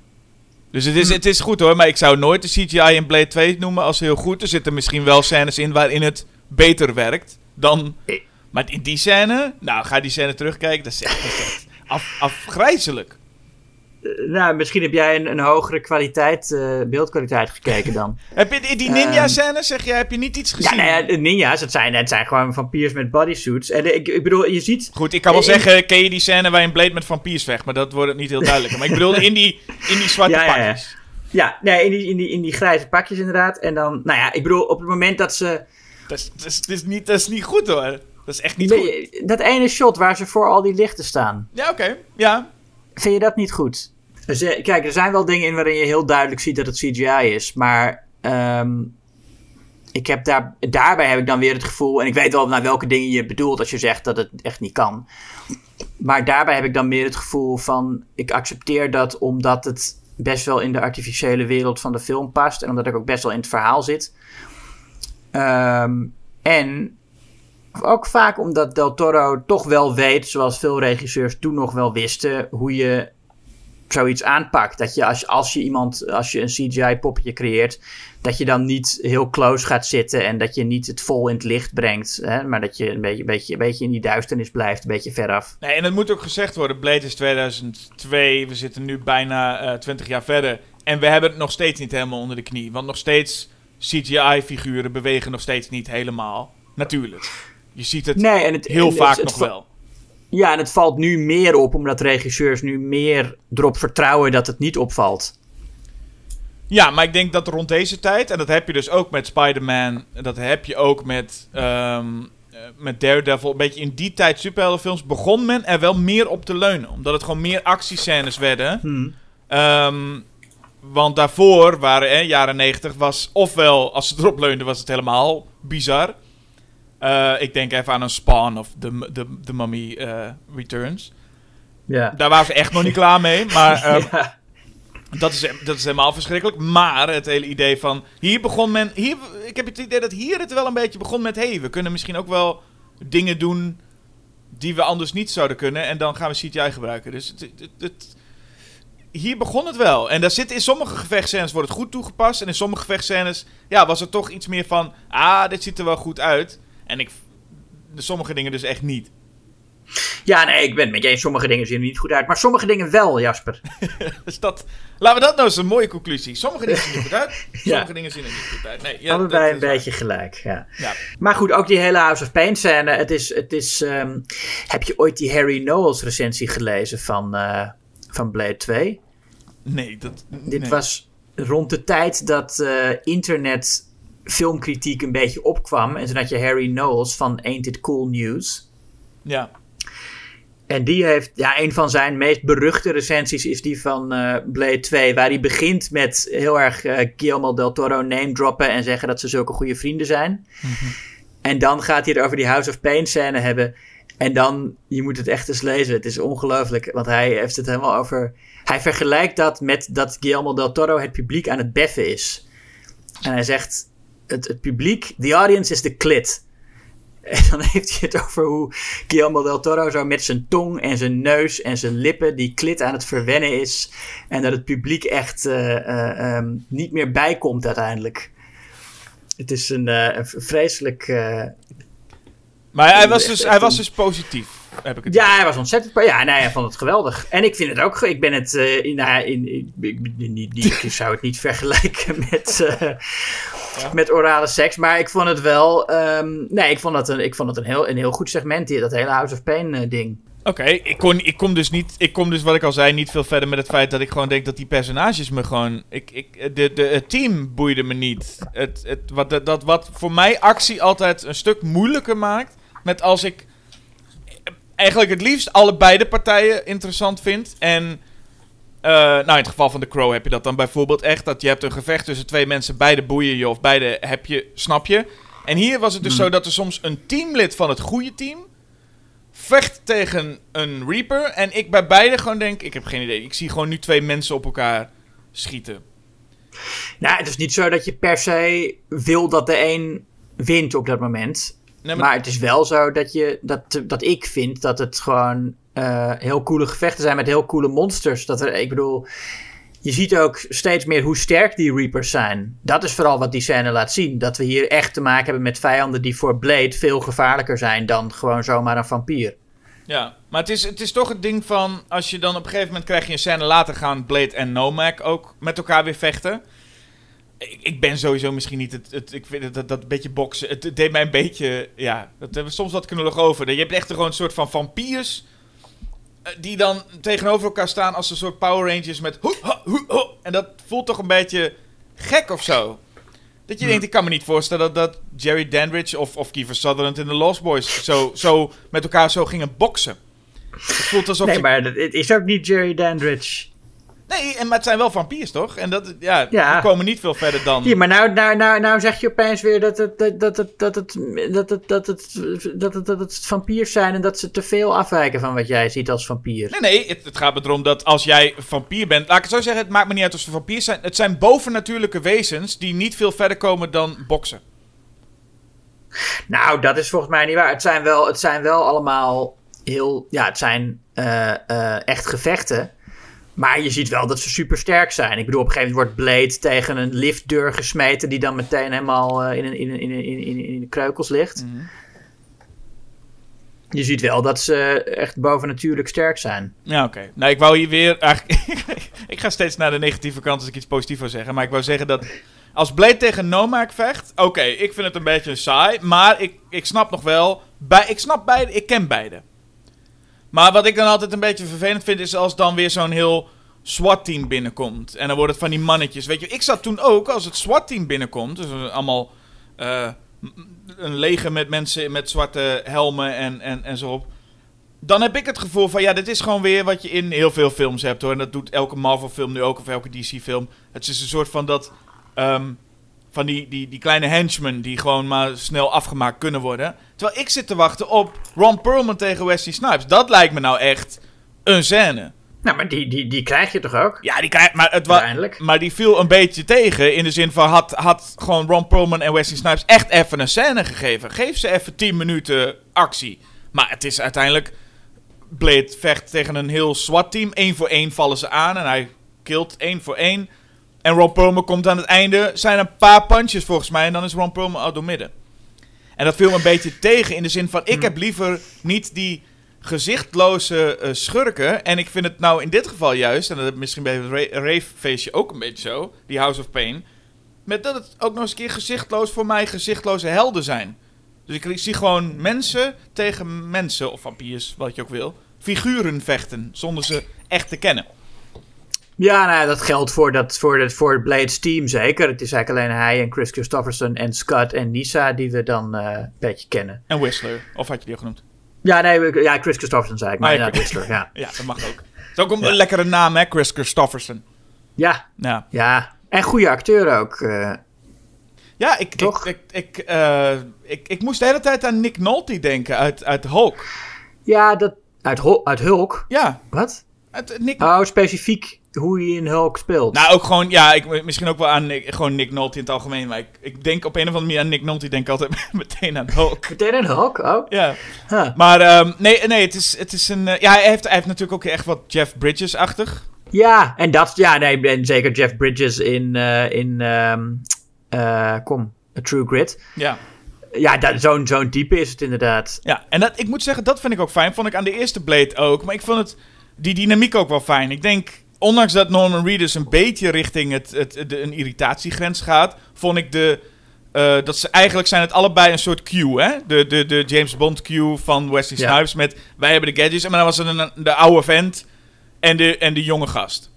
Dus het is, hm. het is goed hoor, maar ik zou nooit de C G I in Blade twee noemen als heel goed. Er zitten misschien wel scènes in waarin het beter werkt dan... Maar in die scène, nou ga die scène terugkijken, dat is echt, dat is echt af, afgrijzelijk. Uh, nou, misschien heb jij een, een hogere kwaliteit, uh, beeldkwaliteit gekeken dan. Heb je die, die ninja-scènes, zeg je, heb je niet iets gezien? Ja, nou ja, de ninja's, het zijn, het zijn gewoon vampiers met bodysuits. En ik, ik bedoel, je ziet... Goed, ik kan wel in, zeggen, ken je die scène waarin Blade met vampiers vecht, maar dat wordt het niet heel duidelijk. Maar ik bedoel, in die, in die zwarte ja, ja, pakjes. Ja, ja nee, in die, in, die, in die grijze pakjes inderdaad. En dan, nou ja, ik bedoel, op het moment dat ze... Dat is, dat is, dat is, niet, dat is niet goed hoor. Dat is echt niet nee, goed. Dat ene shot waar ze voor al die lichten staan. Ja, oké. Okay. Ja. Vind je dat niet goed? Dus, kijk, er zijn wel dingen in waarin je heel duidelijk ziet dat het C G I is. Maar um, ik heb daar, daarbij heb ik dan weer het gevoel... En ik weet wel naar welke dingen je bedoelt als je zegt dat het echt niet kan. Maar daarbij heb ik dan meer het gevoel van... Ik accepteer dat omdat het best wel in de artificiële wereld van de film past. En omdat ik ook best wel in het verhaal zit. Um, en... Ook vaak omdat Del Toro toch wel weet, zoals veel regisseurs toen nog wel wisten, hoe je zoiets aanpakt. Dat je als, als je iemand, als je een C G I-poppetje creëert, dat je dan niet heel close gaat zitten en dat je niet het vol in het licht brengt. Hè, maar dat je een beetje, een, beetje, een beetje in die duisternis blijft, een beetje veraf. Nee, en het moet ook gezegd worden, Blade is tweeduizend twee, we zitten nu bijna uh, twintig jaar verder. En we hebben het nog steeds niet helemaal onder de knie. Want nog steeds C G I-figuren bewegen nog steeds niet helemaal. Natuurlijk. Je ziet het, nee, en het heel en vaak het, nog het, wel. Ja, en het valt nu meer op, omdat regisseurs nu meer erop vertrouwen dat het niet opvalt. Ja, maar ik denk dat rond deze tijd, en dat heb je dus ook met Spider-Man, dat heb je ook met, um, met Daredevil, een beetje in die tijd superheldenfilms, begon men er wel meer op te leunen. Omdat het gewoon meer actiescènes werden. Hmm. Um, want daarvoor waren, eh, jaren negentig, was ofwel, als ze erop leunden, was het helemaal bizar. Uh, ik denk even aan een Spawn of The, the, the Mummy uh, Returns. Ja. Daar waren ze echt nog niet klaar mee, maar um, ja. dat, is, dat is helemaal verschrikkelijk. Maar het hele idee van, hier begon men, hier, ik heb het idee dat hier het wel een beetje begon met, hé, hey, we kunnen misschien ook wel dingen doen die we anders niet zouden kunnen en dan gaan we C G I gebruiken. Dus het, het, het, hier begon het wel. En daar zit in sommige gevechtscènes wordt het goed toegepast en in sommige gevechtscènes, ja, was er toch iets meer van, ah, dit ziet er wel goed uit. En ik, de sommige dingen dus echt niet. Ja, nee, ik ben het met je eens. Sommige dingen zien er niet goed uit. Maar sommige dingen wel, Jasper. Dus dat, laten we dat nou eens een mooie conclusie. Sommige dingen zien er niet goed uit. Sommige ja. dingen zien er niet goed uit. Nee, ja, allebei een waar. beetje gelijk, ja. ja. Maar goed, ook die hele House of Pain scène. Het is, het is, um, heb je ooit die Harry Knowles recensie gelezen van, uh, van Blade twee? Nee, dat... Dit nee. was rond de tijd dat uh, internet filmkritiek een beetje opkwam. En toen had je Harry Knowles van Ain't It Cool News. Ja. En die heeft, ja, een van zijn meest beruchte recensies is die van uh, Blade twee. Waar hij begint met heel erg uh, Guillermo del Toro name droppen en zeggen dat ze zulke goede vrienden zijn. Mm-hmm. En dan gaat hij het over die House of Pain scène hebben. En dan, je moet het echt eens lezen. Het is ongelooflijk, want hij heeft het helemaal over... Hij vergelijkt dat met dat Guillermo del Toro het publiek aan het beffen is. En hij zegt, het, het publiek, the audience is the clit. En dan heeft hij het over hoe Guillermo del Toro zo met zijn tong en zijn neus en zijn lippen die klit aan het verwennen is. En dat het publiek echt uh, uh, um, niet meer bijkomt uiteindelijk. Het is een, uh, een vreselijk... Uh, maar hij was, dus, hij was dus positief, heb ik het Ja, gezegd. hij was ontzettend... Ja, nee, hij vond het geweldig. En ik vind het ook... Ik ben het... Uh, in, nou, in, in, in, in, in, ik zou het niet vergelijken met... Uh, Ja. Met orale seks, maar ik vond het wel... Um, nee, ik vond het een, ik vond het een, heel, een heel goed segment hier, dat hele House of Pain uh, ding. Oké, okay, ik, kon, ik kom dus niet... Ik kom dus, wat ik al zei, niet veel verder met het feit dat ik gewoon denk dat die personages me gewoon... Ik, ik, de, de, het team boeide me niet. Het, het, wat, dat, dat wat voor mij actie altijd een stuk moeilijker maakt, met als ik eigenlijk het liefst allebei de partijen interessant vind en... Uh, nou, in het geval van The Crow heb je dat dan bijvoorbeeld echt. Dat je hebt een gevecht tussen twee mensen. Beide boeien je of beide heb je, snap je. En hier was het dus hmm. zo dat er soms een teamlid van het goede team vecht tegen een Reaper. En ik bij beide gewoon denk, ik heb geen idee. Ik zie gewoon nu twee mensen op elkaar schieten. Nou, het is niet zo dat je per se wil dat de een wint op dat moment. Nee, maar... maar het is wel zo dat, je, dat, dat ik vind dat het gewoon... Uh, heel coole gevechten zijn met heel coole monsters. Dat er, ik bedoel, je ziet ook steeds meer hoe sterk die Reapers zijn. Dat is vooral wat die scène laat zien. Dat we hier echt te maken hebben met vijanden die voor Blade veel gevaarlijker zijn dan gewoon zomaar een vampier. Ja, maar het is, het is toch het ding van, als je dan op een gegeven moment krijg je een scène later gaan Blade en Nomak ook met elkaar weer vechten. Ik, ik ben sowieso misschien niet het, het ik vind het, dat, dat beetje boksen. Het, het deed mij een beetje, ja, dat hebben we soms wat knullig over. Je hebt echt gewoon een soort van vampiers die dan tegenover elkaar staan als een soort Power Rangers met... Ho, ho, ho, ho, en dat voelt toch een beetje gek of zo. Dat je hmm. denkt, ik kan me niet voorstellen dat, dat Jerry Dandridge of, of Kiefer Sutherland in The Lost Boys zo, zo met elkaar zo gingen boksen. Het voelt alsof nee, je... maar het is ook niet Jerry Dandridge. Nee, en, maar het zijn wel vampiers, toch? En dat, ja, ja. die komen niet veel verder dan... Ja, maar nou, nou, nou, nou zeg je opeens weer dat het, dat, dat, dat, dat, het, dat, het, dat, het, dat, het, dat het vampiers zijn en dat ze te veel afwijken van wat jij ziet als vampier. Nee, nee, het, het gaat me erom dat als jij vampier bent... Laat ik het zo zeggen, het maakt me niet uit of ze vampiers zijn. Het zijn bovennatuurlijke wezens die niet veel verder komen dan boksen. Nou, dat is volgens mij niet waar. Het zijn wel, het zijn wel allemaal heel... Ja, het zijn uh, uh, echt gevechten. Maar je ziet wel dat ze super sterk zijn. Ik bedoel, op een gegeven moment wordt Blade tegen een liftdeur gesmeten die dan meteen helemaal uh, in, een, in, een, in, een, in, in, in de kreukels ligt. Mm-hmm. Je ziet wel dat ze echt bovennatuurlijk sterk zijn. Ja, oké. Okay. Nou, ik wou hier weer... Eigenlijk, ik ga steeds naar de negatieve kant als ik iets positiefs wil zeggen. Maar ik wou zeggen dat... Als Blade tegen Nomak vecht... Oké, okay, ik vind het een beetje saai. Maar ik, ik snap nog wel... Bij, ik snap beide. Ik ken beide. Maar wat ik dan altijd een beetje vervelend vind... Is als dan weer zo'n heel SWAT-team binnenkomt. En dan wordt het van die mannetjes. Weet je, ik zat toen ook... Als het SWAT-team binnenkomt... Dus allemaal... Uh, een leger met mensen met zwarte helmen en, en, en zo op. Dan heb ik het gevoel van... Ja, dit is gewoon weer wat je in heel veel films hebt, hoor. En dat doet elke Marvel film nu ook. Of elke D C film. Het is een soort van dat... Um, van die, die, die kleine henchmen... die gewoon maar snel afgemaakt kunnen worden. Terwijl ik zit te wachten op... Ron Perlman tegen Wesley Snipes. Dat lijkt me nou echt... een scène. Nou, maar die, die, die krijg je toch ook? Ja, die krijg maar het wa- Maar die viel een beetje tegen. In de zin van... Had, had gewoon Ron Perlman en Wesley Snipes... echt even een scène gegeven. Geef ze even tien minuten actie. Maar het is uiteindelijk... Blade vecht tegen een heel SWAT-team. Eén voor één vallen ze aan. En hij killt één voor één. En Ron Perlman komt aan het einde... zijn een paar punches volgens mij... en dan is Ron Perlman out door midden. En dat viel me een beetje tegen... in de zin van... ik hmm. heb liever niet die... gezichtloze uh, schurken. En ik vind het nou in dit geval juist... en dat heb ik misschien bij het Ra- Rave-feestje ook een beetje zo... die House of Pain... met dat het ook nog eens een keer gezichtloos... voor mij gezichtloze helden zijn. Dus ik, ik zie gewoon mensen tegen mensen... of vampiers, wat je ook wil... figuren vechten... zonder ze echt te kennen. Ja, nou, dat geldt voor, dat, voor, het, voor het Blade's team zeker. Het is eigenlijk alleen hij en Chris Christopherson... en Scott en Nisa die we dan uh, een beetje kennen. En Whistler, of had je die al genoemd? Ja, nee, ja, Chris Christopherson zei ik, maar ah, ja, ja, Whistler, ja. Ja, dat mag ook. Het is ook een ja. lekkere naam, hè, Chris Christopherson. Ja, ja, ja. En goede acteur ook. Uh, ja, ik, toch? Ik, ik, ik, uh, ik, ik moest de hele tijd aan Nick Nolte denken, uit, uit Hulk. Ja, dat, uit, uit Hulk? Ja. Wat? Uit, Nick... Oh, specifiek hoe hij in Hulk speelt. Nou, ook gewoon, ja, ik, misschien ook wel aan Nick, gewoon Nick Nolte in het algemeen. Maar ik, ik denk op een of andere manier aan Nick Nolte, denk ik altijd meteen aan Hulk. Meteen aan Hulk? Oh. Ja. Huh. Maar um, nee, nee, het is, het is een... Uh, ja, hij heeft, hij heeft natuurlijk ook echt wat Jeff Bridges-achtig. Ja, en dat, ja, nee, en zeker Jeff Bridges in, uh, in um, uh, kom, A True Grit. Ja. Ja, dat, zo'n, zo'n type is het inderdaad. Ja, en dat, ik moet zeggen, dat vind ik ook fijn. Vond ik aan de eerste Blade ook. Maar ik vond het, die dynamiek ook wel fijn. Ik denk... Ondanks dat Norman Reedus een beetje richting het, het, de, een irritatiegrens gaat... vond ik de... Uh, dat ze eigenlijk zijn het allebei een soort Q, hè? De, de, de James Bond Q van Wesley ja. Snipes met... Wij hebben de gadgets. En dan was het een, de oude vent en de, en de jonge gast.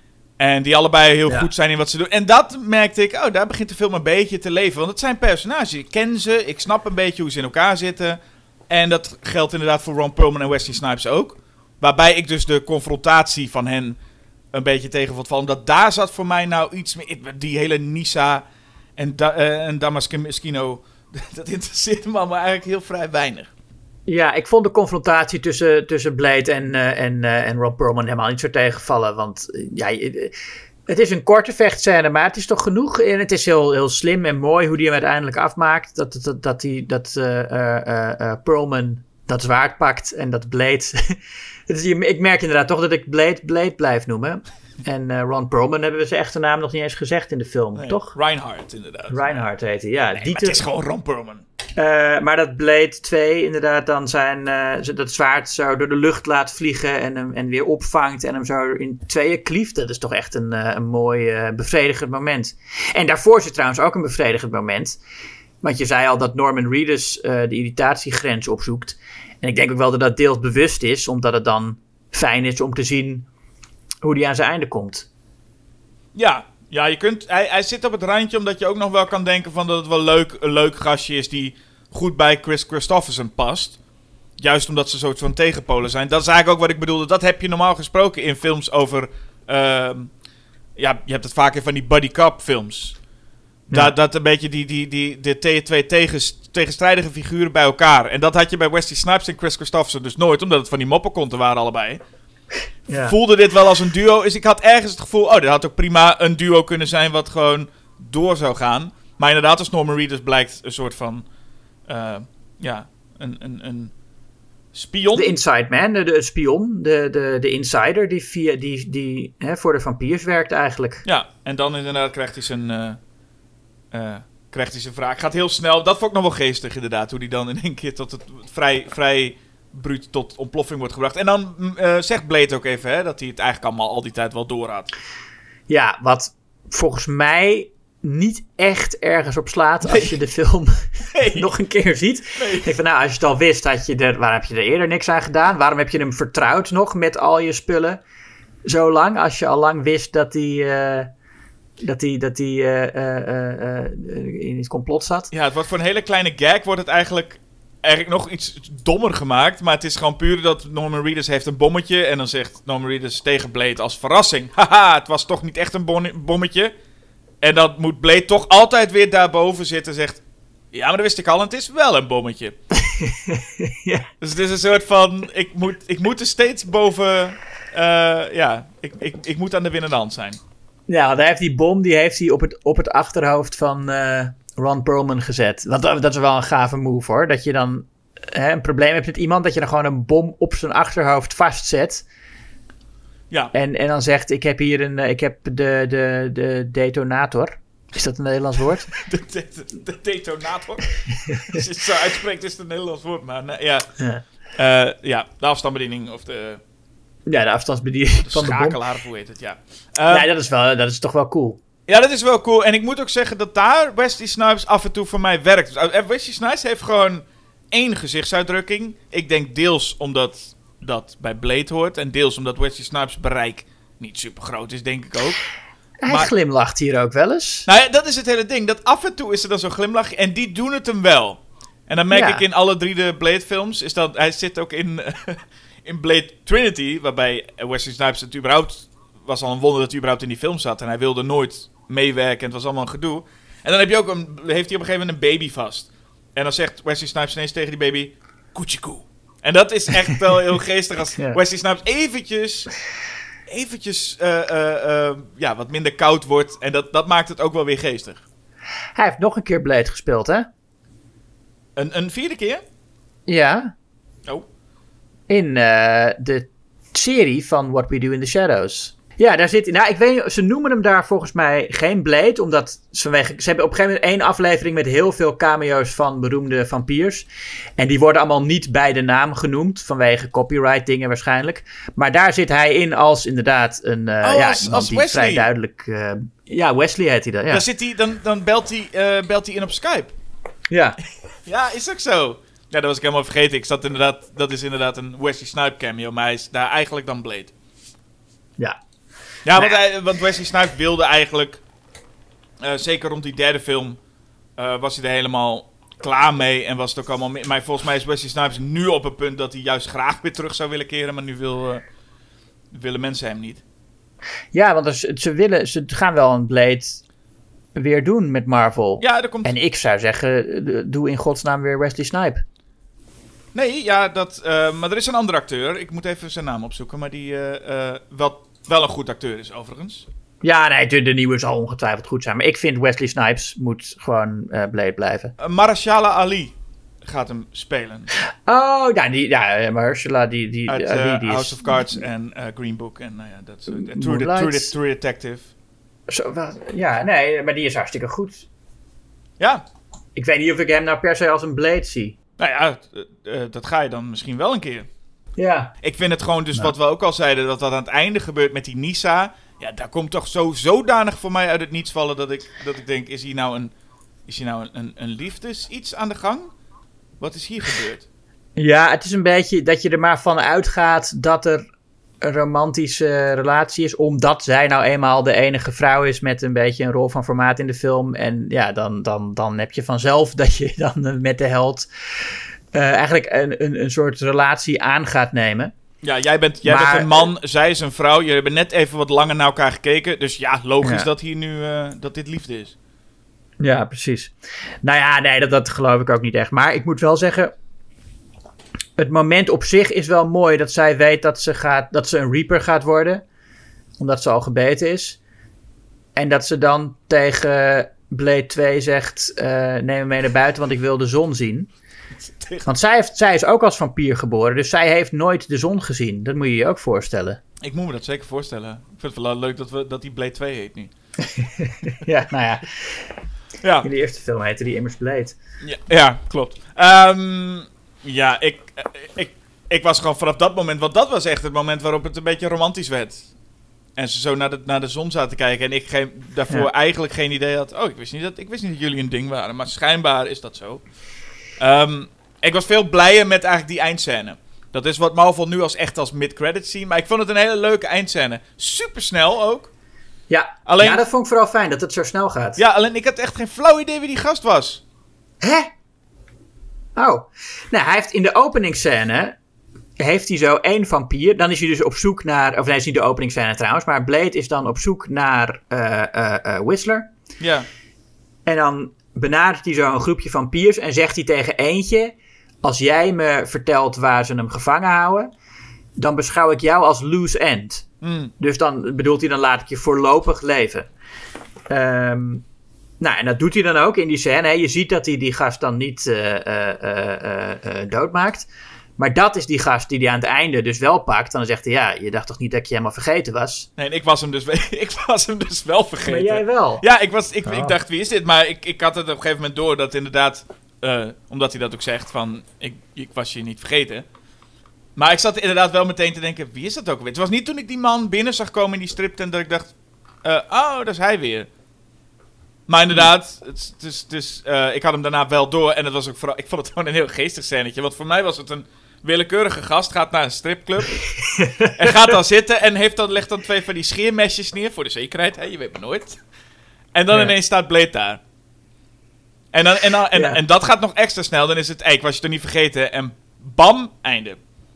En die allebei heel ja. goed zijn in wat ze doen. En dat merkte ik... Oh, daar begint de film een beetje te leven. Want het zijn personages. Ik ken ze. Ik snap een beetje hoe ze in elkaar zitten. En dat geldt inderdaad voor Ron Perlman en Wesley Snipes ook. Waarbij ik dus de confrontatie van hen... een beetje tegen vond vallen. Omdat daar zat voor mij nou iets meer... Die hele Nisa en, da, uh, en Damaskino... dat interesseerde me allemaal eigenlijk heel vrij weinig. Ja, ik vond de confrontatie tussen, tussen Blade en, uh, en, uh, en Ron Perlman helemaal niet zo tegenvallen. Want uh, ja, het is een korte vechtscène, maar het is toch genoeg. En het is heel, heel slim en mooi hoe die hem uiteindelijk afmaakt. Dat, dat, dat, die, dat uh, uh, uh, Perlman dat zwaard pakt en dat Blade... Dus ik merk inderdaad toch dat ik Blade Blade blijf noemen. En uh, Ron Perlman hebben we zijn echte naam nog niet eens gezegd in de film, nee, toch? Reinhardt, inderdaad. Reinhardt heet hij, ja. Nee, maar het is gewoon Ron Perlman. Uh, maar dat Blade twee inderdaad dan zijn... Uh, dat zwaard zo door de lucht laat vliegen en hem en weer opvangt... en hem zo in tweeën klieft. Dat is toch echt een, uh, een mooi uh, bevredigend moment. En daarvoor zit trouwens ook een bevredigend moment. Want je zei al dat Norman Reedus uh, de irritatiegrens opzoekt... En ik denk ook wel dat dat deels bewust is, omdat het dan fijn is om te zien hoe die aan zijn einde komt. Ja, ja je kunt, hij, hij zit op het randje omdat je ook nog wel kan denken van dat het wel leuk, een leuk gastje is die goed bij Chris Christopherson past. Juist omdat ze soort van tegenpolen zijn. Dat is eigenlijk ook wat ik bedoelde. Dat heb je normaal gesproken in films over... Uh, ja, je hebt het vaak in van die buddy cop films. Ja. Dat, dat een beetje die, die, die, de twee tegens, tegenstrijdige figuren bij elkaar. En dat had je bij Wesley Snipes en Chris Christopherson dus nooit. Omdat het van die moppenkonten waren allebei. Ja. Voelde dit wel als een duo. Dus ik had ergens het gevoel... Oh, dit had ook prima een duo kunnen zijn wat gewoon door zou gaan. Maar inderdaad, als Norman Reedus blijkt een soort van... Uh, ja, een, een, een spion. De Inside Man, de, de spion, de, de, de insider die, via, die, die hè, voor de vampiers werkt eigenlijk. Ja, en dan inderdaad krijgt hij zijn, uh, uh, krijgt hij zijn wraak. Gaat heel snel. Dat vond ik nog wel geestig inderdaad. Hoe die dan in één keer tot het vrij, vrij bruut tot ontploffing wordt gebracht. En dan uh, zegt Blade ook even hè, dat hij het eigenlijk allemaal al die tijd wel door had. Ja, wat volgens mij niet echt ergens op slaat nee. als je de film nee. nog een keer ziet. Nee. Ik denk van, nou, als je het al wist, had je er, waarom heb je er eerder niks aan gedaan? Waarom heb je hem vertrouwd nog met al je spullen zo lang? Als je al lang wist dat hij uh, dat hij dat hij uh, uh, uh, in het complot zat. Ja, het wordt voor een hele kleine gag wordt het eigenlijk eigenlijk nog iets dommer gemaakt. Maar het is gewoon puur dat Norman Reedus heeft een bommetje. En dan zegt Norman Reedus tegen Blade als verrassing. Haha, het was toch niet echt een bon- bommetje. En dan moet Blade toch altijd weer daarboven zitten en zegt... Ja, maar dat wist ik al en het is wel een bommetje. ja. Dus het is een soort van... Ik moet, ik moet er steeds boven... Uh, ja, ik, ik, ik moet aan de winnende hand zijn. Ja, want hij heeft die bom die heeft hij op het, op het achterhoofd van uh, Ron Perlman gezet. Want dat, dat is wel een gave move hoor. Dat je dan hè, een probleem hebt met iemand... dat je dan gewoon een bom op zijn achterhoofd vastzet... Ja. En, en dan zegt, ik heb hier een, ik heb de, de, de detonator. Is dat een Nederlands woord? de, de, de detonator? Als je het zo uitspreekt is het een Nederlands woord, maar nee, ja. Ja. Uh, ja, de afstandsbediening of de... Ja, de afstandsbediening de van de bom. schakelaar, hoe heet het, ja. Uh, ja, dat is, wel, dat is toch wel cool. Ja, dat is wel cool. En ik moet ook zeggen dat daar Wesley Snipes af en toe voor mij werkt. Dus, uh, Wesley Snipes heeft gewoon één gezichtsuitdrukking. Ik denk deels omdat... dat bij Blade hoort. En deels omdat Wesley Snipes' bereik niet super groot is, denk ik ook. Hij maar, glimlacht hier ook wel eens. Nou ja, dat is het hele ding. Dat af en toe is er dan zo'n glimlach. En die doen het hem wel. En dan merk ja. ik in alle drie de Blade-films... is dat hij zit ook in, in Blade Trinity... waarbij Wesley Snipes het überhaupt... was al een wonder dat hij überhaupt in die film zat. En hij wilde nooit meewerken. En het was allemaal een gedoe. En dan heb je ook een, heeft hij op een gegeven moment een baby vast. En dan zegt Wesley Snipes ineens tegen die baby... Koetjekoe. En dat is echt wel heel geestig als ja. Wesley Snipes eventjes, eventjes uh, uh, uh, ja, wat minder koud wordt. En dat, dat maakt het ook wel weer geestig. Hij heeft nog een keer Blade gespeeld, hè? Een, een vierde keer? Ja. Oh. In uh, de serie van What We Do in the Shadows. Ja, daar zit hij. Nou, ik weet niet, ze noemen hem daar volgens mij geen Blade, omdat ze, vanwege, ze hebben op een gegeven moment één aflevering met heel veel cameo's van beroemde vampiers. En die worden allemaal niet bij de naam genoemd, vanwege copyright dingen waarschijnlijk. Maar daar zit hij in als inderdaad een, uh, oh, ja, als, als die Wesley. Vrij duidelijk... Uh, ja, Wesley heet hij dan. Ja. Dan, zit hij, dan, dan belt, hij, uh, belt hij in op Skype. Ja. Ja, is ook zo. Ja, dat was ik helemaal vergeten. Ik zat inderdaad, dat is inderdaad een Wesley Snipes cameo, maar hij is daar eigenlijk dan Blade. Ja. Ja, want, hij, want Wesley Snipes wilde eigenlijk, uh, zeker rond die derde film, uh, was hij er helemaal klaar mee en was het ook allemaal... Me- maar volgens mij is Wesley Snipes nu op het punt dat hij juist graag weer terug zou willen keren, maar nu wil, uh, willen mensen hem niet. Ja, want ze, ze, willen, ze gaan wel een Blade weer doen met Marvel. Ja, er komt... En ik zou zeggen, doe in godsnaam weer Wesley Snipes. Nee, ja, dat... Uh, maar er is een andere acteur, ik moet even zijn naam opzoeken, maar die uh, uh, wel... Wel een goed acteur is, overigens. Ja, nee, de, de nieuwe zal ongetwijfeld goed zijn. Maar ik vind Wesley Snipes moet gewoon uh, Blade blijven. Uh, Mahershala Ali gaat hem spelen. Oh, ja, die, ja Mahershala, die, die, Uit uh, Ali, die House is... of Cards en uh, Green Book. En nou ja, dat is... Uh, True, de, True, de, True Detective. Zo, wat, ja, nee, maar die is hartstikke goed. Ja. Ik weet niet of ik hem nou per se als een Blade zie. Nou ja, uh, uh, dat ga je dan misschien wel een keer. Ja. Ik vind het gewoon, dus nou. wat we ook al zeiden, dat wat aan het einde gebeurt met die Nisa. Ja, daar komt toch zo zodanig voor mij uit het niets vallen dat ik, dat ik denk, is hier nou een, is hier nou een, een, een liefdes iets aan de gang? Wat is hier gebeurd? Ja, het is een beetje dat je er maar van uitgaat dat er een romantische relatie is, omdat zij nou eenmaal de enige vrouw is met een beetje een rol van formaat in de film. En ja, dan, dan, dan heb je vanzelf dat je dan met de held uh, eigenlijk een, een, een soort relatie aan gaat nemen. Ja, jij bent, jij maar, bent een man, zij is een vrouw. Jullie hebben net even wat langer naar elkaar gekeken. Dus ja, logisch ja. dat hier nu uh, dat dit liefde is. Ja, precies. Nou ja, nee, dat, dat geloof ik ook niet echt. Maar ik moet wel zeggen, het moment op zich is wel mooi dat zij weet dat ze, gaat, dat ze een Reaper gaat worden. Omdat ze al gebeten is. En dat ze dan tegen Blade twee zegt, uh, neem me mee naar buiten, want ik wil de zon zien. Want zij, heeft, zij is ook als vampier geboren, dus zij heeft nooit de zon gezien. Dat moet je je ook voorstellen. Ik moet me dat zeker voorstellen. Ik vind het wel leuk dat, we, dat die Blade twee heet nu. Ja, nou ja. Ja. In de eerste film heette die immers Blade. Ja, ja klopt. Um, ja, ik, ik, ik was gewoon vanaf dat moment... Want dat was echt het moment waarop het een beetje romantisch werd. En ze zo naar de, naar de zon zaten kijken. En ik geen, daarvoor ja. eigenlijk geen idee had... Oh, ik wist, niet dat, ik wist niet dat jullie een ding waren. Maar schijnbaar is dat zo. Um, ik was veel blijer met eigenlijk die eindscène. Dat is wat Marvel nu als echt als mid-credits zien. Maar ik vond het een hele leuke eindscène. Supersnel ook. Ja. Alleen, ja, dat vond ik vooral fijn, dat het zo snel gaat. Ja, alleen ik had echt geen flauw idee wie die gast was. Hè? Oh. Nou, hij heeft in de openingsscène... heeft hij zo één vampier. Dan is hij dus op zoek naar... Of nee, is niet de openingsscène trouwens. Maar Blade is dan op zoek naar uh, uh, uh, Whistler. Ja. En dan benadert hij zo een groepje vampiers. En zegt hij tegen eentje... Als jij me vertelt waar ze hem gevangen houden... dan beschouw ik jou als loose end. Mm. Dus dan bedoelt hij, dan laat ik je voorlopig leven. Um, nou, en dat doet hij dan ook in die scène. Hè. Je ziet dat hij die gast dan niet uh, uh, uh, uh, uh, doodmaakt. Maar dat is die gast die hij aan het einde dus wel pakt. Dan zegt hij, ja, je dacht toch niet dat ik je helemaal vergeten was? Nee, en ik was hem dus, ik was hem dus wel vergeten. Maar jij wel? Ja, ik, was, ik, oh. ik dacht, wie is dit? Maar ik, ik had het op een gegeven moment door dat inderdaad... Uh, omdat hij dat ook zegt van, ik, ik was je niet vergeten. Maar ik zat inderdaad wel meteen te denken, wie is dat ook weer? Het was niet toen ik die man binnen zag komen in die striptent dat ik dacht, uh, oh, dat is hij weer. Maar inderdaad, het, het is, het is, uh, ik had hem daarna wel door en het was ook vooral, ik vond het gewoon een heel geestig scènetje. Want voor mij was het een willekeurige gast, gaat naar een stripclub en gaat dan zitten en heeft dan, legt dan twee van die scheermesjes neer voor de zekerheid, hè, je weet maar nooit. En dan ja. ineens staat Blade daar. En, dan, en, dan, en, ja. en dat gaat nog extra snel. Dan is het, hey, ik was je toch niet vergeten. En bam, einde.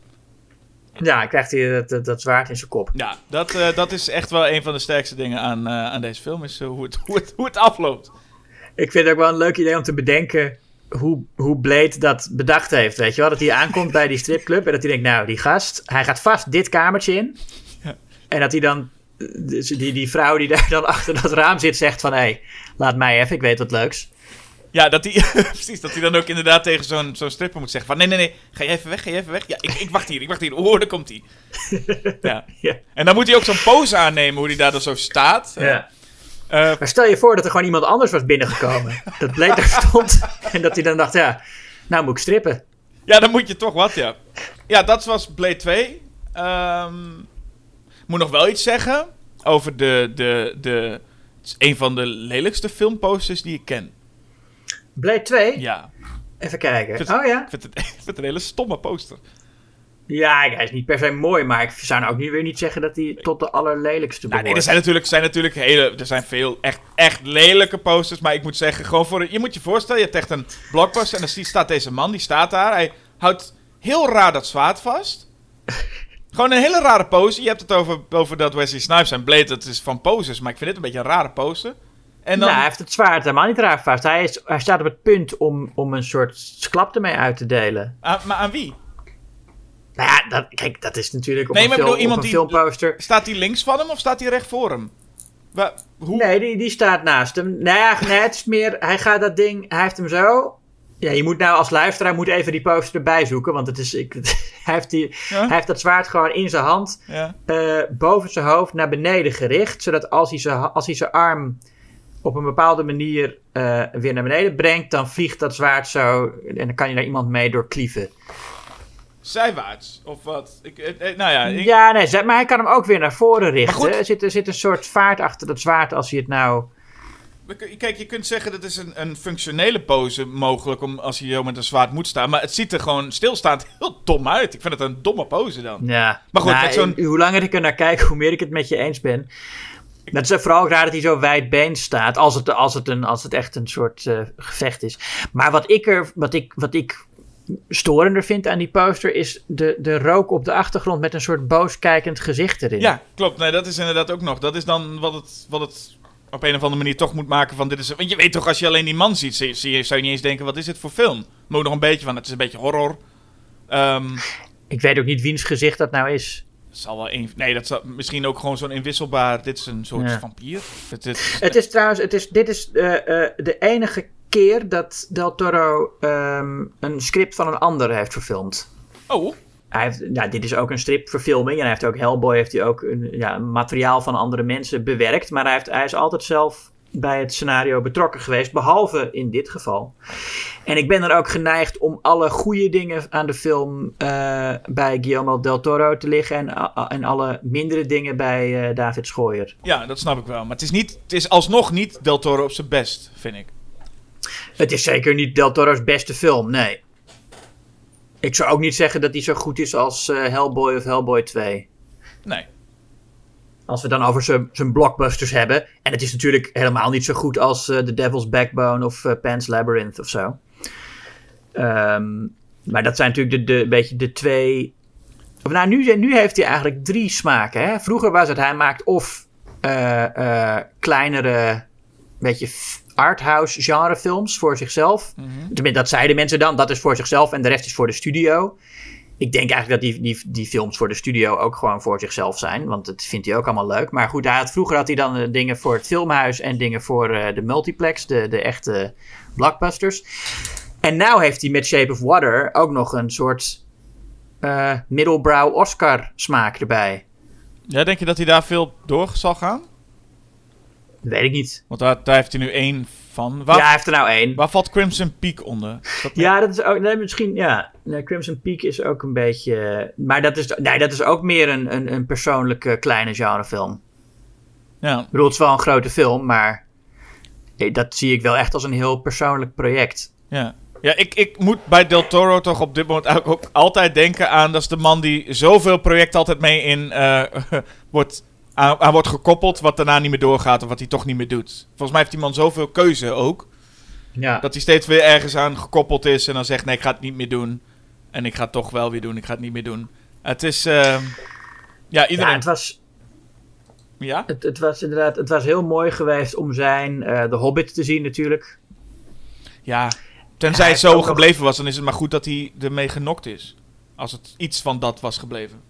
Ja, dan krijgt hij dat, dat, dat zwaard in zijn kop. Ja, dat, uh, dat is echt wel een van de sterkste dingen aan, uh, aan deze film. Is uh, hoe, het, hoe, het, hoe het afloopt. Ik vind het ook wel een leuk idee om te bedenken... hoe, hoe Blade dat bedacht heeft. Weet je wel? Dat hij aankomt bij die stripclub. En dat hij denkt, nou, die gast... hij gaat vast dit kamertje in. Ja. En dat hij dan... Die, die vrouw die daar dan achter dat raam zit... zegt van, hé, hey, laat mij even, ik weet wat leuks. Ja, dat hij, precies, dat hij dan ook inderdaad tegen zo'n, zo'n stripper moet zeggen van... Nee, nee, nee, ga je even weg, ga je even weg. Ja, ik, ik wacht hier, ik wacht hier. Oh, daar komt hij. Ja. Ja. En dan moet hij ook zo'n pose aannemen, hoe hij daar dan zo staat. Ja. Uh, maar stel je voor dat er gewoon iemand anders was binnengekomen. Dat Blade daar stond. En dat hij dan dacht, ja, nou moet ik strippen. Ja, dan moet je toch wat, ja. Ja, dat was Blade twee. Um, moet nog wel iets zeggen over de, de, de... Het is een van de lelijkste filmposters die ik ken. Blade twee? Ja. Even kijken. Het, oh ja? Ik vind, het, ik vind het een hele stomme poster. Ja, hij is niet per se mooi, maar ik zou nou ook niet weer niet zeggen dat hij tot de allerlelijkste behoort. Nou, nee, er zijn natuurlijk, zijn natuurlijk hele, er zijn veel echt, echt lelijke posters, maar ik moet zeggen, gewoon voor, je moet je voorstellen, je hebt echt een blogposter en dan staat deze man, die staat daar, hij houdt heel raar dat zwaard vast. Gewoon een hele rare pose. Je hebt het over, over dat Wesley Snipes en Blade, dat is van poses, maar ik vind dit een beetje een rare pose. En dan... Nou, hij heeft het zwaard helemaal niet raar vast. Hij, is, hij staat op het punt om, om een soort klap ermee uit te delen. Ah, maar aan wie? Nou ja, dat, kijk, dat is natuurlijk op nee, een, maar film, bedoel, iemand op een die, filmposter. Staat hij links van hem of staat hij recht voor hem? Wa, hoe? Nee, die, die staat naast hem. Nou ja, nee, het is meer, hij gaat dat ding, hij heeft hem zo... Ja, je moet nou als luisteraar moet even die poster erbij zoeken, want het is, ik, hij, heeft die, ja? hij heeft dat zwaard gewoon in zijn hand, ja. uh, boven zijn hoofd naar beneden gericht, zodat als hij zijn, als hij zijn arm op een bepaalde manier uh, weer naar beneden brengt, dan vliegt dat zwaard zo en dan kan je daar iemand mee doorklieven. Zijwaarts, of wat? Ik, eh, nou ja, ik... ja, nee, maar hij kan hem ook weer naar voren richten. Er zit, er zit een soort vaart achter dat zwaard als hij het nou... Kijk, je kunt zeggen dat is een, een functionele pose mogelijk om als hij zo met een zwaard moet staan. Maar het ziet er gewoon stilstaand heel dom uit. Ik vind het een domme pose dan. Ja, maar goed, nou, met zo'n... hoe langer ik er naar kijk, hoe meer ik het met je eens ben. Dat is vooral ook raar dat hij zo wijdbeen staat. Als het, als het, een, als het echt een soort uh, gevecht is. Maar wat ik, er, wat, ik, wat ik storender vind aan die poster is de, de rook op de achtergrond met een soort boos kijkend gezicht erin. Ja, klopt. Nee, dat is inderdaad ook nog. Dat is dan wat het... Wat het... op een of andere manier toch moet maken van dit is... Want je weet toch, als je alleen die man ziet, zie je, zou je niet eens denken, wat is dit voor film? Maar nog een beetje van, het is een beetje horror. Um, ik weet ook niet wiens gezicht dat nou is. zal wel een... Nee, dat zal misschien ook gewoon zo'n inwisselbaar... Dit is een soort Ja. vampier. Het, het, Het is trouwens, het is, dit is uh, uh, de enige keer dat Del Toro um, een script van een ander heeft verfilmd. Oh, Hij heeft, ja, dit is ook een stripverfilming. En hij heeft ook Hellboy, heeft hij ook een, ja, materiaal van andere mensen bewerkt. Maar hij, heeft, hij is altijd zelf bij het scenario betrokken geweest. Behalve in dit geval. En ik ben er ook geneigd om alle goede dingen aan de film uh, bij Guillermo del Toro te liggen. En, uh, en alle mindere dingen bij uh, David Schooier. ja, dat snap ik wel. Maar het is, niet, het is alsnog niet Del Toro op zijn best, vind ik. Het is zeker niet Del Toro's beste film, nee. Ik zou ook niet zeggen dat hij zo goed is als uh, Hellboy of Hellboy twee. Nee. Als we het dan over zijn- zijn blockbusters hebben. En het is natuurlijk helemaal niet zo goed als uh, The Devil's Backbone of uh, Pan's Labyrinth of zo. Um, maar dat zijn natuurlijk de, de, beetje de twee... Of nou, nu, nu heeft hij eigenlijk drie smaken. Hè? Vroeger was het, hij maakt of uh, uh, kleinere, beetje arthouse genrefilms voor zichzelf. Mm-hmm. Tenminste, dat zeiden mensen dan. Dat is voor zichzelf en de rest is voor de studio. Ik denk eigenlijk dat die, die, die films voor de studio ook gewoon voor zichzelf zijn. Want dat vindt hij ook allemaal leuk. Maar goed, hij had, vroeger had hij dan uh, dingen voor het filmhuis en dingen voor uh, de multiplex. De, de echte blockbusters. En nou heeft hij met Shape of Water ook nog een soort uh, middelbrow Oscar smaak erbij. Ja, denk je dat hij daar veel door zal gaan? Dat weet ik niet. Want daar, daar heeft hij nu één van. Waar, Ja, hij heeft er nou één. waar valt Crimson Peak onder? Is dat Ja, dat is ook... Nee, misschien... Ja, nee, Crimson Peak is ook een beetje... Maar dat is, nee, dat is ook meer een, een, een persoonlijke kleine genrefilm. Ja. Ik bedoel, het is wel een grote film, maar... Dat zie ik wel echt als een heel persoonlijk project. Ja, ja ik, ik moet bij Del Toro toch op dit moment ook, ook altijd denken aan... Dat is de man die zoveel projecten altijd mee in uh, wordt... Aan, aan wordt gekoppeld wat daarna niet meer doorgaat of wat hij toch niet meer doet. Volgens mij heeft die man zoveel keuze ook. Ja. Dat hij steeds weer ergens aan gekoppeld is en dan zegt... Nee, ik ga het niet meer doen. En ik ga het toch wel weer doen. Ik ga het niet meer doen. Het is... Uh, ja, iedereen... Ja, het was... Ja? Het, het was inderdaad... Het was heel mooi geweest om zijn... Uh, The Hobbit te zien natuurlijk. Ja. Tenzij Hij het heeft zo ook nog- gebleven was, dan is het maar goed dat hij ermee genokt is. Als het iets van dat was gebleven.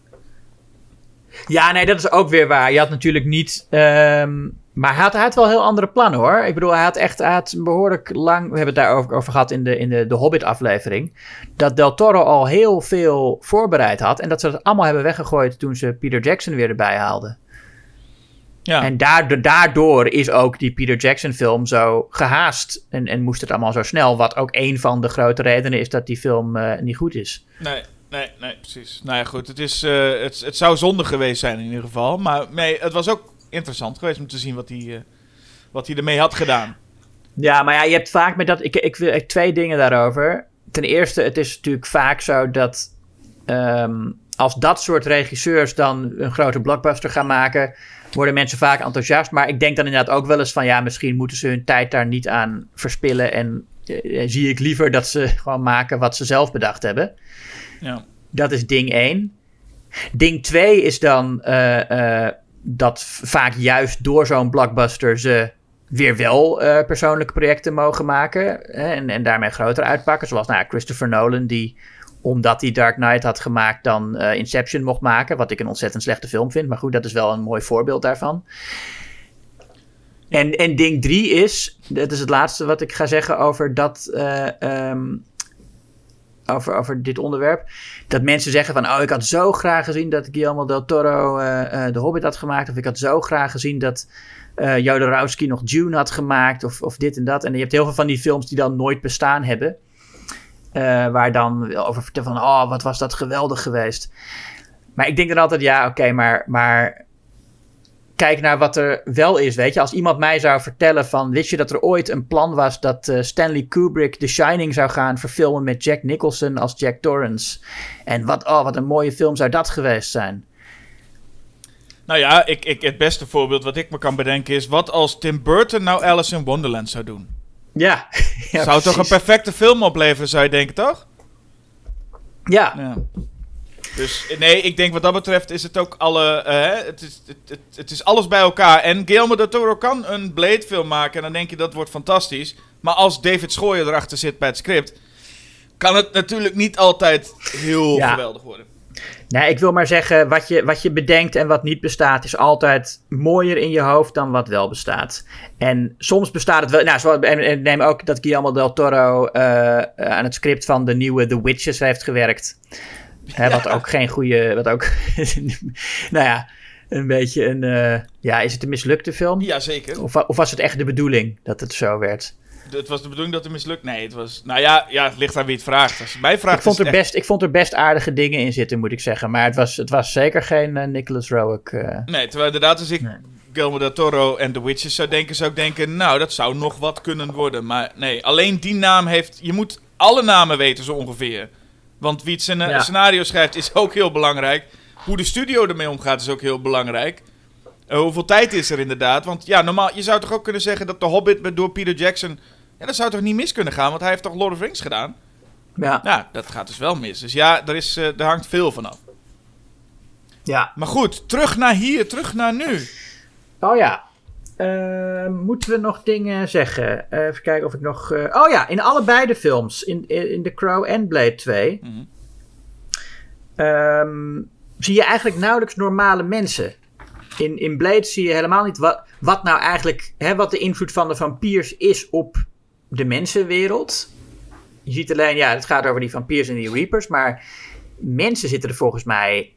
Ja, nee, dat is ook weer waar. Je had natuurlijk niet... Um, maar hij had, hij had wel heel andere plannen, hoor. Ik bedoel, hij had echt hij had behoorlijk lang... We hebben het daarover over gehad in de, in de, de Hobbit-aflevering. Dat Del Toro al heel veel voorbereid had. En dat ze dat allemaal hebben weggegooid toen ze Peter Jackson weer erbij haalden. Ja. En daardoor, daardoor is ook die Peter Jackson film zo gehaast. En, en moest het allemaal zo snel. Wat ook een van de grote redenen is dat die film uh, niet goed is. Nee, nee, nee, precies. Nou ja, goed. Het, is, uh, het, het zou zonde geweest zijn in ieder geval. Maar nee, het was ook interessant geweest om te zien wat hij, uh, wat hij ermee had gedaan. Ja, maar ja, je hebt vaak met dat... Ik, ik wil twee dingen daarover. Ten eerste, het is natuurlijk vaak zo dat... Um, als dat soort regisseurs dan een grote blockbuster gaan maken... worden mensen vaak enthousiast. Maar ik denk dan inderdaad ook wel eens van... ja, misschien moeten ze hun tijd daar niet aan verspillen. En uh, zie ik liever dat ze gewoon maken wat ze zelf bedacht hebben. Ja. Dat is ding één. Ding twee is dan uh, uh, dat vaak juist door zo'n blockbuster ze weer wel uh, persoonlijke projecten mogen maken. Hè, en, en daarmee groter uitpakken. Zoals nou ja, Christopher Nolan die, omdat hij Dark Knight had gemaakt, dan uh, Inception mocht maken. Wat ik een ontzettend slechte film vind. Maar goed, dat is wel een mooi voorbeeld daarvan. En, en ding drie is, dat is het laatste wat ik ga zeggen over dat... Uh, um, Over, over dit onderwerp. Dat mensen zeggen van... oh, ik had zo graag gezien dat Guillermo del Toro uh, uh, de Hobbit had gemaakt. Of ik had zo graag gezien dat uh, Jodorowsky nog Dune had gemaakt. Of, of dit en dat. En je hebt heel veel van die films die dan nooit bestaan hebben. Uh, waar dan over vertellen van... oh, wat was dat geweldig geweest. Maar ik denk dan altijd... ja, oké, okay, maar... maar kijk naar wat er wel is, weet je. Als iemand mij zou vertellen van... wist je dat er ooit een plan was dat uh, Stanley Kubrick The Shining zou gaan verfilmen met Jack Nicholson als Jack Torrance? En wat, oh, wat een mooie film zou dat geweest zijn. Nou ja, ik, ik, het beste voorbeeld wat ik me kan bedenken is... wat als Tim Burton nou Alice in Wonderland zou doen? Ja. ja zou toch een perfecte film opleveren, zou je denken, toch? Ja. Ja. Dus nee, ik denk wat dat betreft is het ook alle... Uh, het, is, het, het, het is alles bij elkaar. En Guillermo del Toro kan een Blade film maken en dan denk je dat wordt fantastisch. Maar als David Schooier erachter zit bij het script... kan het natuurlijk niet altijd heel ja. geweldig worden. Nee, ik wil maar zeggen, wat je, wat je bedenkt en wat niet bestaat, is altijd mooier in je hoofd dan wat wel bestaat. En soms bestaat het wel. Nou, zoals, en, en neem ook dat Guillermo del Toro uh, aan het script van de nieuwe The Witches heeft gewerkt. Hè, wat ook geen goede. Wat ook. nou ja, een beetje een. Uh, ja, is het een mislukte film? Jazeker. Of, of was het echt de bedoeling dat het zo werd? Het was de bedoeling dat het mislukt. Nee, het was... Nou ja, ja, het ligt aan wie het vraagt. Als je mij vraagt... Ik vond, er echt... best, ik vond er best aardige dingen in zitten, moet ik zeggen. Maar het was, het was zeker geen uh, Nicholas Roeg. Uh... Nee, terwijl inderdaad als ik nee. Guillermo del Toro en The Witches zou denken... zou ik denken, nou, dat zou nog wat kunnen worden. Maar nee, alleen die naam heeft... Je moet alle namen weten zo ongeveer. Want wie het scena- ja. scenario schrijft is ook heel belangrijk. Hoe de studio ermee omgaat is ook heel belangrijk. Uh, hoeveel tijd is er inderdaad? Want ja, normaal... Je zou toch ook kunnen zeggen dat The Hobbit door Peter Jackson... Ja, dat zou toch niet mis kunnen gaan, want hij heeft toch Lord of the Rings gedaan? Ja. Nou, dat gaat dus wel mis. Dus ja, er, is, uh, er hangt veel vanaf. Ja. Maar goed, terug naar hier, terug naar nu. Oh ja. Uh, moeten we nog dingen zeggen? Uh, even kijken of ik nog... Uh... Oh ja, in allebei de films. In, in, in The Crow en Blade twee. Mm-hmm. Um, zie je eigenlijk nauwelijks normale mensen. In, in Blade zie je helemaal niet wat, wat nou eigenlijk... Hè, wat de invloed van de vampiers is op de mensenwereld. Je ziet alleen... Ja, het gaat over die vampiers en die reapers. Maar mensen zitten er volgens mij...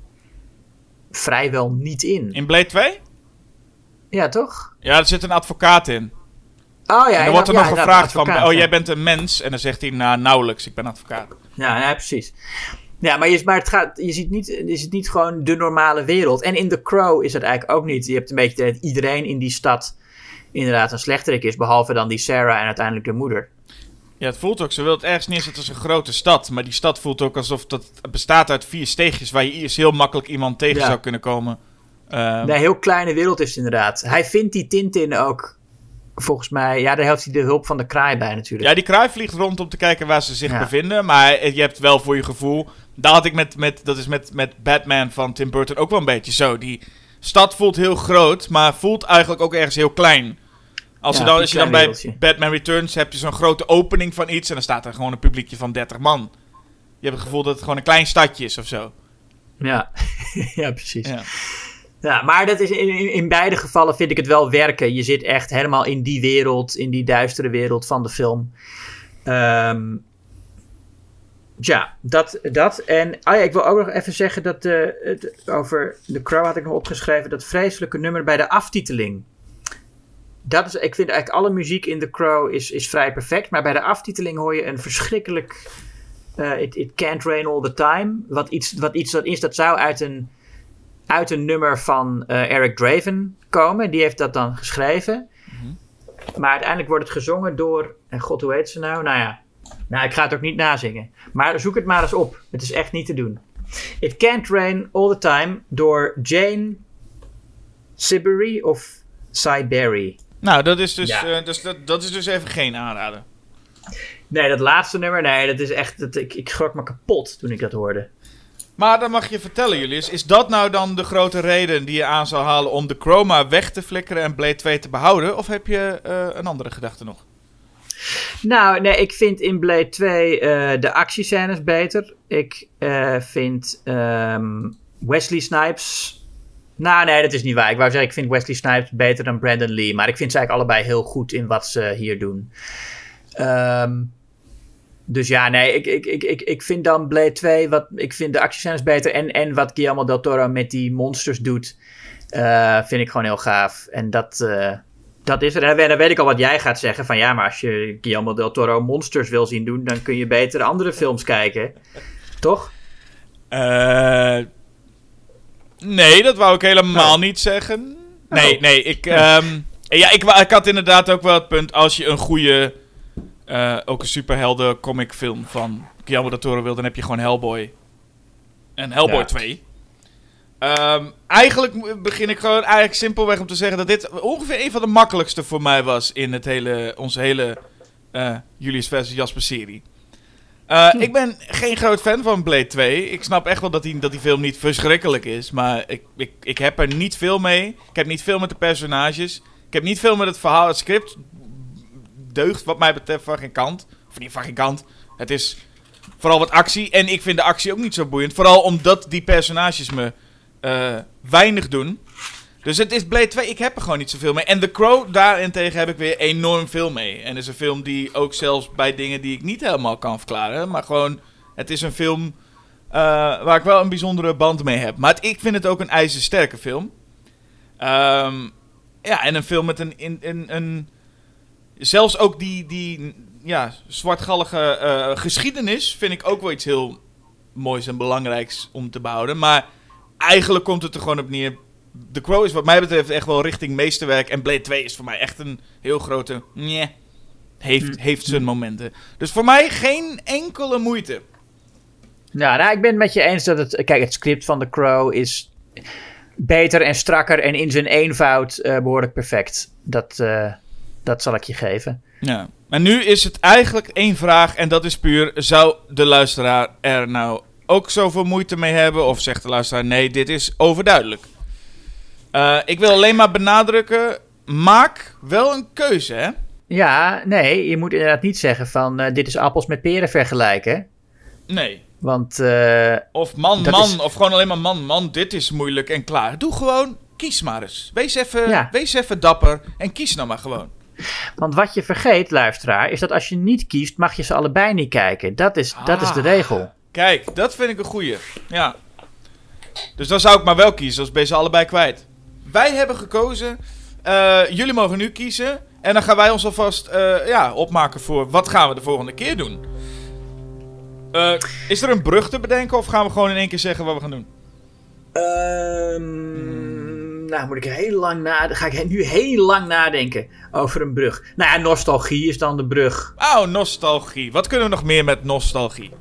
vrijwel niet in. In Blade twee? Ja, toch? Ja, er zit een advocaat in. Oh ja. En dan wordt er ja, nog ja, gevraagd van... Advocaat, oh, ja. jij bent een mens. En dan zegt hij... Nou, nauwelijks, ik ben advocaat. Ja, ja precies. Ja, maar, je, maar het gaat, je, ziet niet, je ziet niet gewoon de normale wereld. En in The Crow is het eigenlijk ook niet. Je hebt een beetje dat iedereen in die stad inderdaad een slechterik is. Behalve dan die Sarah en uiteindelijk de moeder. Ja, het voelt ook. Ze wil het ergens neerzetten als een grote stad. Maar die stad voelt ook alsof dat bestaat uit vier steegjes... waar je eerst heel makkelijk iemand tegen ja. zou kunnen komen. Uh, nee, een heel kleine wereld is het inderdaad. Hij vindt die Tintin ook... Volgens mij, ja, daar heeft hij de hulp van de kraai bij natuurlijk. Ja, die kraai vliegt rond om te kijken waar ze zich ja. bevinden. Maar je hebt wel voor je gevoel... Dat had ik met, met, dat is met, met Batman van Tim Burton ook wel een beetje zo. Die stad voelt heel groot, maar voelt eigenlijk ook ergens heel klein. Als, ja, je, dan, als je dan bij wereldje. Batman Returns heb je zo'n grote opening van iets... en dan staat er gewoon een publiekje van dertig man. Je hebt het gevoel dat het gewoon een klein stadje is of zo. Ja, ja precies. Ja. Ja, maar dat is in, in, in beide gevallen vind ik het wel werken. Je zit echt helemaal in die wereld, in die duistere wereld van de film. Um, ja, dat, dat. En oh ja, ik wil ook nog even zeggen dat uh, het, over The Crow had ik nog opgeschreven... dat vreselijke nummer bij de aftiteling. Dat is, ik vind eigenlijk alle muziek in The Crow is, is vrij perfect... maar bij de aftiteling hoor je een verschrikkelijk... Uh, it, it can't rain all the time. Wat iets, wat iets dat is, dat zou uit een... uit een nummer van uh, Eric Draven komen. Die heeft dat dan geschreven. Mm-hmm. Maar uiteindelijk wordt het gezongen door... En god, hoe heet ze nou? Nou ja. Nou, ik ga het ook niet nazingen. Maar zoek het maar eens op. Het is echt niet te doen. It Can't Rain All The Time door Jane Siberry of Siberry. Nou, dat is dus, ja. uh, dus, dat, dat is dus even geen aanrader. Nee, dat laatste nummer, nee, dat is echt... Dat, ik, ik schrok me kapot toen ik dat hoorde. Maar dan mag je vertellen, Julius. Is dat nou dan de grote reden die je aan zou halen om de Chroma weg te flikkeren en Blade twee te behouden? Of heb je uh, een andere gedachte nog? Nou, nee, ik vind in Blade twee uh, de actiescènes beter. Ik uh, vind um, Wesley Snipes... Nou, nee, dat is niet waar. Ik wou zeggen, ik vind Wesley Snipes beter dan Brandon Lee. Maar ik vind ze eigenlijk allebei heel goed in wat ze hier doen. Um, dus ja, nee, ik, ik, ik, ik, ik vind dan Blade twee... Wat, ik vind de actiescènes beter. En, en wat Guillermo del Toro met die monsters doet... Uh, vind ik gewoon heel gaaf. En dat... Uh, Dat is er. En dan weet ik al wat jij gaat zeggen. Van ja, maar als je Guillermo del Toro monsters wil zien doen... dan kun je beter andere films kijken. Toch? Uh, nee, dat wou ik helemaal oh. niet zeggen. Nee, oh. nee. Ik, um, ja, ik, ik had inderdaad ook wel het punt... als je een goede... Uh, ook een superhelden comic film van Guillermo del Toro wil... dan heb je gewoon Hellboy. En Hellboy ja. twee... Um, eigenlijk begin ik gewoon eigenlijk simpelweg om te zeggen dat dit ongeveer een van de makkelijkste voor mij was in het hele, onze hele uh, Julius versus Jasper serie. Uh, hm. Ik ben geen groot fan van Blade twee. Ik snap echt wel dat die, dat die film niet verschrikkelijk is, maar ik, ik, ik heb er niet veel mee. Ik heb niet veel met de personages. Ik heb niet veel met het verhaal. Het script deugt wat mij betreft van geen kant. Of niet van geen kant. Het is vooral wat actie. En ik vind de actie ook niet zo boeiend. Vooral omdat die personages me uh, weinig doen. Dus het is Blade twee, ik heb er gewoon niet zoveel mee. En The Crow, daarentegen heb ik weer enorm veel mee. En het is een film die ook zelfs bij dingen die ik niet helemaal kan verklaren. Maar gewoon, het is een film uh, waar ik wel een bijzondere band mee heb. Maar het, ik vind het ook een ijzersterke film. Um, ja, en een film met een... een, een, een zelfs ook die, die ja, zwartgallige uh, geschiedenis vind ik ook wel iets heel moois en belangrijks om te behouden. Maar eigenlijk komt het er gewoon op neer. The Crow is wat mij betreft echt wel richting meesterwerk. En Blade twee is voor mij echt een heel grote... Nee, heeft, heeft zijn momenten. Dus voor mij geen enkele moeite. Ja, nou, ik ben het met je eens dat het... Kijk, het script van The Crow is beter en strakker en in zijn eenvoud uh, behoorlijk perfect. Dat, uh, dat zal ik je geven. Ja, maar nu is het eigenlijk één vraag en dat is puur... Zou de luisteraar er nou ook zoveel moeite mee hebben? Of zegt de luisteraar, nee, dit is overduidelijk? Uh, ik wil alleen maar benadrukken, maak wel een keuze, hè? Ja, nee, je moet inderdaad niet zeggen van uh, dit is appels met peren vergelijken. Nee. Want... Uh, of man, man, is... of gewoon alleen maar man, man, dit is moeilijk en klaar. Doe gewoon, kies maar eens. Wees even, ja. wees even dapper en kies nou maar gewoon. Want wat je vergeet, luisteraar, is dat als je niet kiest, mag je ze allebei niet kijken. Dat is, ah, dat is de regel. Kijk, dat vind ik een goeie. Ja. Dus dan zou ik maar wel kiezen, als ben je ze allebei kwijt. Wij hebben gekozen. Uh, jullie mogen nu kiezen. En dan gaan wij ons alvast uh, ja, opmaken voor wat gaan we de volgende keer doen. Uh, is er een brug te bedenken of gaan we gewoon in één keer zeggen wat we gaan doen? Um, nou, moet ik heel lang nadenken. Ga ik nu heel lang nadenken over een brug. Nou ja, nostalgie is dan de brug. Oh, nostalgie. Wat kunnen we nog meer met nostalgie?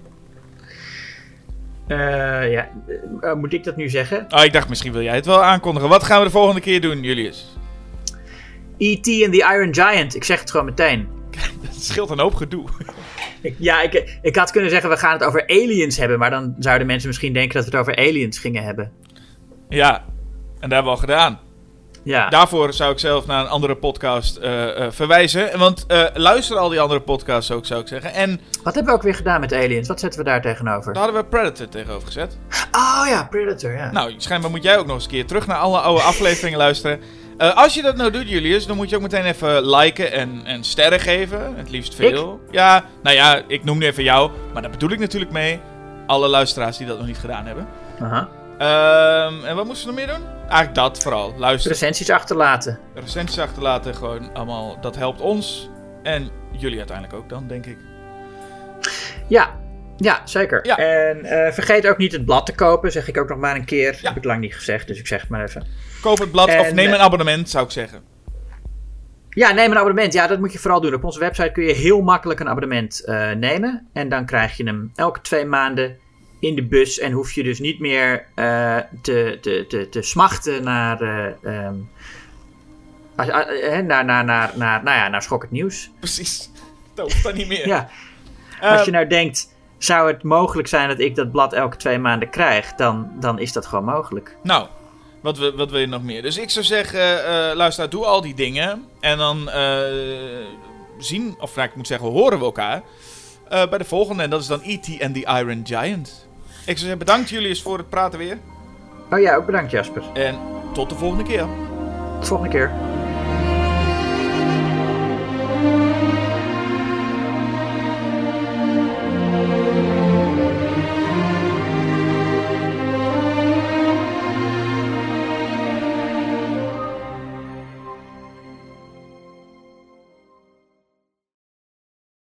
Uh, ja, uh, moet ik dat nu zeggen? Oh, ik dacht misschien wil jij het wel aankondigen. Wat gaan we de volgende keer doen, Julius? E T and the Iron Giant. Ik zeg het gewoon meteen. Dat scheelt een hoop gedoe. Ik, ja, ik, ik had kunnen zeggen we gaan het over aliens hebben. Maar dan zouden mensen misschien denken dat we het over aliens gingen hebben. Ja, en dat hebben we al gedaan. Ja. Daarvoor zou ik zelf naar een andere podcast uh, uh, verwijzen. Want uh, luister al die andere podcasts ook, zou ik zeggen. En wat hebben we ook weer gedaan met aliens? Wat zetten we daar tegenover? Daar hadden we Predator tegenover gezet. Oh ja, Predator, ja. Nou, schijnbaar moet jij ook nog eens een keer terug naar alle oude afleveringen luisteren. Uh, als je dat nou doet, Julius, dan moet je ook meteen even liken en, en sterren geven. Het liefst veel. Ik? Ja, nou ja, ik noem nu even jou. Maar daar bedoel ik natuurlijk mee. Alle luisteraars die dat nog niet gedaan hebben. Aha. Um, en wat moesten we nog meer doen? Eigenlijk dat vooral. Luisteren. Recensies achterlaten. Recensies achterlaten, gewoon allemaal. Dat helpt ons. En jullie uiteindelijk ook dan, denk ik. Ja, ja zeker. Ja. En uh, vergeet ook niet het blad te kopen, zeg ik ook nog maar een keer. Ja. Heb ik lang niet gezegd, dus ik zeg het maar even. Koop het blad en, of neem een abonnement, zou ik zeggen. Ja, neem een abonnement. Ja, dat moet je vooral doen. Op onze website kun je heel makkelijk een abonnement uh, nemen. En dan krijg je hem elke twee maanden in de bus. En hoef je dus niet meer uh, te, te, te, te smachten naar, uh, um, uh, uh, naar, naar, naar, naar, nou ja, naar Schokkend Nieuws. Precies. Dat hoeft dan niet meer. Ja. Um, Als je nou denkt, zou het mogelijk zijn dat ik dat blad elke twee maanden krijg? Dan, dan is dat gewoon mogelijk. Nou, wat, we, wat wil je nog meer? Dus ik zou zeggen, uh, luister, doe al die dingen. En dan uh, zien, of nou, ik moet zeggen, horen we elkaar uh, bij de volgende. En dat is dan E T and the Iron Giant. Ik zou zeggen, bedankt Julius voor het praten weer. Oh ja, ook bedankt Jasper. En tot de volgende keer. Tot de volgende keer.